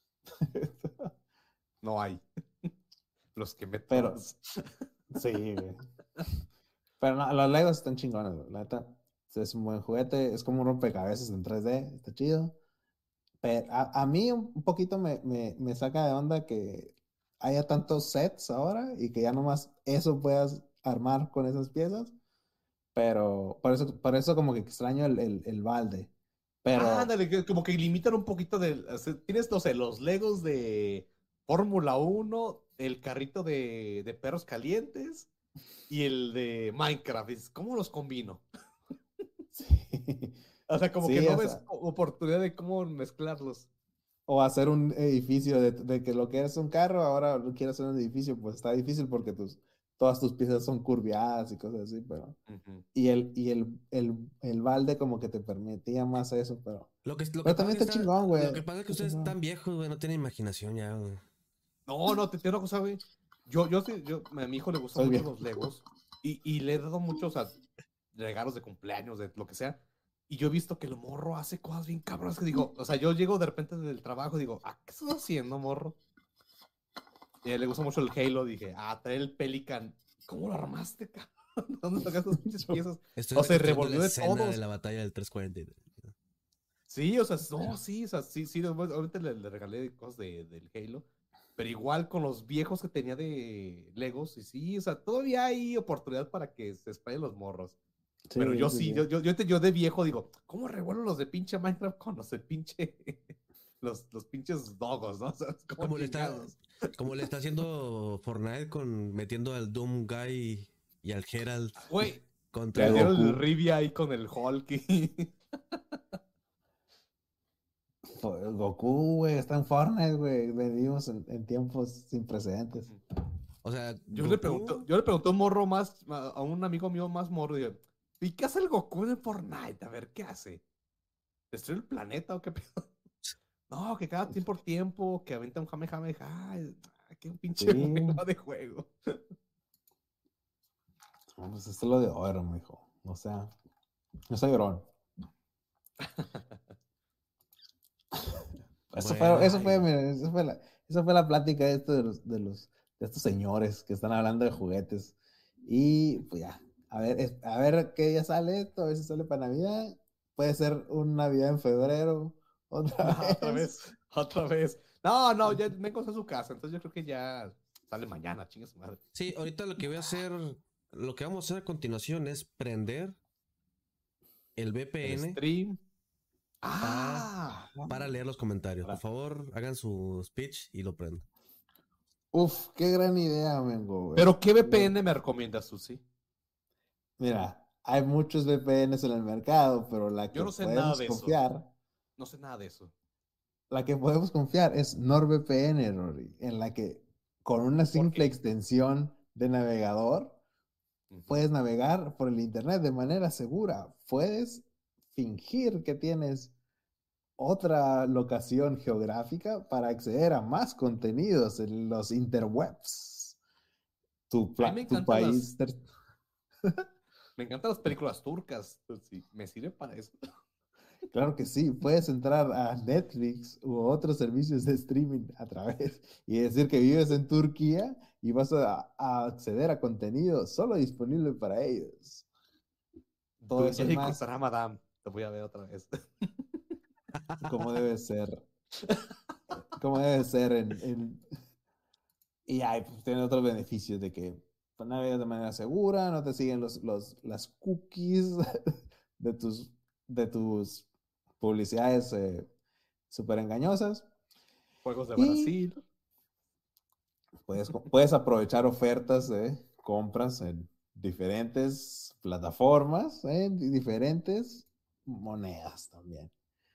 No hay. Los que me Pero, sí, güey. Pero no, los Legos están chingones, güey. La neta, es un buen juguete. Es como un rompecabezas en tres D. Está chido. Pero a, a mí un un poquito me, me, me saca de onda que haya tantos sets ahora y que ya nomás eso puedas armar con esas piezas. Pero por eso, por eso como que extraño el, el, el balde. Ah, Pero ándale, que como que limitan un poquito de. O sea, tienes, no sé, los Legos de Fórmula uno, el carrito de, de perros calientes y el de Minecraft. Dices, ¿cómo los combino? sí, O sea, como que sí, no o ves sea, oportunidad de cómo mezclarlos. o hacer un edificio de, de que lo que es un carro, ahora lo quieres hacer un edificio, pues está difícil porque tus, todas tus piezas son curviadas y cosas así, pero... Ujú. Y el, y el, el, el balde como que te permitía más eso, pero... Lo que, lo que Pero pasa también es que está está- chingón, güey. lo que pasa es que Está ustedes chingón. están viejos, güey, no tienen imaginación ya, güey. No, no, te tengo una cosa, güey. Yo, yo, sí, yo, a mi hijo le gustan Soy mucho viejo. los Legos y, y le he dado muchos, o sea, regalos de cumpleaños, de lo que sea. Y yo he visto que el morro hace cosas bien cabronas que digo, o sea, yo llego de repente del trabajo y digo, ¿ah, qué estás haciendo, morro? Y a él le gusta mucho el Halo, dije, ah, trae el Pelican. ¿Cómo lo armaste, cabrón? ¿Dónde sacaste esas pinches piezas? Estoy O se reconstruyendo revolvió la de escena de todos. la batalla del trescientos cuarenta. Sí, o sea, no, sí, o sea, sí, sí, después- obviamente le, le regalé cosas de, del Halo, pero igual con los viejos que tenía de Legos, y sí, o sea, todavía hay oportunidad para que se espayen los morros. Sí, Pero yo sí, sí, sí. yo, yo, yo, te- yo de viejo digo, ¿cómo revuelvo los de pinche Minecraft con los de pinche, los, los pinches dogos, ¿no? O sea, como Como le está, chingados. como le está haciendo Fortnite con metiendo al Doom Guy y al Herald Güey, contra. Ya le dieron el Goku. Rivi ahí con el Hulk y... Fue- Goku, güey, está en Fortnite, güey. Vivimos en, en tiempos sin precedentes. O sea, Yo le, Goku, pregunté, yo le pregunté a un morro más, a a un amigo mío más morro, y digo, ¿y qué hace el Goku en Fortnite? A ver, ¿qué hace? ¿Destruye el planeta o qué pedo? No, que cada tiempo por tiempo, que aventa un Kamehameha. Ay, qué pinche Sí. hueva de juego. Bueno, pues esto es lo de oro, mijo. O sea, no soy llorón. Eso Bueno. fue, eso fue, Ay. mira, eso fue la, esa fue la plática de, esto de, los, de, los, de estos señores que están hablando de juguetes. Y pues ya, a ver, es- a ver qué día sale esto, a ver si sale para Navidad. Puede ser una Navidad en febrero, otra No, vez. otra vez, otra vez. No, no, ya me encontré en su casa, entonces yo creo que ya sale mañana, chinga su madre. sí, ahorita lo que voy a hacer, lo que vamos a hacer a continuación es prender el El V P N stream. Ah, para leer los comentarios. Por Para- favor, hagan su speech y lo prendo. Uf, qué gran idea, Mengo, güey. pero ¿qué V P N me recomiendas, Susi? Mira, hay muchos V P Ns en el mercado, pero la que Yo no sé podemos nada de eso. confiar, No sé nada de eso. la que podemos confiar es NordVPN, Rory, en la que con una simple qué? extensión de navegador Ujú. puedes navegar por el internet de manera segura. Puedes fingir que tienes otra locación geográfica para acceder a más contenidos en los interwebs. Tu, A mí me tu encantan país. las- ter- Me encantan las películas turcas. Pues sí, me sirve para eso. Claro que sí, puedes entrar a Netflix u otros servicios de streaming a través y decir que vives en Turquía y vas a, a acceder a contenido solo disponible para ellos. Todo eso y Tuncay más, costará Madame. Te voy a ver otra vez. como debe ser, como debe ser en, en- y hay, pues, tiene otros beneficios de que pues, navegas de manera segura, no te siguen los, los, las cookies de tus, de tus publicidades eh, súper engañosas. Juegos de Y Brasil. puedes, co- puedes aprovechar ofertas de compras en diferentes plataformas, en diferentes monedas también.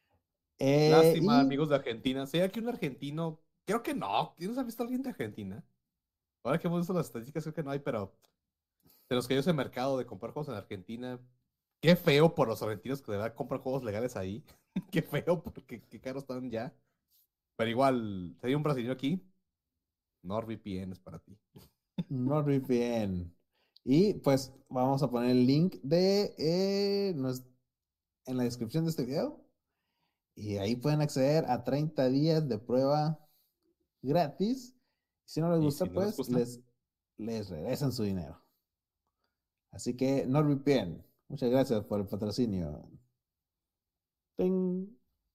Eh, Lástima, y amigos de Argentina. Si hay aquí un argentino, creo que no. ¿Quién ha visto a alguien de Argentina? Ahora que hemos visto las estadísticas, creo que no hay, pero de los que hay ese mercado de comprar juegos en Argentina, qué feo por los argentinos que de verdad compran juegos legales ahí. Qué feo porque qué caros están ya. Pero igual, si hay un brasileño aquí, NordVPN es para ti. NordVPN. Y pues vamos a poner el link de eh, nos- en la descripción de este video. Y ahí pueden acceder a treinta días de prueba gratis. Si no les Y gusta, si no les pues gusta, les, les regresan su dinero. Así que NordVPN, muchas gracias por el patrocinio. ¡Ting!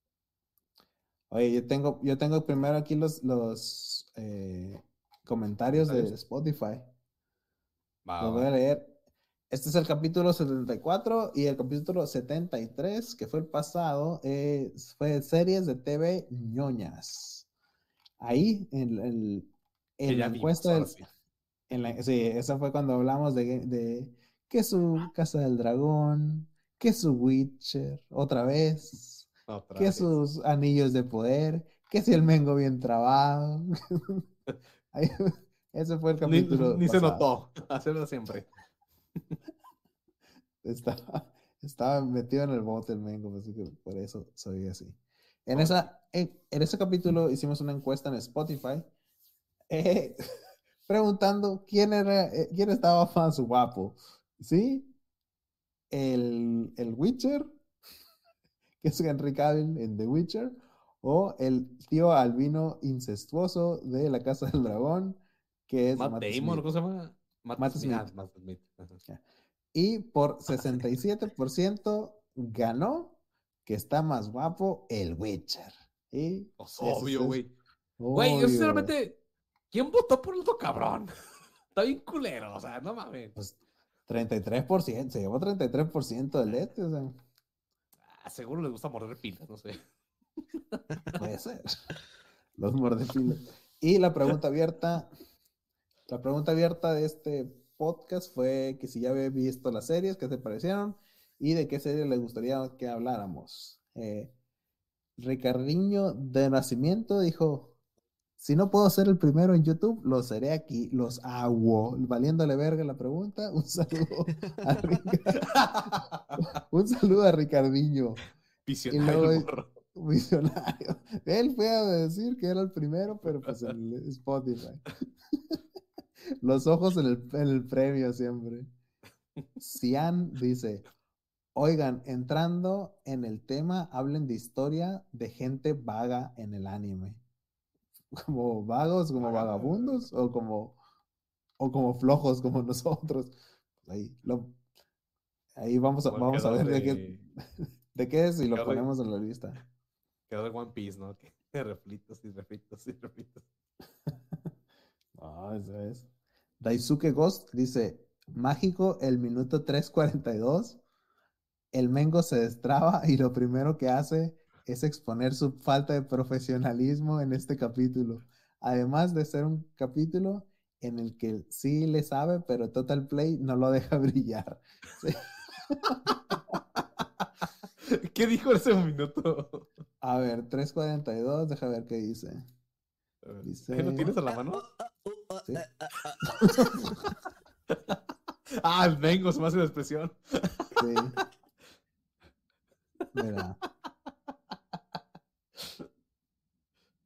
Oye, yo tengo, yo tengo primero aquí los, los eh, comentarios de comentarios. Spotify. Va, Los va. voy a leer. Este es el capítulo setenta y cuatro y el capítulo setenta y tres, que fue el pasado, eh, fue series de T V ñoñas. Ahí, en, en- Que en la ya vimos, encuesta, ahora del- sí. en la- sí, esa fue cuando hablamos de, de que su Casa del Dragón, que su Witcher, otra vez, Otra que vez. sus anillos de poder, que si el Mengo bien trabado. Ahí- ese fue el Ni, capítulo ni se pasado. notó. Hacerlo siempre. Estaba, estaba metido en el bote el Mengo, así que por eso soy así. En, Pobrecito. esa, en, en ese capítulo hicimos una encuesta en Spotify eh, preguntando quién era, eh, quién estaba más guapo. ¿Sí? El, el Witcher, que es Henry Cavill en The Witcher, o el tío albino incestuoso de la Casa del Dragón, que es Matt Matt Damon, Smith. ¿cómo se llama? Matt Matt Smith. Ah, Smith. Matt Smith. Ajá. Y por Ah, sí. sesenta y siete por ciento ganó que está más guapo el Witcher. Y Pues eso obvio, es güey. Güey, yo obvio. sinceramente, ¿quién votó por el otro cabrón? Está bien culero, o sea, no mames. Pues treinta y tres por ciento, se llevó treinta y tres por ciento del este, o sea, Ah, seguro les gusta morder pilas, no sé. puede ser. Los mordepilas. Y la pregunta abierta, la pregunta abierta de este podcast fue que si ya había visto las series, qué te parecieron y de qué serie les gustaría que habláramos. Eh, Ricardiño de Nacimiento dijo, si no puedo ser el primero en YouTube, lo seré aquí, los hago. Valiéndole verga la pregunta, un saludo a, Rica- un saludo a Ricardiño. Y Visionario luego el morro. visionario. Él fue a decir que era el primero, pero pues en el Spotify. Los ojos en el, en el premio siempre. Cian dice, oigan, entrando en el tema, hablen de historia de gente vaga en el anime. Como vagos, como vagabundos, o como, o como flojos como nosotros. Ahí, lo, ahí vamos a, Como el vamos a creador ver de qué, de. de qué es y lo Creador de, ponemos en la lista. creador de One Piece, ¿no? Que reflitos y reflitos y reflitos. Ah, eso es. Daisuke Ghost dice, mágico el minuto tres cuarenta y dos, el Mengo se destraba y lo primero que hace es exponer su falta de profesionalismo en este capítulo. Además de ser un capítulo en el que sí le sabe, pero Total Play no lo deja brillar. Sí. ¿Qué dijo en ese minuto? A ver, tres cuarenta y dos, deja ver qué dice. A ver, ¿ahí ¿lo Dice, tienes a la mano? sí. Ah, el Mengo, se me hace la expresión. Sí. Mira.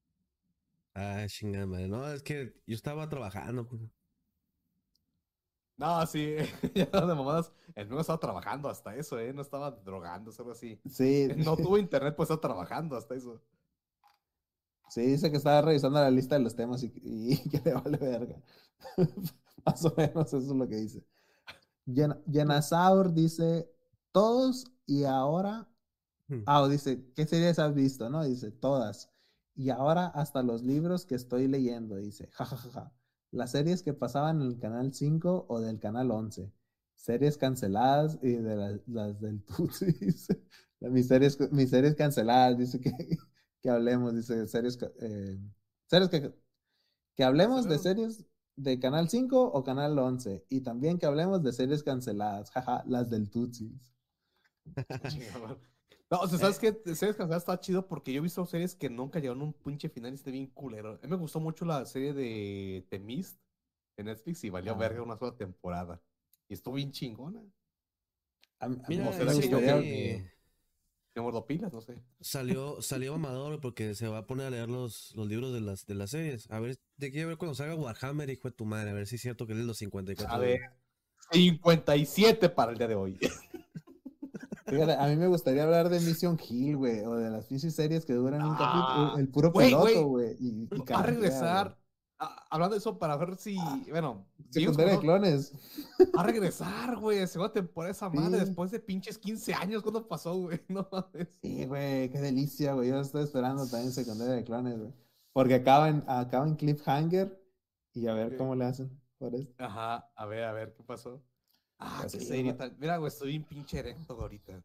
Ah, chingada madre. No, es que yo estaba trabajando, pues. No, sí, ya de mamadas. El nuevo estaba trabajando hasta eso, ¿eh? No estaba drogándose, algo así. Sí, No tuvo internet, pues estaba trabajando hasta eso. sí, dice que estaba revisando la lista de los temas y, y que le vale verga. Más o menos eso es lo que dice. Yen- Yenasaur dice, todos y ahora, Hmm. ah, o dice, ¿qué series has visto? No, dice, todas. Y ahora hasta los libros que estoy leyendo, dice, jajajaja. Ja, ja, ja. Las series que pasaban en el canal cinco o del canal once. Series canceladas y de la- las del Tutsi, dice. La- Mis series, mis series canceladas, dice que, que hablemos, dice, series, ca- eh, series que, que hablemos de Cancelaron. series de Canal cinco o Canal once. Y también que hablemos de series canceladas. Jaja, las del Tutsis. Chingada. No, o sea, ¿sabes Eh, qué? Series canceladas está chido porque yo he visto series que nunca llegaron a un pinche final y está bien culero. A mí me gustó mucho la serie de The Mist en Netflix y valió ah, verga una sola temporada. Y estuvo bien chingona. a, mí- a mí O Mira, me será que ese yo gustaría. que güey me muerdo pilas, no sé. salió, salió mamador porque se va a poner a leer los, los libros de las, de las series. A ver, te quiero ver cuando salga Warhammer, hijo de tu madre, a ver si es cierto que lees los cincuenta y A cuatro ver, libros. cincuenta y siete para el día de hoy. Fíjate, a mí me gustaría hablar de Mission Hill, güey, o de las pinches series que duran un capítulo, Ah, el puro güey, piloto, güey, güey, y, y va a carajea, güey. regresar. Ah, hablando de eso, para ver Ah, si, bueno, seguimos secundaria de comentando. clones. Va a regresar, güey, segunda temporada esa madre Sí, después de pinches quince años. ¿Cuándo pasó, güey? No mames. sí, güey, qué delicia, güey. Yo estoy esperando también secundaria de clones, güey. Porque acaba en, acaba en cliffhanger y a ver Ok. cómo le hacen por esto. Ajá, a ver, a ver, ¿qué pasó? Ah, Pues qué sí, serie una- tan. Mira, güey, estoy bien pinche erecto ahorita.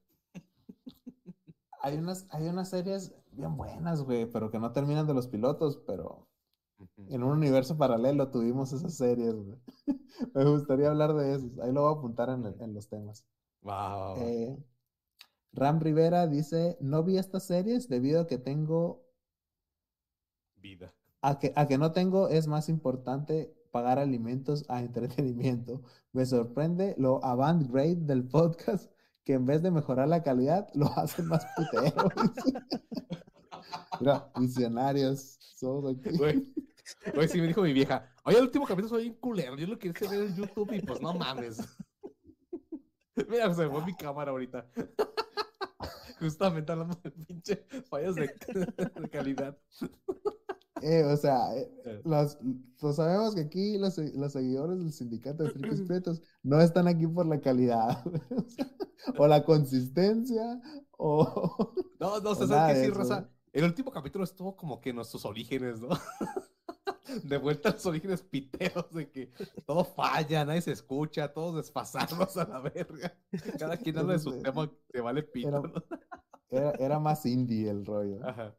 hay unas, hay unas series bien buenas, güey, pero que no terminan de los pilotos, pero Ujú. en un universo paralelo tuvimos esas series, güey. Me gustaría hablar de esos. Ahí lo voy a apuntar en, el- en los temas. Va, va, va. Eh, Ram Rivera dice, no vi estas series debido a que tengo, Vida. a que, a que no tengo es más importante pagar alimentos a entretenimiento. Me sorprende lo avant-grade del podcast que en vez de mejorar la calidad lo hacen más putero. Mira, visionarios, somos aquí. Güey, güey, sí me dijo mi vieja. Oye, el último capítulo soy bien culero. Yo lo quise ver en YouTube y pues no mames. Mira, se me fue mi cámara ahorita. Justamente hablando de pinche fallas de, de calidad. Eh, o sea, eh, Eh, los, pues sabemos que aquí los, se- los seguidores del sindicato de frikis prietos no están aquí por la calidad, o sea, o la consistencia, o, No, no, o usted sabe nada que de sí, eso. raza. El último capítulo estuvo como que en nuestros orígenes, ¿no? De vuelta a los orígenes piteros, de que todo falla, nadie se escucha, todos desfasados a la verga. Cada quien habla de Eso su es, tema, te vale pito, era, ¿no? era, era más indie el rollo. Ajá.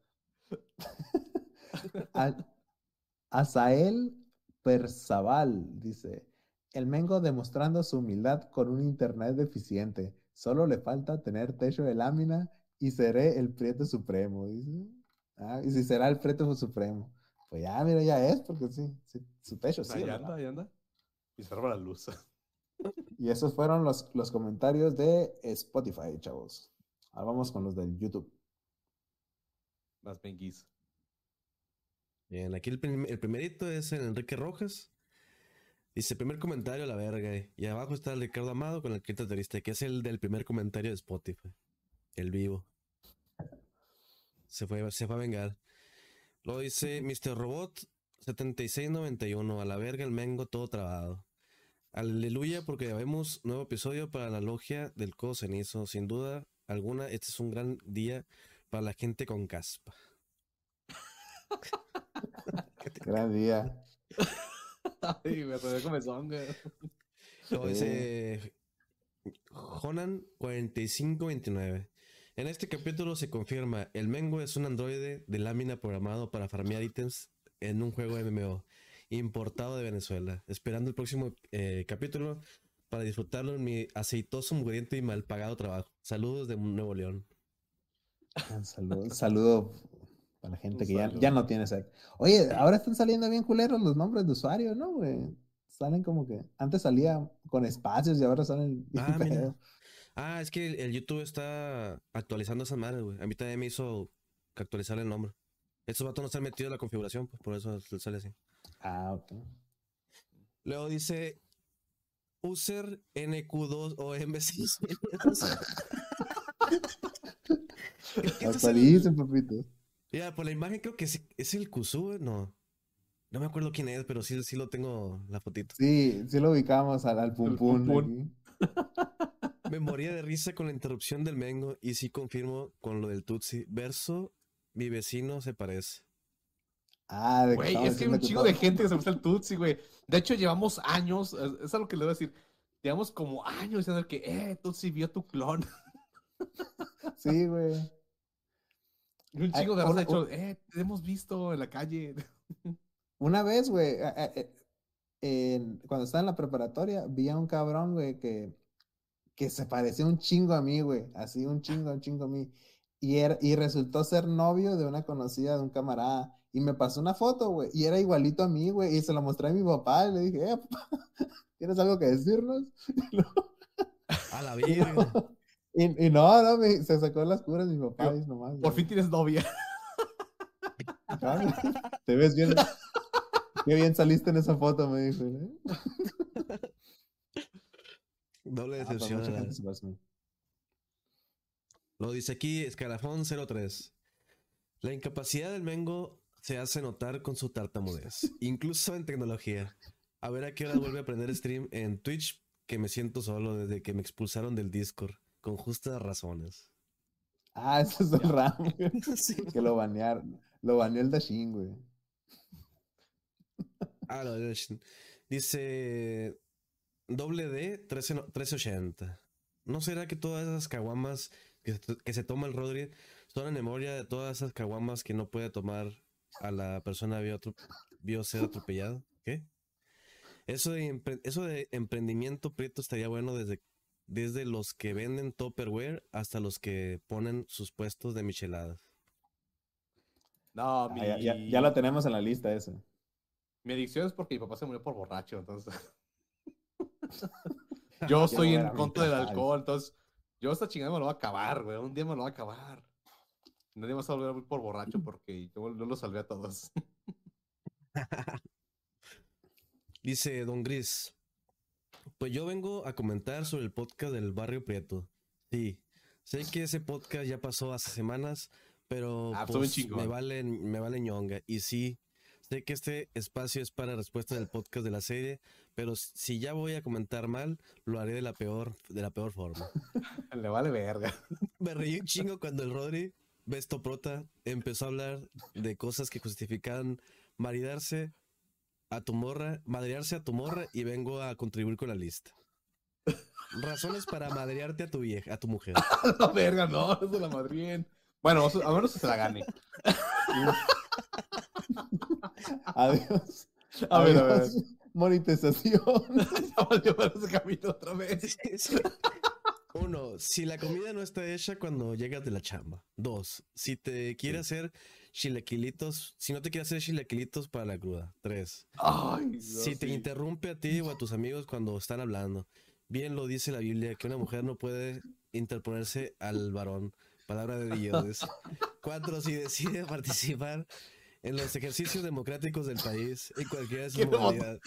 A- Azael Perzaval dice, el Mengo demostrando su humildad con un internet deficiente. Solo le falta tener techo de lámina y seré el Prieto Supremo, dice. Ah, y si será el Prieto Supremo. Pues ya, mira, ya es, porque sí, sí, su techo sí es Ahí de anda, lámina. ahí anda. Y se roba la luz. Y esos fueron los, los comentarios de Spotify, chavos. Ahora vamos con los del YouTube. Más benguis. Bien, aquí el, prim- el primerito es el Enrique Rojas. Dice, primer comentario a la verga. eh. Y abajo está el Ricardo Amado con el crítico triste, que es el del primer comentario de Spotify. El vivo. Se fue, se fue a vengar. Luego dice mister Robot setenta y seis noventa y uno. A la verga el mengo todo trabado. Aleluya, porque ya vemos nuevo episodio para la logia del codo cenizo. Sin duda alguna, este es un gran día para la gente con caspa. Gran día. Ay, me acordé comezón, güey. Luego Sí. dice Jonan cuarenta y cinco veintinueve. En este capítulo se confirma, el Mengo es un androide de lámina programado para farmear ítems en un juego M M O importado de Venezuela. Esperando el próximo eh, capítulo para disfrutarlo en mi aceitoso, mugriento y mal pagado trabajo. Saludos de Nuevo León. Un saludo, saludo para la Un gente que ya, ya saludo. no tiene sed. Oye, ahora están saliendo bien culeros los nombres de usuario, ¿no, güey? Salen como que antes salía con espacios y ahora salen bien Ah, mira. feos. Ah, es que el, el YouTube está actualizando esas madres, güey. A mí también me hizo actualizar el nombre. Estos vatos no están metidos en la configuración, pues por eso sale así. Ah, ok. Luego dice User N Q dos o M seis. Creo que este es Actualicen, el... papito. Ya, por la imagen creo que es, es el Kuzu, no. No me acuerdo quién es, pero sí, sí lo tengo la fotito. Sí, sí lo ubicamos al, al pum El pum pum pum. aquí. Me moría de risa con la interrupción del Mengo y sí confirmo con lo del Tutsi. Verso, mi vecino se parece. Ah, de que Güey, estamos es que hay un diciendo que chingo de todo. gente que se gusta el Tutsi, güey. De hecho, llevamos años, es es algo que le voy a decir. Llevamos como años diciendo que, eh, Tutsi vio tu clon. Sí, güey. Y un Ay, chingo de raza ha Una, dicho, eh, te hemos visto en la calle. una vez, güey, a- a- eh, en- cuando estaba en la preparatoria, vi a un cabrón, güey, que, que se parecía un chingo a mí, güey. Así, un chingo, un chingo a mí. Y, era, y resultó ser novio de una conocida, de un camarada. Y me pasó una foto, güey. Y era igualito a mí, güey. Y se la mostré a mi papá. Y le dije, eh, papá, ¿tienes algo que decirnos? A la Y, virgen. no, y, y no, no, me- se sacó las curas mi papá, Digo, dice nomás. por güey. fin tienes novia. Ah, te ves bien. Qué bien saliste en esa foto, me dijo. ¿eh? Doble Ah, pero decepción. mucha a gente la- se parece a mí. Lo dice aquí, Escalafón cero tres. La incapacidad del Mengo se hace notar con su tartamudez, incluso en tecnología. A ver a qué hora vuelve a aprender stream en Twitch, que me siento solo desde que me expulsaron del Discord, con justas razones. Ah, ese es el Ya. Ram, güey. Sí. Que lo banearon. Lo baneó el Dashin, güey. Ah, lo de Shin. Dice doble D trece no- trece ochenta. ¿No será que todas esas caguamas que, se- que se toma el Rodri son en memoria de todas esas caguamas que no puede tomar a la persona vio, atro- vio ser atropellado? ¿Qué? Eso de, empre- eso de emprendimiento prieto estaría bueno desde, desde los que venden Tupperware hasta los que ponen sus puestos de micheladas. No, Ah, ya, ya, ya lo mi, tenemos en la lista esa. mi adicción es porque mi papá se murió por borracho, entonces. Yo Quiero estoy ver en a mi contra del papá. alcohol, entonces. Yo esta chingada me lo voy a acabar, güey. Un día me lo voy a acabar. Nadie más va a volver a morir por borracho porque yo, yo lo salvé a todos. Dice Don Gris. Pues yo vengo a comentar sobre el podcast del Barrio Prieto. Sí, sé que ese podcast ya pasó hace semanas, pero Ah, estuvo bien pues me chingón. vale, me vale ñonga. Y sí, sé que este espacio es para respuesta del podcast de la serie, pero si ya voy a comentar mal, lo haré de la peor, de la peor forma. Le vale verga. Me reí un chingo cuando el Rodri, Besto Prota, empezó a hablar de cosas que justificaban maridarse a tu morra, madrearse a tu morra y vengo a contribuir con la lista. Razones para madrearte a tu vieja, a tu mujer. La verga, no, no se la madrien. Bueno, a menos que se la gane. Adiós. A ver, a ver. Adiós. Monetización. Ya valió para ese camino otra vez. Uno, si la comida no está hecha cuando llegas de la chamba. Dos, si te quiere hacer chilaquilitos, si no te quiere hacer chilaquilitos para la cruda. Tres, Ay, no, si te sí. interrumpe a ti o a tus amigos cuando están hablando. Bien lo dice la Biblia, que una mujer no puede interponerse al varón. Palabra de Dios. Cuatro, si decide participar en los ejercicios democráticos del país, en cualquiera de sus ¿Qué modalidades.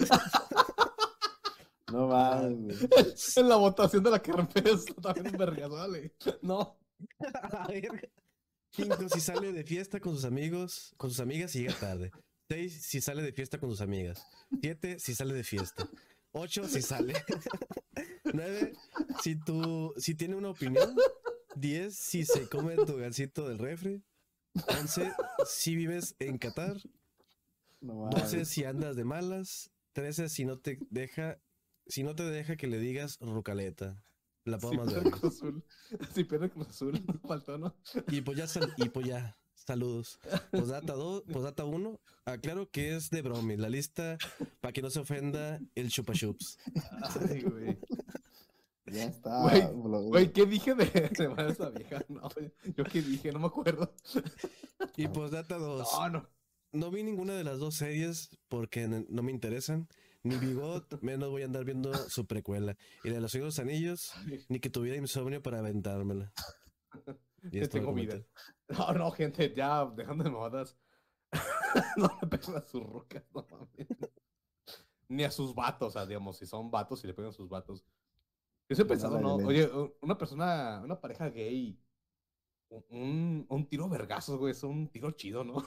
No mames, güey. En la votación de la Kermés también un vergazo, vale. No. A ver. Cinco, si sale de fiesta con sus amigos, con sus amigas y llega tarde. Seis, si sale de fiesta con sus amigas. Siete, si sale de fiesta. Ocho, si sale. Nueve, si tú, si tiene una opinión. Diez, si se come tu gansito del refri. Once, si vives en Qatar. No Doce, mames. si andas de malas. Trece, si no te deja, si no te deja que le digas rucaleta. La puedo Si más pierde verga. Cruz Azul. Si pierde Cruz Azul, no faltó, ¿no? Y pues ya, sal- y pues ya, saludos. Posdata dos, posdata uno, aclaro que es de bromi, la lista para que no se ofenda el chupa chups. Ay, güey. Ya está. Güey, blo- güey, ¿qué dije de, de madre esa vieja? No, güey. Yo qué dije, no me acuerdo. Y posdata dos, No, no. no vi ninguna de las dos series porque n- no me interesan. Ni Bigot, menos voy a andar viendo su precuela. Y la de los Señor de los Anillos, ni que tuviera insomnio para aventármela. Y Que esto tengo vida. No, no, gente, ya dejando de modas. No le peguen a sus rucas, no mames. ni a sus vatos, o sea, digamos, si son vatos, si le pegan a sus vatos. Yo estoy No, pensando, la ¿no? violencia. Oye, una persona, una pareja gay, un, un tiro vergazos, güey, es un tiro chido, ¿no?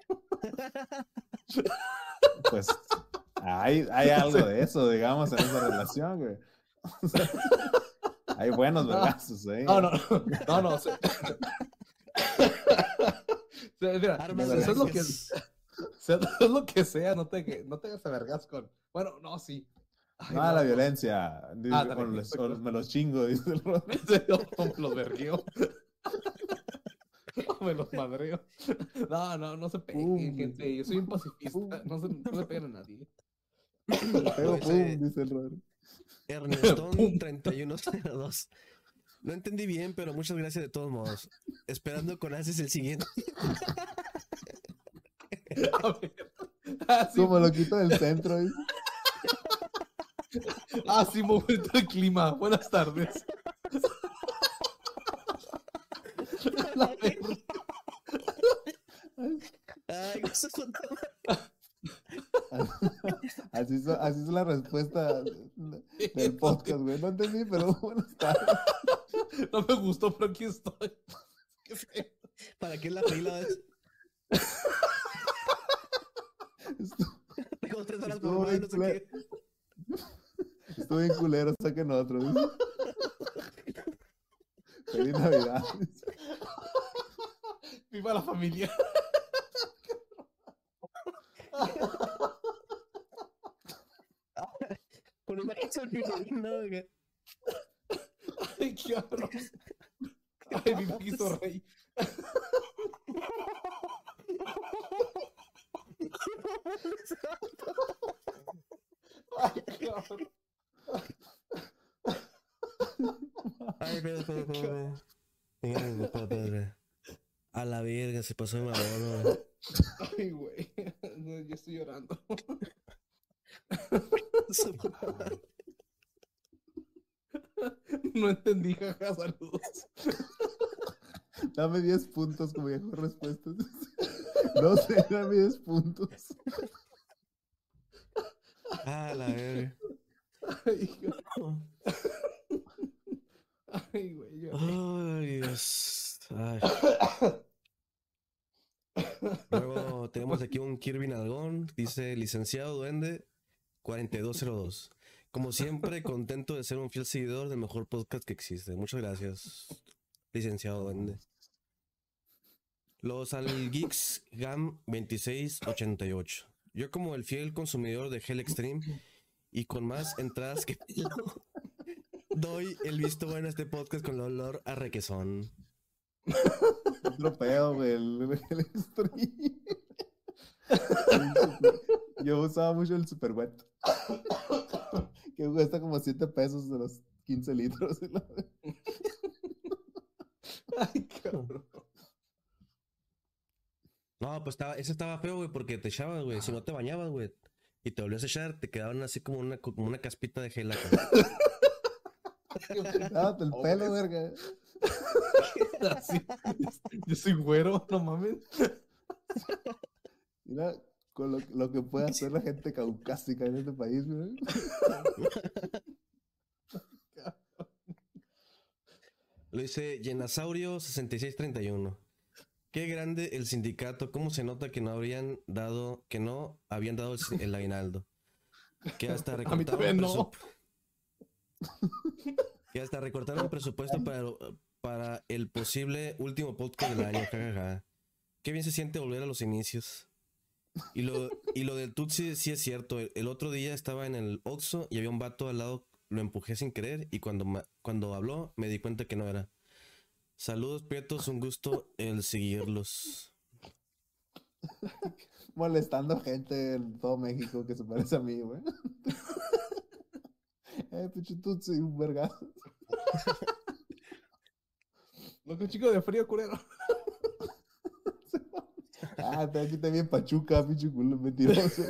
Pues hay, hay algo de eso, digamos, en esa relación, güey. O sea, hay buenos No, vergazos, ¿eh? no, no, no, no, se- se- mira, Armas de eso es lo que, blancas. sea es lo que sea, no te, no te hagas a vergas con, bueno, no, sí. Ay, No, no, la no. violencia. Dice, Ah, o también, los- o exacto. me los chingo, dice el Rod. Los vergueo. Me los madreo. No, no, no se peguen, Pum, gente. Yo soy un pacifista. pum. No, se, no le peguen a nadie. Le pego, Lo pum, dice dice el Rod. Ernestón Pum. treinta y uno cero dos. No entendí bien, pero muchas gracias de todos modos. Esperando con haces el siguiente. A ver. Ah, sí, Como lo quito del centro, dice. ah, sí, momento de clima. Buenas tardes. La verga. Ay, eso es un- Así es, así es la respuesta del podcast, güey. No entendí, pero bueno, está. No me gustó, pero aquí estoy. Qué feo. ¿Para qué la fila? Estuvo, Tengo tres horas estuvo por bien no sé culero. qué. Estuvo bien culero, saquen otro. Dice. Feliz Navidad. Viva la familia. Con una canción no, güey. Ay, qué cabrón. Ay, mi Cristo Rey. Ay, cabrón. Ay, espera, espera, espera. Espera, espera, espera. A la verga, se pasó de mamón, güey. Ay, güey. No, yo estoy llorando. No entendí, jaja, saludos. Dame diez puntos como mejor respuesta. No sé, dame diez puntos. Ah, la verga. Ay, cabrón. Ay, güey. Yo... Ay, Dios. Ay. Luego tenemos aquí un Kirby Nalgón. Dice licenciado Duende cuarenta y dos cero dos. Como siempre, contento de ser un fiel seguidor del mejor podcast que existe. Muchas gracias, licenciado Duende. Los al Geeks Gam veintiséis ochenta y ocho. Yo como el fiel consumidor de Hell Extreme y con más entradas que doy el visto bueno a este podcast con el olor a requesón. Otro pedo, güey. El, el extreme. Yo usaba mucho el Super Wet. Que cuesta como siete pesos de los quince litros. Ay, cabrón. No, pues estaba, ese estaba feo, güey, porque te echabas, güey. Si no te bañabas, güey, y te volvías a echar, te quedaban así como una, como una caspita de gel acá. Date el pelo, verga. Así. Yo soy güero, no mames. Mira con lo, lo que puede hacer la gente caucásica en este país, güey. Lo dice Yenasaurio sesenta y seis treinta y uno. Qué grande el sindicato, cómo se nota que no habrían dado, que no habían dado el, el aguinaldo. Que hasta A mí recortaron también no. presup- que hasta recortaron presupuesto para, para el posible último podcast del año. Jajaja. Qué bien se siente volver a los inicios. Y lo, y lo del Tutsi sí es cierto. El, el otro día estaba en el Oxxo y había un vato al lado, lo empujé sin querer y cuando, ma- cuando habló me di cuenta que no era. Saludos, Prietos, un gusto el seguirlos. Molestando gente en todo México que se parece a mí, güey. Eh, pinche tutsi, un vergazo. Loco chico de frío, culero. Ah, te aquí también Pachuca, pinche culo mentiroso.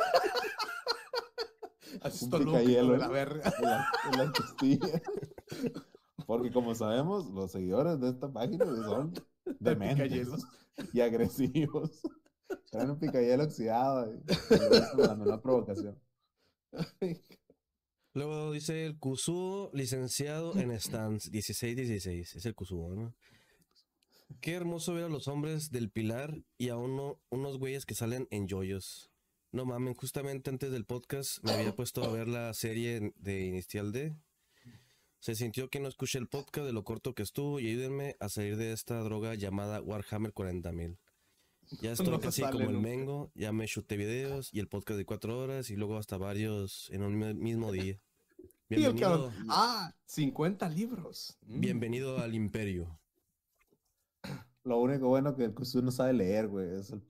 Así Un está loco picayelo de la verga. en, la- en las costillas. Porque como sabemos, los seguidores de esta página son dementes Picayelos. y agresivos. Traen un picayelo oxidado y, y lo usan a la menor provocación. Luego dice el Kusuo, licenciado en Stans, dieciséis dieciséis. Es el Kusuo, ¿no? Qué hermoso ver a los hombres del Pilar y a uno, unos güeyes que salen en yoyos. No mamen, justamente antes del podcast me había puesto a ver la serie de Inicial D. Se sintió que no escuché el podcast de lo corto que estuvo y ayúdenme a salir de esta droga llamada Warhammer cuarenta mil. Ya estoy No se casi sale como el nunca. Mengo, ya me chuté videos y el podcast de cuatro horas y luego hasta varios en un mi- mismo día. Y el cabrón, Bienvenido, ah, cincuenta libros. Mm. bienvenido al imperio. Lo único bueno que el Kusu no sabe leer, güey. Es el...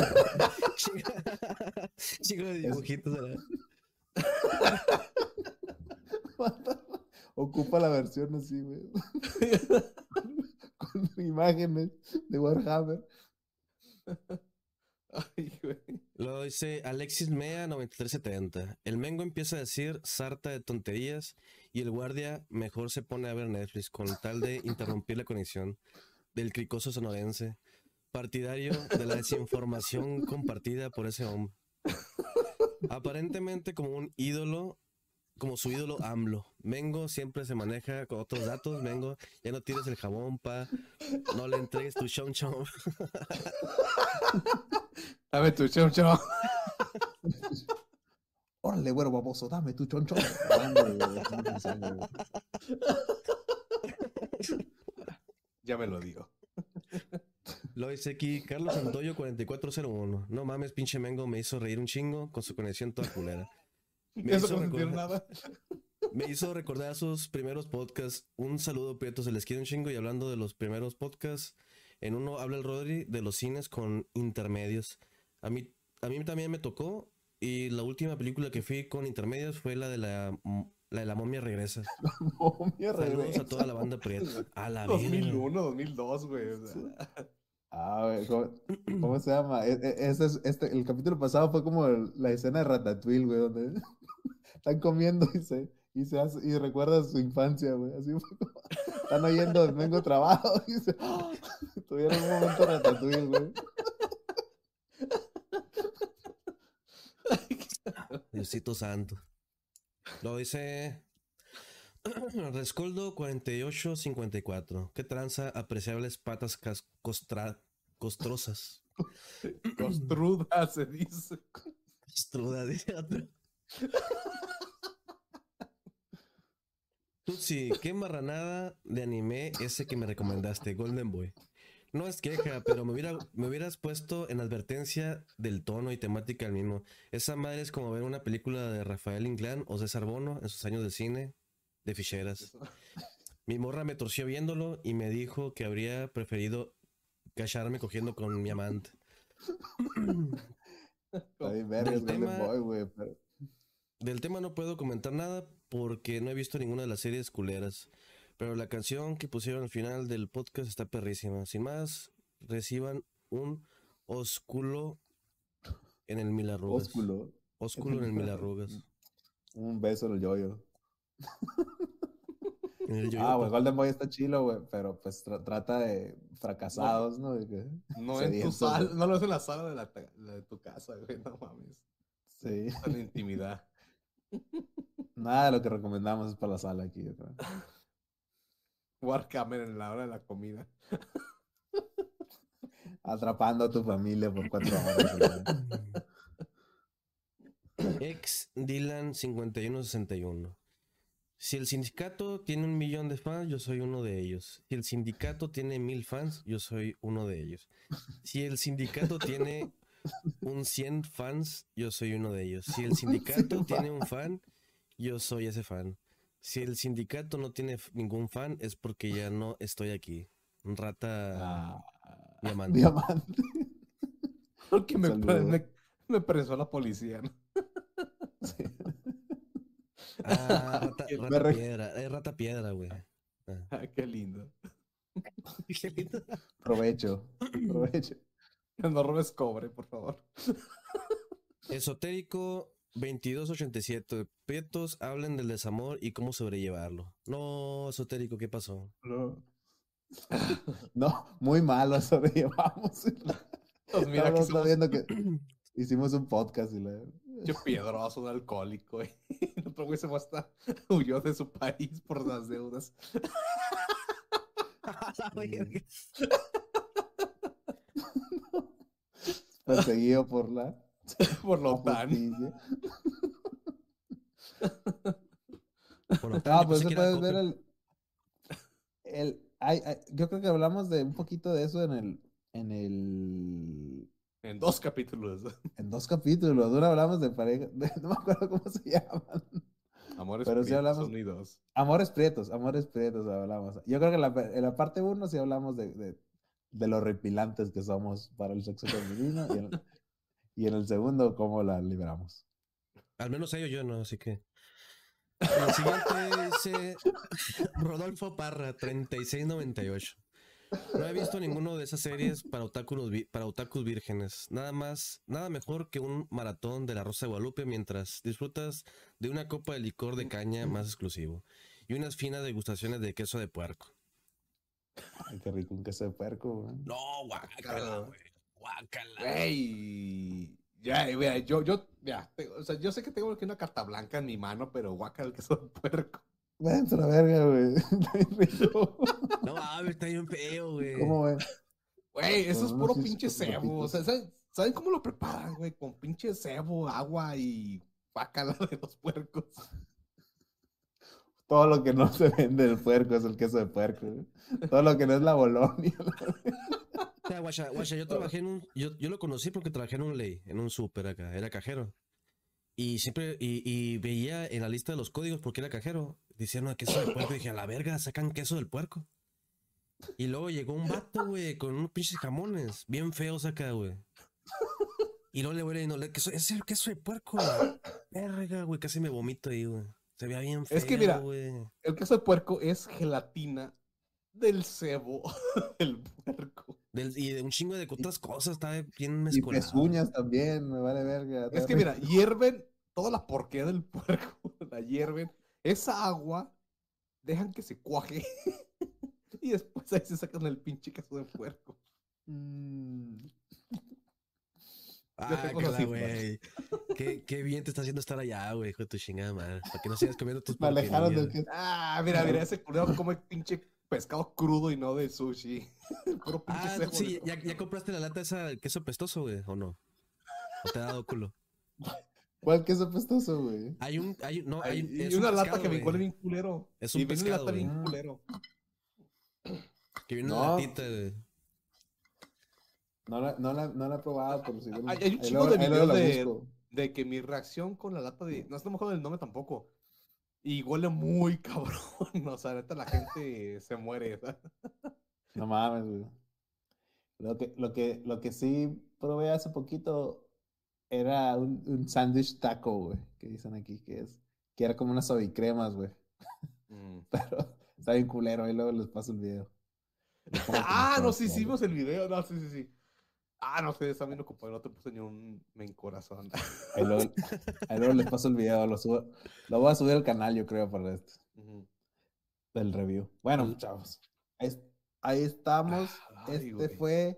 Chico de dibujitos. ¿Verdad? Ocupa la versión así, güey. Con imágenes de Warhammer. Ay, güey. Lo dice Alexis Mea noventa y tres setenta. El Mengo empieza a decir sarta de tonterías y el guardia mejor se pone a ver Netflix con tal de interrumpir la conexión del cricoso sonorense, partidario de la desinformación compartida por ese hombre. Aparentemente como un ídolo, como su ídolo AMLO. Mengo siempre se maneja con otros datos. Mengo, ya no tires el jabón, pa. No le entregues tu chon chon. Dame tu chon chon. Órale, güero baboso, dame tu chonchón. Hombre, güey, es un mensaje, güey. Ya me lo digo. Lo dice aquí Carlos Santoyo cuarenta y cuatro cero uno. No mames, pinche Mengo me hizo reír un chingo con su conexión toda culera. Me Eso hizo, no sentir recordar, nada. me hizo recordar sus primeros podcasts. Un saludo, Prieto, se les quiere un chingo. Y hablando de los primeros podcasts, en uno habla el Rodri de los cines con intermedios. A mí, a mí también me tocó. Y la última película que fui con intermedios fue la de la, la, de la momia regresa. Momia Saludos regresa. a toda la banda Prieto. A la dos mil verga. uno, dos mil dos, güey. O sea. Ah, güey, ¿cómo, cómo se llama? E- e- Este, es- este, el capítulo pasado fue como el- la escena de Ratatouille, güey, donde están comiendo y se, y se hace, y recuerda su infancia, güey. Así fue como, están oyendo Vengo Trabajo y se, ¡ah! Tuvieron un momento Ratatouille, güey. Diosito santo. Lo dice Rescoldo cuarenta y ocho cincuenta y cuatro. ¿Qué tranza? Apreciables patas cas- costra- costrosas. Costruda se dice. Costruda, dice otro. Tutsi, qué marranada de anime ese que me recomendaste, Golden Boy. No es queja, pero me, hubiera, me hubieras puesto en advertencia del tono y temática del mismo. Esa madre es como ver una película de Rafael Inclán o César Bono en sus años de cine de ficheras. Mi morra me torció viéndolo y me dijo que habría preferido cacharme cogiendo con mi amante. Está bien vergas Del Golden tema- Boy, güey. pero- Del tema no puedo comentar nada porque no he visto ninguna de las series culeras. Pero la canción que pusieron al final del podcast está perrísima. Sin más, reciban un ósculo en el mil arrugas. Ósculo. Ósculo en el mil arrugas. Un beso en el yoyo. En el Ah, güey, yoyopo. Golden Boy está chilo, güey, pero pues tra- trata de fracasados, ¿no? De que- No en tu sedientos, sala, güey. no lo es en la sala de, la, ta- la de tu casa, güey. No mames. Sí. Está en intimidad. Nada de lo que recomendamos es para la sala aquí, yo creo. Warhammer en la hora de la comida. Atrapando a tu familia por cuatro horas. güey. Ex Dylan cincuenta y uno sesenta y uno. Si el sindicato tiene un millón de fans, yo soy uno de ellos. Si el sindicato tiene mil fans, yo soy uno de ellos. Si el sindicato tiene un cien fans, yo soy uno de ellos. Si el sindicato cien tiene un fan, yo soy ese fan. Si el sindicato no tiene f- ningún fan, es porque ya no estoy aquí. Rata Ah, diamante. diamante. Porque me, Saludo. pre- me, me presó la policía, ¿no? Sí. Ah, rata, Me rata re- piedra. Es rata piedra, güey. Ah. Ah, qué lindo. Qué lindo. Provecho. Provecho. No robes cobre, por favor. Esotérico veintidós ochenta y siete. Prietos hablen del desamor y cómo sobrellevarlo. No, esotérico, ¿qué pasó? No. No, muy malo sobrellevamos. Pues mira, aquí Estamos somos, viendo que hicimos un podcast y la... Qué piedroso, un alcohólico, güey. El otro güey se fue hasta huyó de su país por las deudas. Perseguido por la, por la la OTAN. justicia. Por lo tanto, Ah, yo pues pensé se que era puedes ver Coppel. el, el hay, hay- yo creo que hablamos de un poquito de eso en el, en el, En dos capítulos. en dos capítulos. Uno hablamos de pareja, de- no me acuerdo cómo se llaman, Amores pero sí Prietos hablamos, Unidos. Amores Prietos, Amores Prietos hablamos. Yo creo que en la, en la parte uno sí hablamos de, de, de lo repilantes que somos para el sexo femenino y en, y en el segundo cómo la liberamos. Al menos ellos yo no, así que. El siguiente dice Rodolfo Parra, treinta y seis noventa y ocho. No he visto ninguno de esas series para otakus, vi- para otakus vírgenes. Nada más, nada mejor que un maratón de la Rosa de Guadalupe mientras disfrutas de una copa de licor de caña más exclusivo y unas finas degustaciones de queso de puerco. Ay, qué rico un queso de puerco, güey. No, guácala, güey. Guácala. Güey. Ya, mira, yo, yo, ya, te- o sea, yo sé que tengo aquí una carta blanca en mi mano, pero guaca el queso de puerco. Vente a la verga, güey. Está bien rico. No mames, está bien feo, güey. ¿Cómo ven? Güey, eso Con es unos puro sis- pinche unos cebo. O taquitos. sea, ¿saben, saben cómo lo preparan, güey? Con pinche cebo, agua y guacala de los puercos. Todo lo que no se vende del puerco es el queso de puerco, güey. Todo lo que no es la Bolonia. O sea, guacha, guacha, yo trabajé en un, yo, yo lo conocí porque trabajé en un ley, en un súper acá, era cajero. Y siempre, y, y veía en la lista de los códigos porque era cajero, decían, no, queso de puerco, y dije, a la verga, sacan queso del puerco. Y luego llegó un vato, güey, con unos pinches jamones, bien feos acá, güey. Y luego le voy a decir, queso, es el queso de puerco, güey. Verga, güey, casi me vomito ahí, güey. Se veía bien feo, Es que mira, güey. el queso de puerco es gelatina del cebo del puerco. Del- y de un chingo de otras cosas, está bien Y mezcolado. pezuñas también, me vale verga. Es que mira, hierven toda la porquería del puerco, la hierven, esa agua, dejan que se cuaje y después ahí se sacan el pinche queso de puerco. Mm. Yo Ah, tengo cala, así, güey. Qué, qué bien te está haciendo estar allá, güey, hijo de tu chingada madre. Para que no sigas comiendo tus Me alejaron porquerías. del queso. Ah, mira, mira, ese culero come pinche pescado crudo y no de sushi. Puro pinche Ah, cebo sí, de- ya, ya compraste la lata esa del queso pestoso, güey, ¿o no? ¿O te ha dado culo? ¿Cuál queso pestoso, güey? Hay un, hay, no, hay, Ay, es y un una pescado, lata que me güey. huele bien culero. Es un y viene una pescado, lata güey. bien culero. Que viene No. una latita, güey. No la, no la, no la he probado, pero sí. Hay, hay un ahí chingo luego- de ahí luego videos la de, busco. de que mi reacción con la lata de... No, no me acuerdo del nombre tampoco. Y huele muy cabrón. O sea, neta la gente se muere. ¿sabes? No mames, güey. Lo que, lo que, lo que sí probé hace poquito era un, un sándwich taco, güey, que dicen aquí que es, que era como unas suavicremas, güey. Mm. Pero está bien culero, ahí luego les paso el video. Le pongo como Ah, no, short, sí, sí, güey. vimos el video. No, sí, sí, sí. Ah, no sé, está bien ocupado. No te puse ni un men corazón. Ahí luego, ahí luego les paso el video, lo subo, lo voy a subir al canal, yo creo, para este, Ujú. del review. Bueno, El- chavos, ahí, es- ahí estamos. Ay, Este güey. fue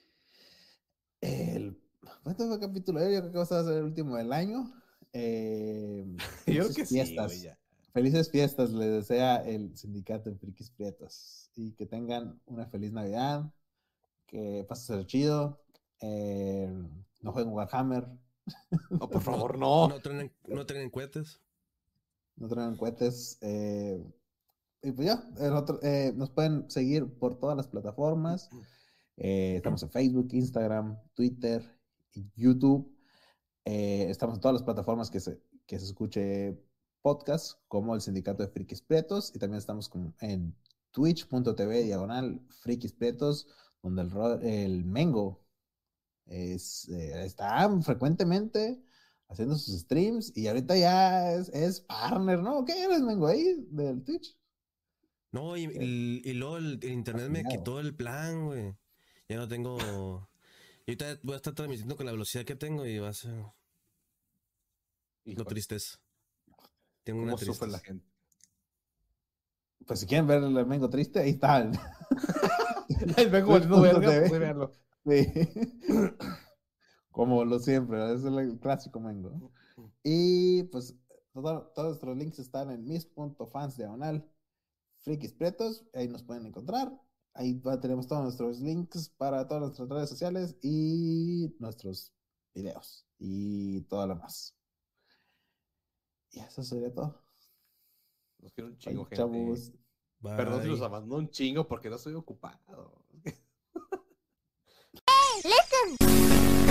el... ¿Cuánto fue el capítulo? Yo creo que va a ser el último del año. Eh, Yo creo felices que sí, fiestas. güey, ya. Felices fiestas les desea el sindicato de Frikis Prietos. Y que tengan una feliz Navidad. Que pasen el chido. Eh, no jueguen Warhammer. No, por favor, no. No traen, no traen cohetes. No traigan cohetes. Eh, y pues ya, el otro, eh, nos pueden seguir por todas las plataformas. Eh, estamos en Facebook, Instagram, Twitter y YouTube. Eh, estamos en todas las plataformas que se, que se escuche podcast, como el Sindicato de Frikis Prietos. Y también estamos con, en twitch.tv diagonal Frikis Prietos, donde el, ro- el Mengo es, eh, está frecuentemente haciendo sus streams y ahorita ya es, es partner, ¿no? ¿Qué eres, Mengo, ahí del Twitch? No, y, y, y luego el, el internet me Afiliado. quitó el plan, güey. Ya no tengo. Y ahorita voy a estar transmitiendo con la velocidad que tengo y va a ser. Hijo, No tristeza. Tengo una ¿cómo sufre la tristeza. gente? Pues si quieren ver el Mengo triste, ahí está. el- El vengo valiendo verga, Twitch punto tv. pues véanlo. Sí. Como lo siempre, es el clásico Mengo. Y pues todo- todos nuestros links están en mis.fans diagonal frikis pretos, ahí nos pueden encontrar. Ahí va- tenemos todos nuestros links para todas nuestras redes sociales y nuestros videos y todo lo más. Y eso sería todo. Nos quiere un Bye, chingo, gente. chavos. Perdón si los Bye. abandonó un chingo porque no estoy ocupado. Listen.